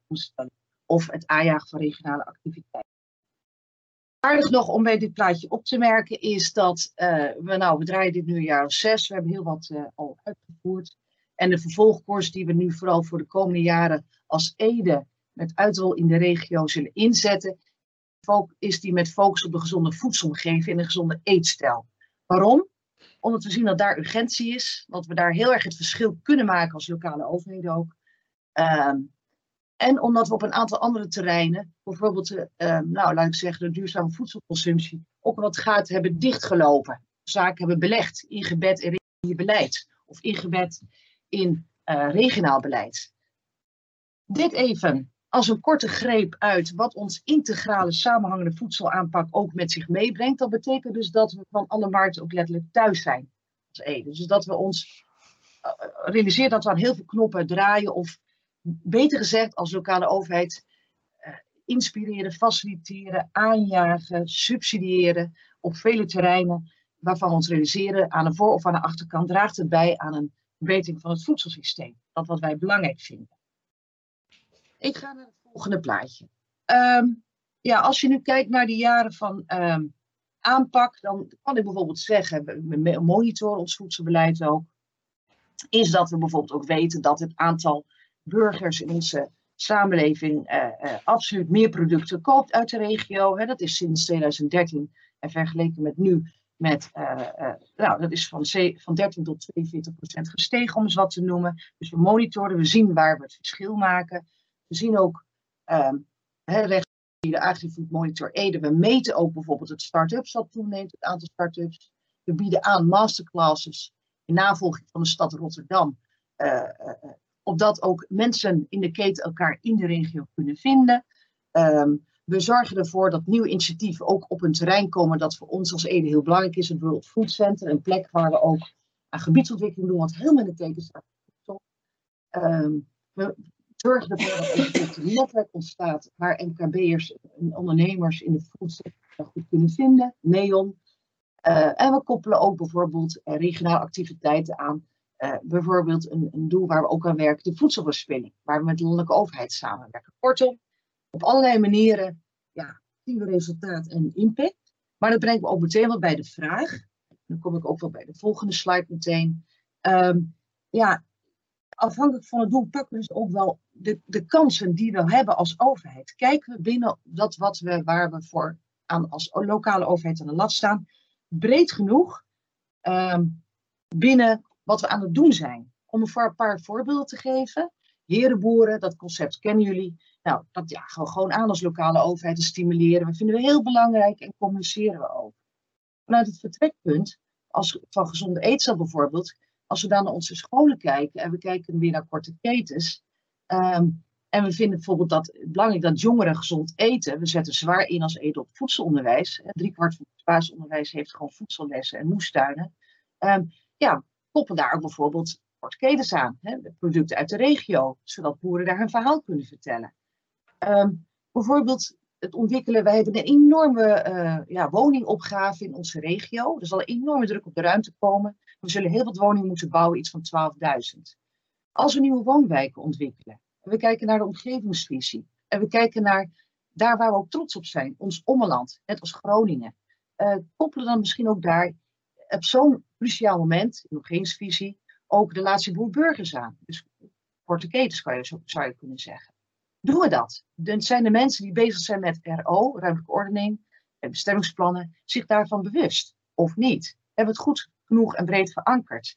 Of het aanjagen van regionale activiteiten. Aardig nog om bij dit plaatje op te merken is dat uh, we, nou, we draaien dit nu een jaar of zes. We hebben heel wat uh, al uitgevoerd. En de vervolgkoers die we nu vooral voor de komende jaren als Ede met uitrol in de regio zullen inzetten, is die met focus op de gezonde voedselomgeving en een gezonde eetstijl. Waarom? Omdat we zien dat daar urgentie is, dat we daar heel erg het verschil kunnen maken als lokale overheden ook. Um, en omdat we op een aantal andere terreinen, bijvoorbeeld de, uh, nou, laat ik zeggen, de duurzame voedselconsumptie, ook wat gaten hebben dichtgelopen. Zaken hebben belegd, ingebed in regionaal beleid of ingebed in uh, regionaal beleid. Dit even als een korte greep uit wat ons integrale samenhangende voedselaanpak ook met zich meebrengt. Dat betekent dus dat we van alle markten ook letterlijk thuis zijn als Ede. Dus dat we ons uh, realiseren dat we aan heel veel knoppen draaien of beter gezegd als lokale overheid uh, inspireren, faciliteren, aanjagen, subsidiëren op vele terreinen waarvan we ons realiseren aan de voor- of aan de achterkant draagt het bij aan een verbetering van het voedselsysteem. Dat wat wij belangrijk vinden. Ik ga naar het volgende plaatje. Um, ja, als je nu kijkt naar de jaren van um, aanpak, dan kan ik bijvoorbeeld zeggen, we monitoren ons voedselbeleid ook, is dat we bijvoorbeeld ook weten dat het aantal burgers in onze samenleving uh, uh, absoluut meer producten koopt uit de regio. Hè, dat is sinds tweeduizend dertien en vergeleken met nu, met, uh, uh, nou, dat is van, van dertien tot tweeënveertig procent gestegen, om eens wat te noemen. Dus we monitoren, we zien waar we het verschil maken. We zien ook, um, rechts zie je de AgriFood Monitor Ede, we meten ook bijvoorbeeld het start-ups dat toeneemt, het aantal start-ups. We bieden aan masterclasses in navolging van de stad Rotterdam, uh, uh, opdat ook mensen in de keten elkaar in de regio kunnen vinden. Um, we zorgen ervoor dat nieuwe initiatieven ook op een terrein komen dat voor ons als Ede heel belangrijk is, het World Food Center, een plek waar we ook aan gebiedsontwikkeling doen, wat helemaal in de teken staat. Um, we zorgen ervoor dat er een netwerk ontstaat waar M K B'ers en ondernemers in de foodsector goed kunnen vinden, NEON. Uh, en we koppelen ook bijvoorbeeld uh, regionale activiteiten aan. Uh, bijvoorbeeld een, een doel waar we ook aan werken, de voedselverspilling, waar we met de landelijke overheid samenwerken. Kortom, op allerlei manieren ja, zien we resultaat en impact. Maar dat brengt me ook meteen wel bij de vraag, dan kom ik ook wel bij de volgende slide meteen. Um, ja, afhankelijk van het doel pakken we dus ook wel de, de kansen die we hebben als overheid. Kijken we binnen dat wat we, waar we voor aan als lokale overheid aan de lat staan, breed genoeg um, binnen wat we aan het doen zijn. Om een paar voorbeelden te geven. Herenboeren, dat concept kennen jullie. Nou, dat ja, gaan we gewoon aan als lokale overheid te stimuleren. We vinden we heel belangrijk en communiceren we over. Vanuit het vertrekpunt als, van gezonde eetstijl bijvoorbeeld, Als we dan naar onze scholen kijken en we kijken weer naar korte ketens. Um, en we vinden bijvoorbeeld dat het belangrijk dat jongeren gezond eten. We zetten zwaar in als eten op voedselonderwijs. Drie kwart van het basisonderwijs heeft gewoon voedsellessen en moestuinen. Um, ja, koppel daar ook bijvoorbeeld korte ketens aan. Hè, de producten uit de regio, zodat boeren daar hun verhaal kunnen vertellen. Um, bijvoorbeeld het ontwikkelen, wij hebben een enorme uh, ja, woningopgave in onze regio. Er zal een enorme druk op de ruimte komen. We zullen heel wat woningen moeten bouwen, iets van twaalfduizend. Als we nieuwe woonwijken ontwikkelen, en we kijken naar de omgevingsvisie, en we kijken naar daar waar we ook trots op zijn, ons ommeland, net als Groningen, uh, koppelen dan misschien ook daar op zo'n cruciaal moment, in de omgevingsvisie, ook de relatie boer-burgers aan. Dus korte ketens kan je, zo, zou je kunnen zeggen. Doen we dat? Dan zijn de mensen die bezig zijn met R O, ruimtelijke ordening en bestemmingsplannen, zich daarvan bewust of niet? Hebben we het goed genoeg en breed verankerd?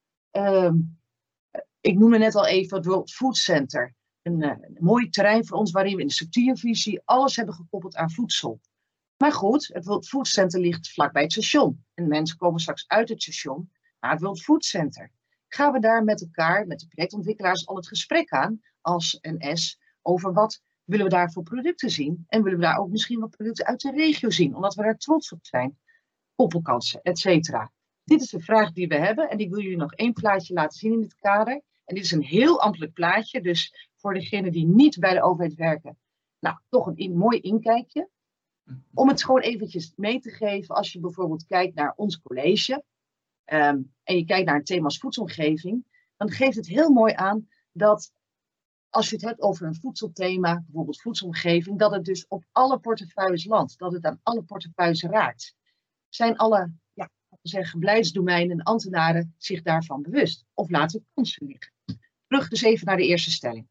Um, ik noemde net al even het World Food Center. Een, uh, een mooi terrein voor ons waarin we in de structuurvisie alles hebben gekoppeld aan voedsel. Maar goed, het World Food Center ligt vlakbij het station. En mensen komen straks uit het station naar het World Food Center. Gaan we daar met elkaar, met de projectontwikkelaars, al het gesprek aan als N S over wat willen we daar voor producten zien? En willen we daar ook misschien wat producten uit de regio zien, omdat we daar trots op zijn? Koppelkansen, et cetera. Dit is de vraag die we hebben en ik wil jullie nog één plaatje laten zien in dit kader. En dit is een heel ambtelijk plaatje, dus voor degenen die niet bij de overheid werken, nou, toch een in, mooi inkijkje. Om het gewoon eventjes mee te geven, als je bijvoorbeeld kijkt naar ons college, um, en je kijkt naar een thema als voedselomgeving, dan geeft het heel mooi aan dat als je het hebt over een voedselthema, bijvoorbeeld voedselomgeving, dat het dus op alle portefeuilles landt, dat het aan alle portefeuilles raakt. Zijn alle, ja, zeggen, beleidsdomeinen en ambtenaren zich daarvan bewust? Of laten we kansen liggen? Terug dus even naar de eerste stelling.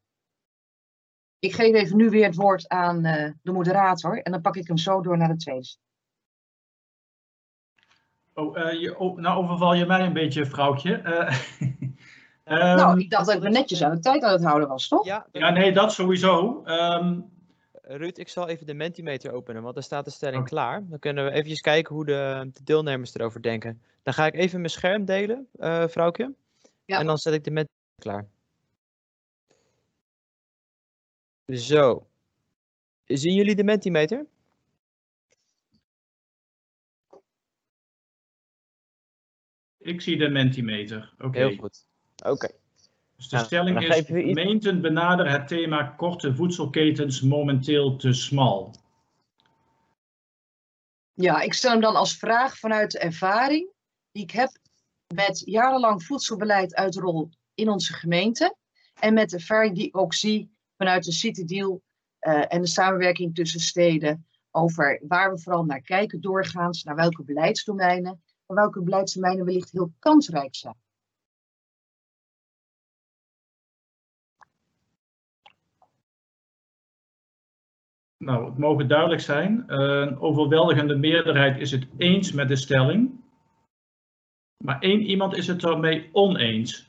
Ik geef even nu weer het woord aan uh, de moderator en dan pak ik hem zo door naar de tweede. Oh, uh, je, oh, nou overval je mij een beetje, vrouwtje. Uh, um, nou, ik dacht dat ik me netjes aan de tijd aan het houden was, toch? Ja, ja nee, dat sowieso. Um, Ruud, ik zal even de Mentimeter openen, want er staat de stelling oh. klaar. Dan kunnen we even kijken hoe de, de deelnemers erover denken. Dan ga ik even mijn scherm delen, uh, vrouwtje. Ja. En dan zet ik de Mentimeter klaar. Zo. Zien jullie de Mentimeter? Ik zie de Mentimeter. Oké. Okay. Heel goed. Oké. Okay. Dus de nou, stelling is, gemeenten benaderen het thema korte voedselketens momenteel te smal. Ja, ik stel hem dan als vraag vanuit de ervaring die ik heb met jarenlang voedselbeleid uitrol in onze gemeente. En met de ervaring die ik ook zie vanuit de City Deal uh, en de samenwerking tussen steden over waar we vooral naar kijken doorgaans, naar welke beleidsdomeinen, en welke beleidsdomeinen wellicht heel kansrijk zijn. Nou, het mogen duidelijk zijn. Een overweldigende meerderheid is het eens met de stelling. Maar één iemand is het ermee oneens.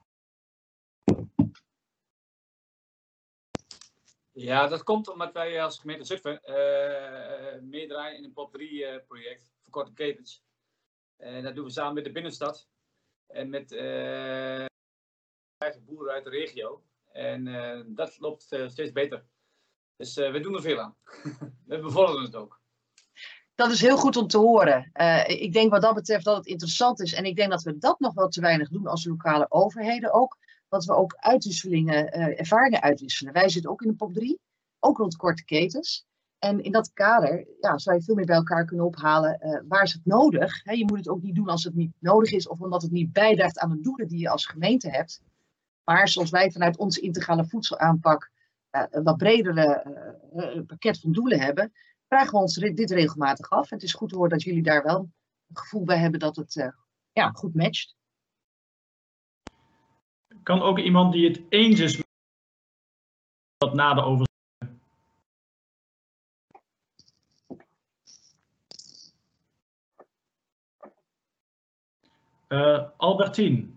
Ja, dat komt omdat wij als gemeente Zutphen uh, meedraaien in een pop drie uh, project voor korte ketens. En dat doen we samen met de binnenstad en met uh, boeren uit de regio. En uh, dat loopt uh, steeds beter. Dus uh, we doen er veel aan. We bevorderen het ook. Dat is heel goed om te horen. Uh, ik denk wat dat betreft dat het interessant is. En ik denk dat we dat nog wel te weinig doen als lokale overheden ook. Dat we ook uitwisselingen, uh, ervaringen uitwisselen. Wij zitten ook in de pop drie, ook rond korte ketens. En in dat kader ja, zou je veel meer bij elkaar kunnen ophalen. Uh, waar is het nodig? He, je moet het ook niet doen als het niet nodig is. Of omdat het niet bijdraagt aan de doelen die je als gemeente hebt. Maar zoals wij vanuit onze integrale voedselaanpak Uh, een wat bredere uh, pakket van doelen hebben, vragen we ons dit regelmatig af. En het is goed te horen dat jullie daar wel een gevoel bij hebben dat het uh, ja, goed matcht. Kan ook iemand die het eens is met dat na de overzicht? Uh, Albertine.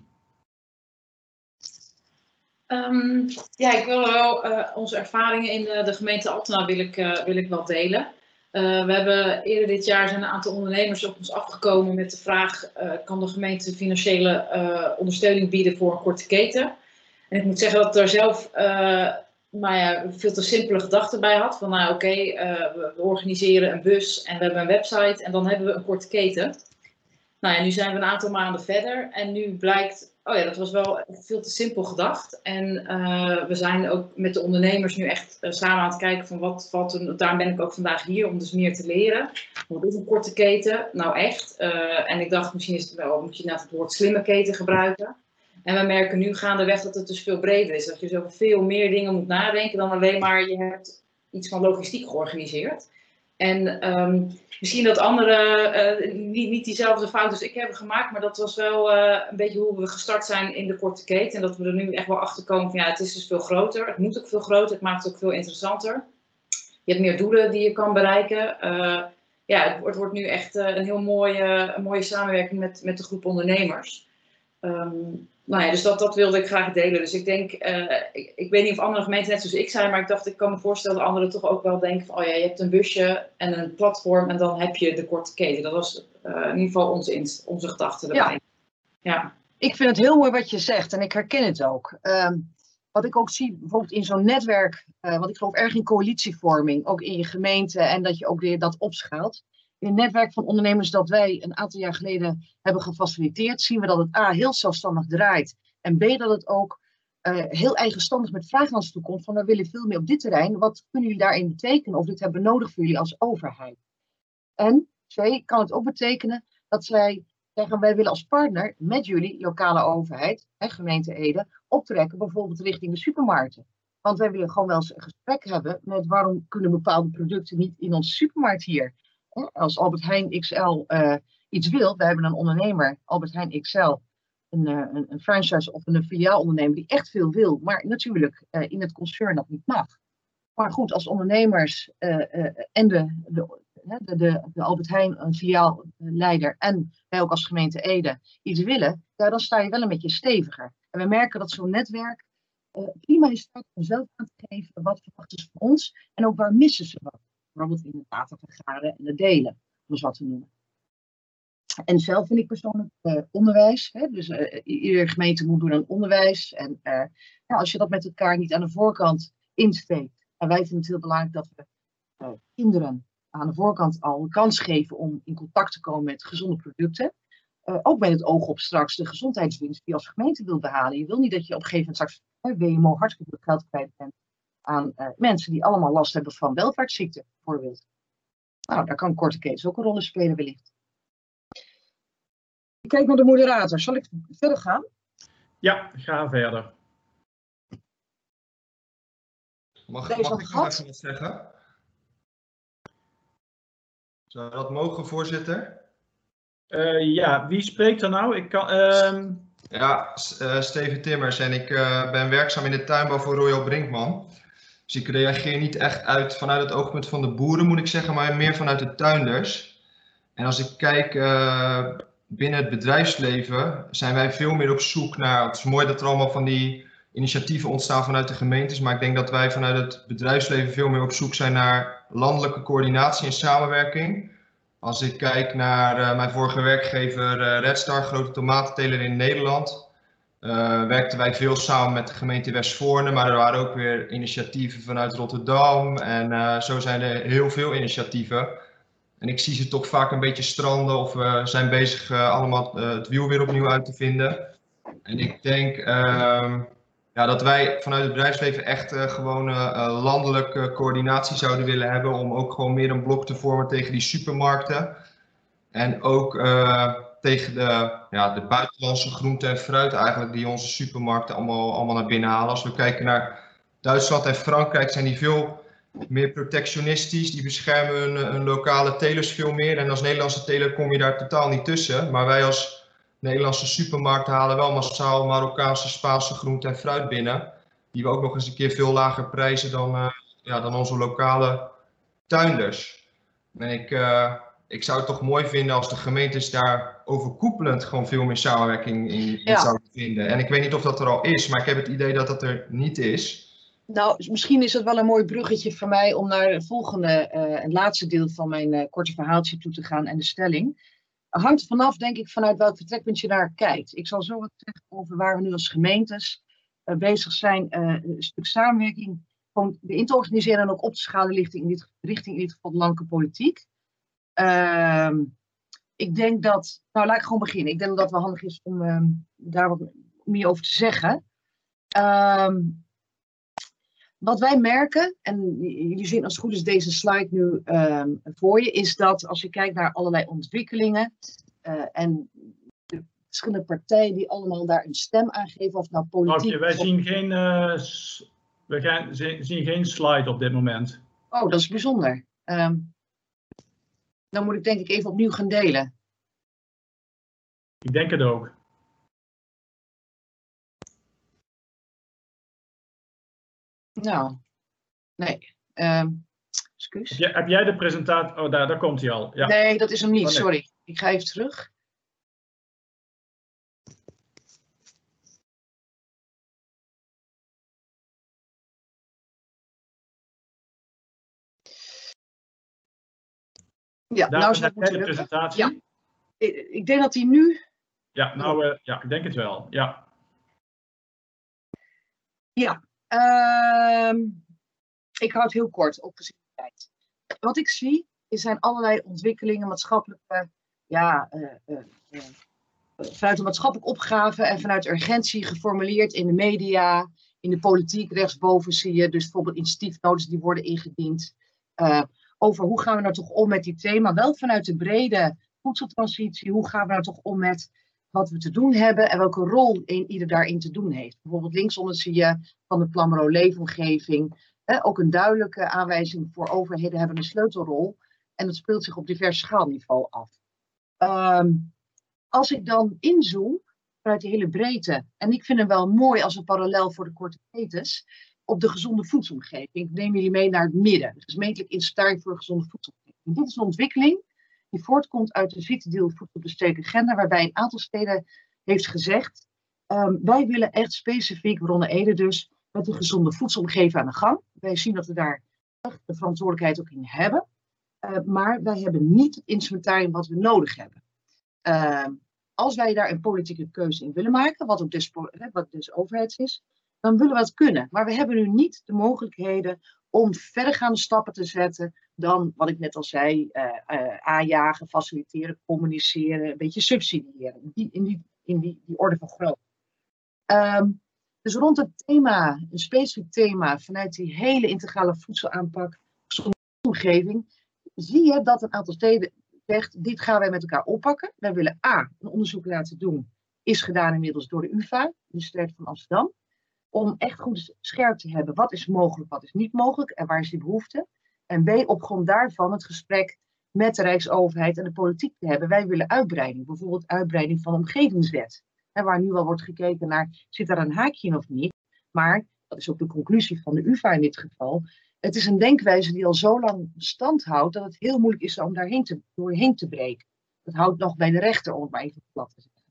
Um, ja, ik wil wel uh, onze ervaringen in de, de gemeente Altena wil ik, uh, wil ik wel delen. Uh, we hebben eerder dit jaar zijn een aantal ondernemers op ons afgekomen met de vraag, uh, kan de gemeente financiële uh, ondersteuning bieden voor een korte keten? En ik moet zeggen dat ik daar zelf uh, maar ja, veel te simpele gedachten bij had. Van nou oké, okay, uh, we, we organiseren een bus en we hebben een website en dan hebben we een korte keten. Nou ja, nu zijn we een aantal maanden verder en nu blijkt, oh ja, dat was wel veel te simpel gedacht. En uh, we zijn ook met de ondernemers nu echt uh, samen aan het kijken van wat valt er. Daarom ben ik ook vandaag hier om dus meer te leren. Wat is een korte keten? Nou echt. Uh, en ik dacht misschien is het wel, moet je net het woord slimme keten gebruiken. En we merken nu gaandeweg dat het dus veel breder is. Dat je zo veel meer dingen moet nadenken dan alleen maar je hebt iets van logistiek georganiseerd. En um, misschien dat anderen uh, niet, niet diezelfde fouten als ik hebben gemaakt, maar dat was wel uh, een beetje hoe we gestart zijn in de korte keten. En dat we er nu echt wel achter komen van ja, het is dus veel groter. Het moet ook veel groter, het maakt het ook veel interessanter. Je hebt meer doelen die je kan bereiken. Uh, ja, het, het wordt nu echt uh, een heel mooie, een mooie samenwerking met, met de groep ondernemers. Um, nou ja, dus dat, dat wilde ik graag delen. Dus ik denk, uh, ik, ik weet niet of andere gemeenten net zoals ik zijn, maar ik dacht, ik kan me voorstellen dat anderen toch ook wel denken van, oh ja, je hebt een busje en een platform en dan heb je de korte keten. Dat was uh, in ieder geval onze, onze gedachte erbij. Ja. ja. Ik vind het heel mooi wat je zegt en ik herken het ook. Um, wat ik ook zie bijvoorbeeld in zo'n netwerk, uh, want ik geloof erg in coalitievorming, ook in je gemeente en dat je ook weer dat opschaalt. In het netwerk van ondernemers dat wij een aantal jaar geleden hebben gefaciliteerd, zien we dat het A heel zelfstandig draait en B dat het ook uh, heel eigenstandig met vragen naar ons toe komt van we willen veel meer op dit terrein, wat kunnen jullie daarin betekenen of dit hebben we nodig voor jullie als overheid. En twee, kan het ook betekenen dat zij zeggen wij willen als partner met jullie, lokale overheid, hè, gemeente Ede, optrekken bijvoorbeeld richting de supermarkten. Want wij willen gewoon wel eens een gesprek hebben met waarom kunnen bepaalde producten niet in onze supermarkt hier. Als Albert Heijn X L uh, iets wil, we hebben een ondernemer, Albert Heijn X L, een, uh, een, een franchise of een filiaalondernemer die echt veel wil, maar natuurlijk uh, in het concern dat niet mag. Maar goed, als ondernemers uh, uh, en de, de, de, de, de Albert Heijn, een filiaalleider en wij ook als gemeente Ede iets willen, ja, dan sta je wel een beetje steviger. En we merken dat zo'n netwerk uh, prima is om zelf aan te geven wat verwachten ze van ons en ook waar missen ze wat. Bijvoorbeeld in het datavergaren en het delen, om eens wat te noemen. En zelf vind ik persoonlijk uh, onderwijs. Hè, dus uh, iedere gemeente moet doen aan onderwijs. En uh, nou, als je dat met elkaar niet aan de voorkant insteekt. En wij vinden het heel belangrijk dat we uh, kinderen aan de voorkant al een kans geven om in contact te komen met gezonde producten. Uh, ook met het oog op straks de gezondheidswinst die je als gemeente wilt behalen. Je wil niet dat je op een gegeven moment straks uh, W M O hartstikke veel geld kwijt bent aan uh, mensen die allemaal last hebben van welvaartsziekten, bijvoorbeeld. Nou, daar kan korte ketens ook een rol in spelen wellicht. Ik kijk naar de moderator. Zal ik verder gaan? Ja, ga verder. Mag, mag ik nog even wat zeggen? Zou dat mogen, voorzitter? Uh, ja, wie spreekt er nou? Ik kan... Uh... Ja, uh, Steven Timmers en ik uh, ben werkzaam in de tuinbouw voor Royal Brinkman. Dus ik reageer niet echt uit vanuit het oogpunt van de boeren, moet ik zeggen, maar meer vanuit de tuinders. En als ik kijk uh, binnen het bedrijfsleven, zijn wij veel meer op zoek naar... Het is mooi dat er allemaal van die initiatieven ontstaan vanuit de gemeentes, maar ik denk dat wij vanuit het bedrijfsleven veel meer op zoek zijn naar landelijke coördinatie en samenwerking. Als ik kijk naar uh, mijn vorige werkgever uh, Red Star, grote tomatenteler in Nederland, uh, werkten wij veel samen met de gemeente Westvoorne, maar er waren ook weer initiatieven vanuit Rotterdam en uh, zo zijn er heel veel initiatieven. En ik zie ze toch vaak een beetje stranden of we uh, zijn bezig uh, allemaal uh, het wiel weer opnieuw uit te vinden. En ik denk uh, ja, dat wij vanuit het bedrijfsleven echt uh, gewoon uh, landelijke coördinatie zouden willen hebben om ook gewoon meer een blok te vormen tegen die supermarkten. En ook uh, tegen de, ja, de buitenlandse groente en fruit eigenlijk die onze supermarkten allemaal, allemaal naar binnen halen. Als we kijken naar Duitsland en Frankrijk zijn die veel meer protectionistisch. Die beschermen hun, hun lokale telers veel meer. En als Nederlandse teler kom je daar totaal niet tussen. Maar wij als Nederlandse supermarkten halen wel massaal Marokkaanse, Spaanse groente en fruit binnen. Die we ook nog eens een keer veel lager prijzen dan, uh, ja, dan onze lokale tuinders. En ik, uh, ik zou het toch mooi vinden als de gemeentes daar overkoepelend gewoon veel meer samenwerking in, in ja. zouden vinden. En ik weet niet of dat er al is, maar ik heb het idee dat dat er niet is. Nou, misschien is dat wel een mooi bruggetje voor mij om naar het volgende uh, en laatste deel van mijn uh, korte verhaaltje toe te gaan en de stelling. Het hangt vanaf, denk ik, vanuit welk vertrekpunt je naar kijkt. Ik zal zo wat zeggen over waar we nu als gemeentes uh, bezig zijn. Uh, een stuk samenwerking gewoon in te organiseren en ook op te schalen richting in dit, richting in dit geval de landelijke politiek. Uh, ik denk dat, nou laat ik gewoon beginnen. Ik denk dat het wel handig is om uh, daar wat meer over te zeggen. Uh, Wat wij merken, en jullie zien als het goed is deze slide nu uh, voor je, is dat als je kijkt naar allerlei ontwikkelingen uh, en de verschillende partijen die allemaal daar een stem aan geven, of nou politiek... Oké, wij of... zien geen, uh, wij gaan, zien geen slide op dit moment. Oh, dat is bijzonder. Um, dan moet ik denk ik even opnieuw gaan delen. Ik denk het ook. Nou, nee. Um, excuus. Heb jij, heb jij de presentatie? Oh, daar, daar komt hij al. Ja. Nee, dat is hem niet, oh, nee. sorry. Ik ga even terug. Ja, daar, nou heb jij de presentatie? Ja. Ik, ik denk dat hij nu... Ja, nou, uh, ja, ik denk het wel. Ja. Ja. Uh, ik hou het heel kort op gezien de tijd. Wat ik zie, er zijn allerlei ontwikkelingen, maatschappelijke, ja, uh, uh, uh, vanuit de maatschappelijke opgave en vanuit urgentie geformuleerd in de media, in de politiek. Rechtsboven zie je dus bijvoorbeeld initiatiefnotes die worden ingediend. Uh, over hoe gaan we nou toch om met die thema, wel vanuit de brede voedseltransitie, hoe gaan we nou toch om met wat we te doen hebben en welke rol een, ieder daarin te doen heeft. Bijvoorbeeld linksonder zie je van de Plan leefomgeving eh, ook een duidelijke aanwijzing voor overheden hebben een sleutelrol. En dat speelt zich op divers schaalniveau af. Um, als ik dan inzoom vanuit de hele breedte, en ik vind hem wel mooi als een parallel voor de korte ketens, op de gezonde voedselomgeving. Ik neem jullie mee naar het midden. Dus gemeentelijk instelling voor gezonde voedselomgeving. Dit is een ontwikkeling die voortkomt uit de ziektedeal voedselbestekende agenda, waarbij een aantal steden heeft gezegd, um, wij willen echt specifiek, Ronne Ede dus, met een gezonde voedselomgeving aan de gang. Wij zien dat we daar echt de verantwoordelijkheid ook in hebben, uh, maar wij hebben niet het instrumentarium wat we nodig hebben. Uh, als wij daar een politieke keuze in willen maken, wat ook dus, wat dus overheids is, dan willen we het kunnen. Maar we hebben nu niet de mogelijkheden om verdergaande stappen te zetten dan, wat ik net al zei, uh, uh, aanjagen, faciliteren, communiceren, een beetje subsidiëren. Die, in die, in die, die orde van grootte. Um, dus rond het thema, een specifiek thema, vanuit die hele integrale voedselaanpak, gezonde omgeving, zie je dat een aantal steden zegt, dit gaan wij met elkaar oppakken. Wij willen A, een onderzoek laten doen, is gedaan inmiddels door de U vA, de Universiteit van Amsterdam, om echt goed scherp te hebben, wat is mogelijk, wat is niet mogelijk en waar is die behoefte. En B, op grond daarvan het gesprek met de Rijksoverheid en de politiek te hebben. Wij willen uitbreiding, bijvoorbeeld uitbreiding van de omgevingswet. Hè, waar nu al wordt gekeken naar, zit daar een haakje in of niet? Maar, dat is ook de conclusie van de U vA in dit geval, het is een denkwijze die al zo lang stand houdt, dat het heel moeilijk is om daarheen te, doorheen te breken. Dat houdt nog bij de rechter, om het maar even plat te zeggen.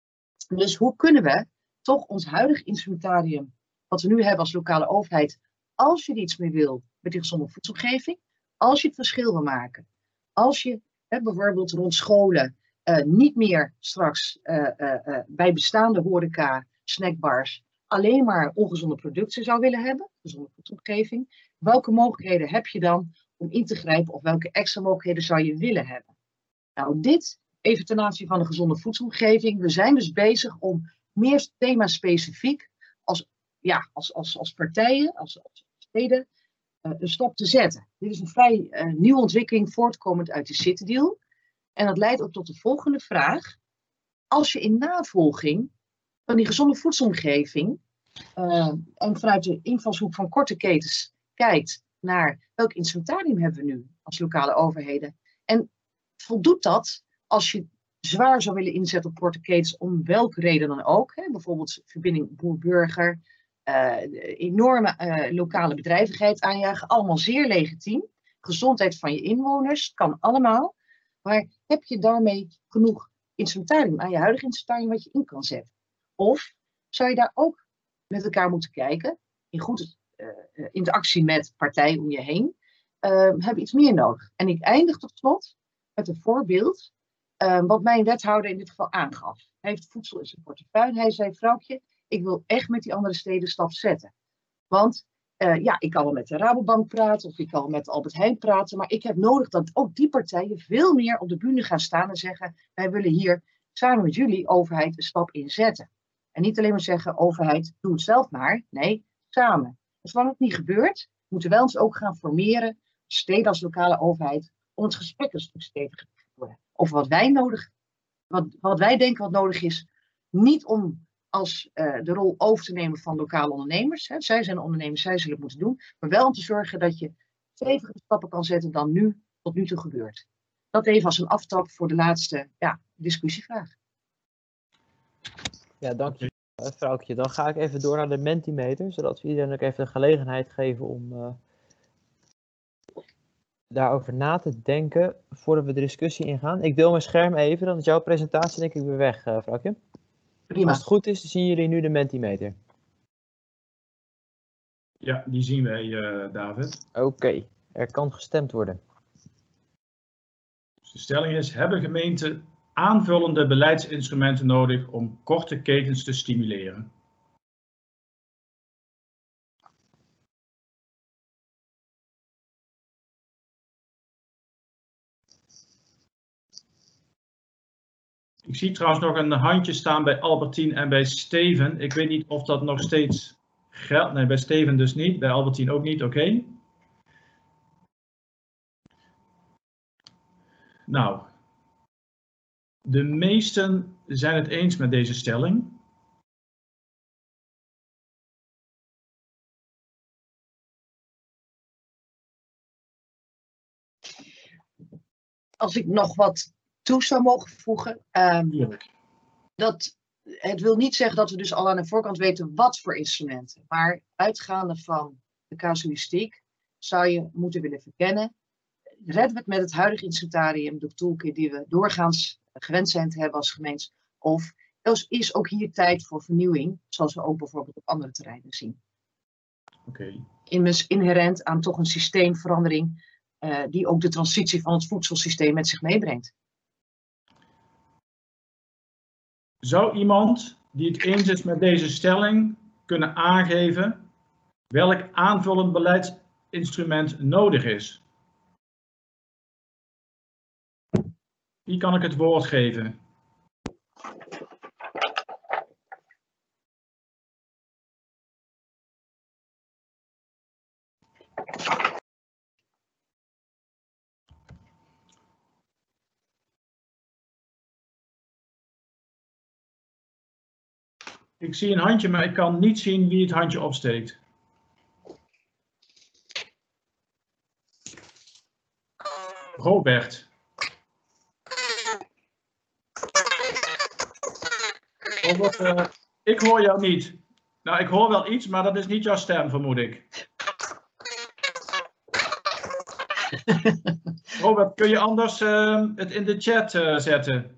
Dus hoe kunnen we toch ons huidig instrumentarium, wat we nu hebben als lokale overheid, als je er iets mee wil met die gezonde voedselomgeving, als je het verschil wil maken, als je hè, bijvoorbeeld rond scholen uh, niet meer straks uh, uh, uh, bij bestaande horeca, snackbars, alleen maar ongezonde producten zou willen hebben, gezonde voedselomgeving, welke mogelijkheden heb je dan om in te grijpen of welke extra mogelijkheden zou je willen hebben? Nou, dit even ten aanzien van de gezonde voedselomgeving. We zijn dus bezig om meer themaspecifiek als, ja, als, als, als partijen, als, als steden, uh, een stap te zetten. Dit is een vrij uh, nieuwe ontwikkeling voortkomend uit de Citydeal. En dat leidt ook tot de volgende vraag. Als je in navolging van die gezonde voedselomgeving uh, en vanuit de invalshoek van korte ketens kijkt naar welk instrumentarium hebben we nu als lokale overheden. En voldoet dat als je zwaar zou willen inzetten op korte ketens om welke reden dan ook. Hè? Bijvoorbeeld verbinding boer-burger, uh, enorme uh, lokale bedrijvigheid aanjagen. Allemaal zeer legitiem. Gezondheid van je inwoners, kan allemaal. Maar heb je daarmee genoeg instrumentarium aan je huidige instrumentarium wat je in kan zetten? Of zou je daar ook met elkaar moeten kijken, in goed uh, interactie met partijen om je heen, uh, hebben iets meer nodig. En ik eindig tot slot met een voorbeeld, uh, wat mijn wethouder in dit geval aangaf. Hij heeft voedsel in zijn portefeuille. Hij zei, vrouwtje, ik wil echt met die andere steden stap zetten. Want uh, ja, ik kan wel met de Rabobank praten of ik kan wel met Albert Heijn praten, maar ik heb nodig dat ook die partijen veel meer op de bühne gaan staan en zeggen, wij willen hier samen met jullie, overheid, een stap in zetten. En niet alleen maar zeggen, overheid, doe het zelf maar. Nee, samen. En zolang het niet gebeurt, moeten wij ons ook gaan formeren, steden als lokale overheid, om het gesprek een stuk steviger te worden. Over wat wij nodig, wat, wat wij denken wat nodig is. Niet om als uh, de rol over te nemen van lokale ondernemers. Hè. Zij zijn ondernemers, zij zullen het moeten doen. Maar wel om te zorgen dat je steviger stappen kan zetten dan nu tot nu toe gebeurt. Dat even als een aftap voor de laatste ja, discussievraag. Ja, dank je, vrouwtje. Dan ga ik even door naar de Mentimeter, zodat we iedereen ook even de gelegenheid geven om uh, daarover na te denken voordat we de discussie ingaan. Ik deel mijn scherm even, dan is jouw presentatie denk ik weer weg, uh, vrouwtje. Prima. Als het goed is, zien jullie nu de Mentimeter. Ja, die zien wij, uh, David. Oké, okay. Er kan gestemd worden. Dus de stelling is, hebben gemeenten aanvullende beleidsinstrumenten nodig om korte ketens te stimuleren? Ik zie trouwens nog een handje staan bij Albertien en bij Steven. Ik weet niet of dat nog steeds geldt. Nee, bij Steven dus niet. Bij Albertien ook niet. Oké. Okay. Nou. De meesten zijn het eens met deze stelling. Als ik nog wat toe zou mogen voegen. Um, dat, het wil niet zeggen dat we dus al aan de voorkant weten wat voor instrumenten. Maar uitgaande van de casuïstiek zou je moeten willen verkennen. Redden we het met het huidige instrumentarium, de toolkit die we doorgaans gewend zijn te hebben als gemeente? Of is ook hier tijd voor vernieuwing, zoals we ook bijvoorbeeld op andere terreinen zien? Okay. Immers inherent aan toch een systeemverandering uh, die ook de transitie van het voedselsysteem met zich meebrengt. Zou iemand die het eens is met deze stelling kunnen aangeven welk aanvullend beleidsinstrument nodig is? Wie kan ik het woord geven? Ik zie een handje, maar ik kan niet zien wie het handje opsteekt. Robert. Robert, uh, ik hoor jou niet. Nou, ik hoor wel iets, maar dat is niet jouw stem, vermoed ik. Robert, kun je anders uh, het in de chat uh, zetten?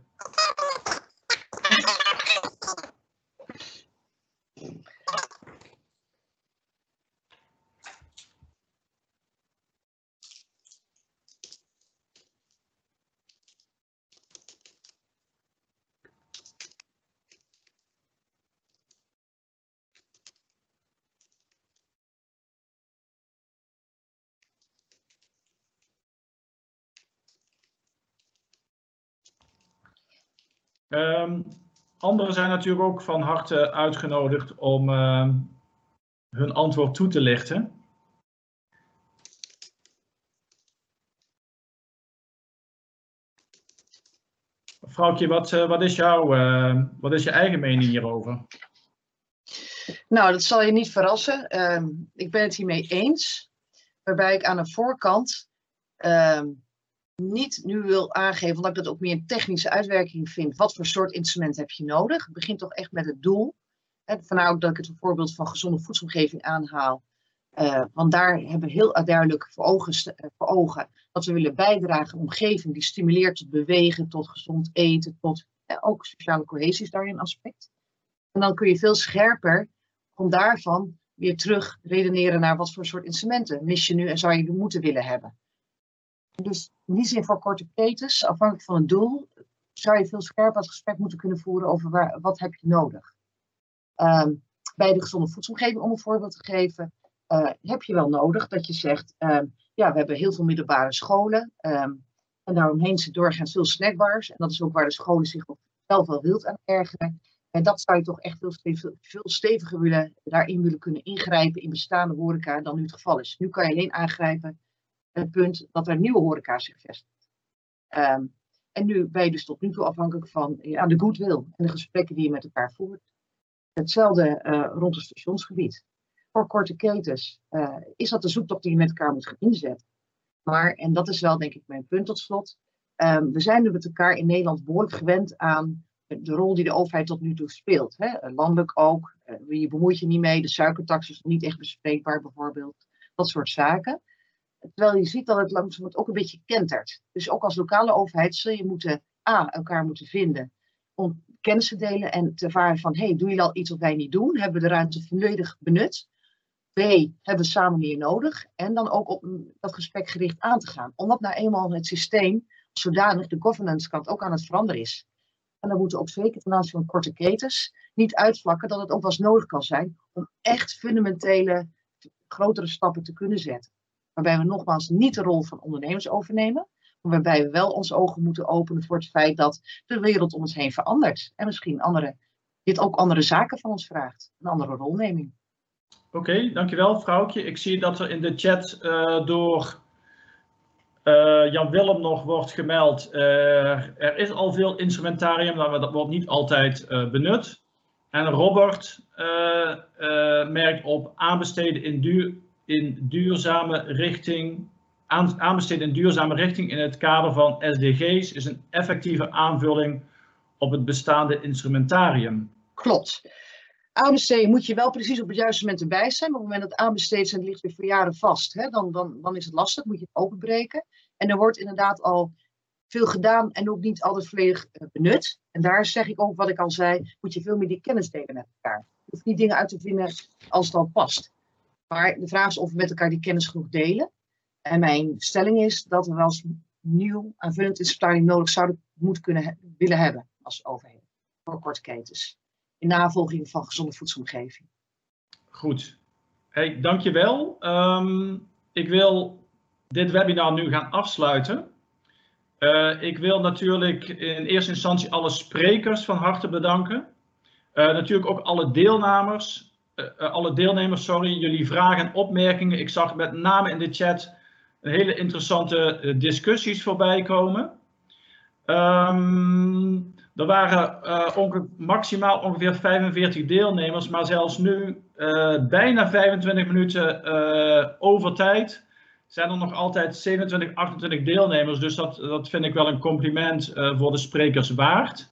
Um, anderen zijn natuurlijk ook van harte uitgenodigd om uh, hun antwoord toe te lichten. Vrouwtje, wat, uh, wat, is jouw, uh, wat is je eigen mening hierover? Nou, dat zal je niet verrassen. Um, ik ben het hiermee eens. Waarbij ik aan de voorkant um, niet nu wil aangeven, omdat ik dat ook meer een technische uitwerking vind. Wat voor soort instrument heb je nodig? Het begint toch echt met het doel. En vandaar ook dat ik het voorbeeld van gezonde voedselomgeving aanhaal. Uh, want daar hebben we heel duidelijk voor ogen, voor ogen dat we willen bijdragen aan een omgeving die stimuleert tot bewegen, tot gezond eten, tot uh, ook sociale cohesie is daarin een aspect. En dan kun je veel scherper van daarvan weer terug redeneren naar wat voor soort instrumenten mis je nu en zou je die moeten willen hebben. Dus in die zin voor korte ketens, afhankelijk van het doel, zou je veel scherper het gesprek moeten kunnen voeren over waar, wat heb je nodig. Um, bij de gezonde voedselomgeving, om een voorbeeld te geven, uh, heb je wel nodig dat je zegt, um, ja, we hebben heel veel middelbare scholen um, en daaromheen zit doorgaans veel snackbars en dat is ook waar de scholen zich zelf wel wild aan ergeren. En dat zou je toch echt veel, stevig, veel steviger willen, daarin willen kunnen ingrijpen in bestaande horeca dan nu het geval is. Nu kan je alleen aangrijpen het punt dat er nieuwe horeca zich vestigt. Um, en nu ben je dus tot nu toe afhankelijk van ja, de goodwill en de gesprekken die je met elkaar voert. Hetzelfde uh, rond het stationsgebied. Voor korte ketens uh, is dat de zoektocht die je met elkaar moet gaan inzetten. Maar, en dat is wel denk ik mijn punt tot slot, um, we zijn nu met elkaar in Nederland behoorlijk gewend aan de rol die de overheid tot nu toe speelt. Hè? Landelijk ook, uh, je bemoeit je niet mee, de suikertax is niet echt bespreekbaar bijvoorbeeld, dat soort zaken. Terwijl je ziet dat het langzaam ook een beetje kentert. Dus ook als lokale overheid zul je moeten, A, elkaar moeten vinden om kennis te delen en te ervaren van, hey, doe je al iets wat wij niet doen? Hebben we de ruimte volledig benut? B, hebben we samen meer nodig? En dan ook op dat gesprek gericht aan te gaan. Omdat nou eenmaal het systeem zodanig, de governance kant ook aan het veranderen is. En dan moeten we ook zeker ten aanzien van korte ketens niet uitvlakken dat het ook wel eens nodig kan zijn om echt fundamentele, grotere stappen te kunnen zetten. Waarbij we nogmaals niet de rol van ondernemers overnemen, maar waarbij we wel onze ogen moeten openen voor het feit dat de wereld om ons heen verandert. En misschien andere, dit ook andere zaken van ons vraagt. Een andere rolneming. Oké, okay, dankjewel vrouwtje. Ik zie dat er in de chat uh, door uh, Jan Willem nog wordt gemeld. Uh, er is al veel instrumentarium, maar dat wordt niet altijd uh, benut. En Robert uh, uh, merkt op aanbesteden in duur... in duurzame richting, aan, aanbesteden in duurzame richting in het kader van S D G's is een effectieve aanvulling op het bestaande instrumentarium. Klopt. Aanbesteden moet je wel precies op het juiste moment erbij zijn. Maar op het moment dat aanbesteed zijn, ligt weer voor jaren vast. Hè? Dan, dan, dan is het lastig, moet je het openbreken. En er wordt inderdaad al veel gedaan en ook niet altijd volledig uh, benut. En daar zeg ik ook wat ik al zei, moet je veel meer die kennis delen met elkaar. Je hoeft niet dingen uit te vinden als het al past. Maar de vraag is of we met elkaar die kennis genoeg delen. En mijn stelling is dat we wel eens nieuw aanvullend instrumentarium nodig zouden moeten kunnen he willen hebben als overheid. Voor korte ketens. In navolging van gezonde voedselomgeving. Goed. Hey, dankjewel. Um, ik wil dit webinar nu gaan afsluiten. Uh, ik wil natuurlijk in eerste instantie alle sprekers van harte bedanken. Uh, natuurlijk ook alle deelnemers. Uh, alle deelnemers, sorry, jullie vragen en opmerkingen. Ik zag met name in de chat hele interessante uh, discussies voorbij komen. Um, er waren uh, onge maximaal ongeveer vijfenveertig deelnemers, maar zelfs nu uh, bijna vijfentwintig minuten uh, over tijd zijn er nog altijd zevenentwintig, achtentwintig deelnemers. Dus dat, dat vind ik wel een compliment uh, voor de sprekers waard.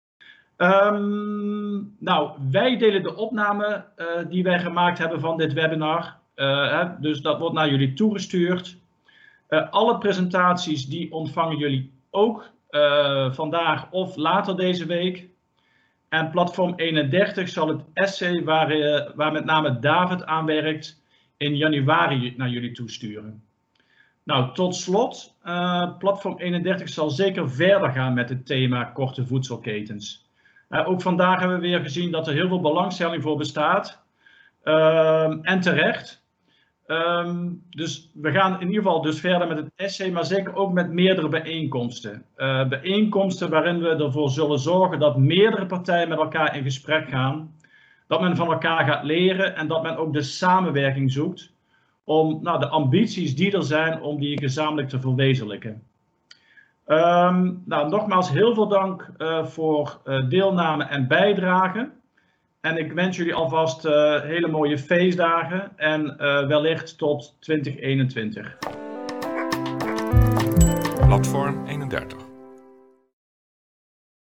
Um, nou, wij delen de opname uh, die wij gemaakt hebben van dit webinar. Uh, hè, dus dat wordt naar jullie toegestuurd. Uh, alle presentaties die ontvangen jullie ook uh, vandaag of later deze week. En platform eenendertig zal het essay waar, uh, waar met name David aan werkt in januari naar jullie toesturen. Nou, tot slot, uh, platform eenendertig zal zeker verder gaan met het thema korte voedselketens. Uh, ook vandaag hebben we weer gezien dat er heel veel belangstelling voor bestaat. Um, en terecht. Um, dus we gaan in ieder geval dus verder met het essay, maar zeker ook met meerdere bijeenkomsten. Uh, bijeenkomsten waarin we ervoor zullen zorgen dat meerdere partijen met elkaar in gesprek gaan. Dat men van elkaar gaat leren en dat men ook de samenwerking zoekt. Om nou, de ambities die er zijn, om die gezamenlijk te verwezenlijken. Um, nou, nogmaals heel veel dank uh, voor uh, deelname en bijdrage. En ik wens jullie alvast uh, hele mooie feestdagen en uh, wellicht tot twintig eenentwintig. Platform eenendertig.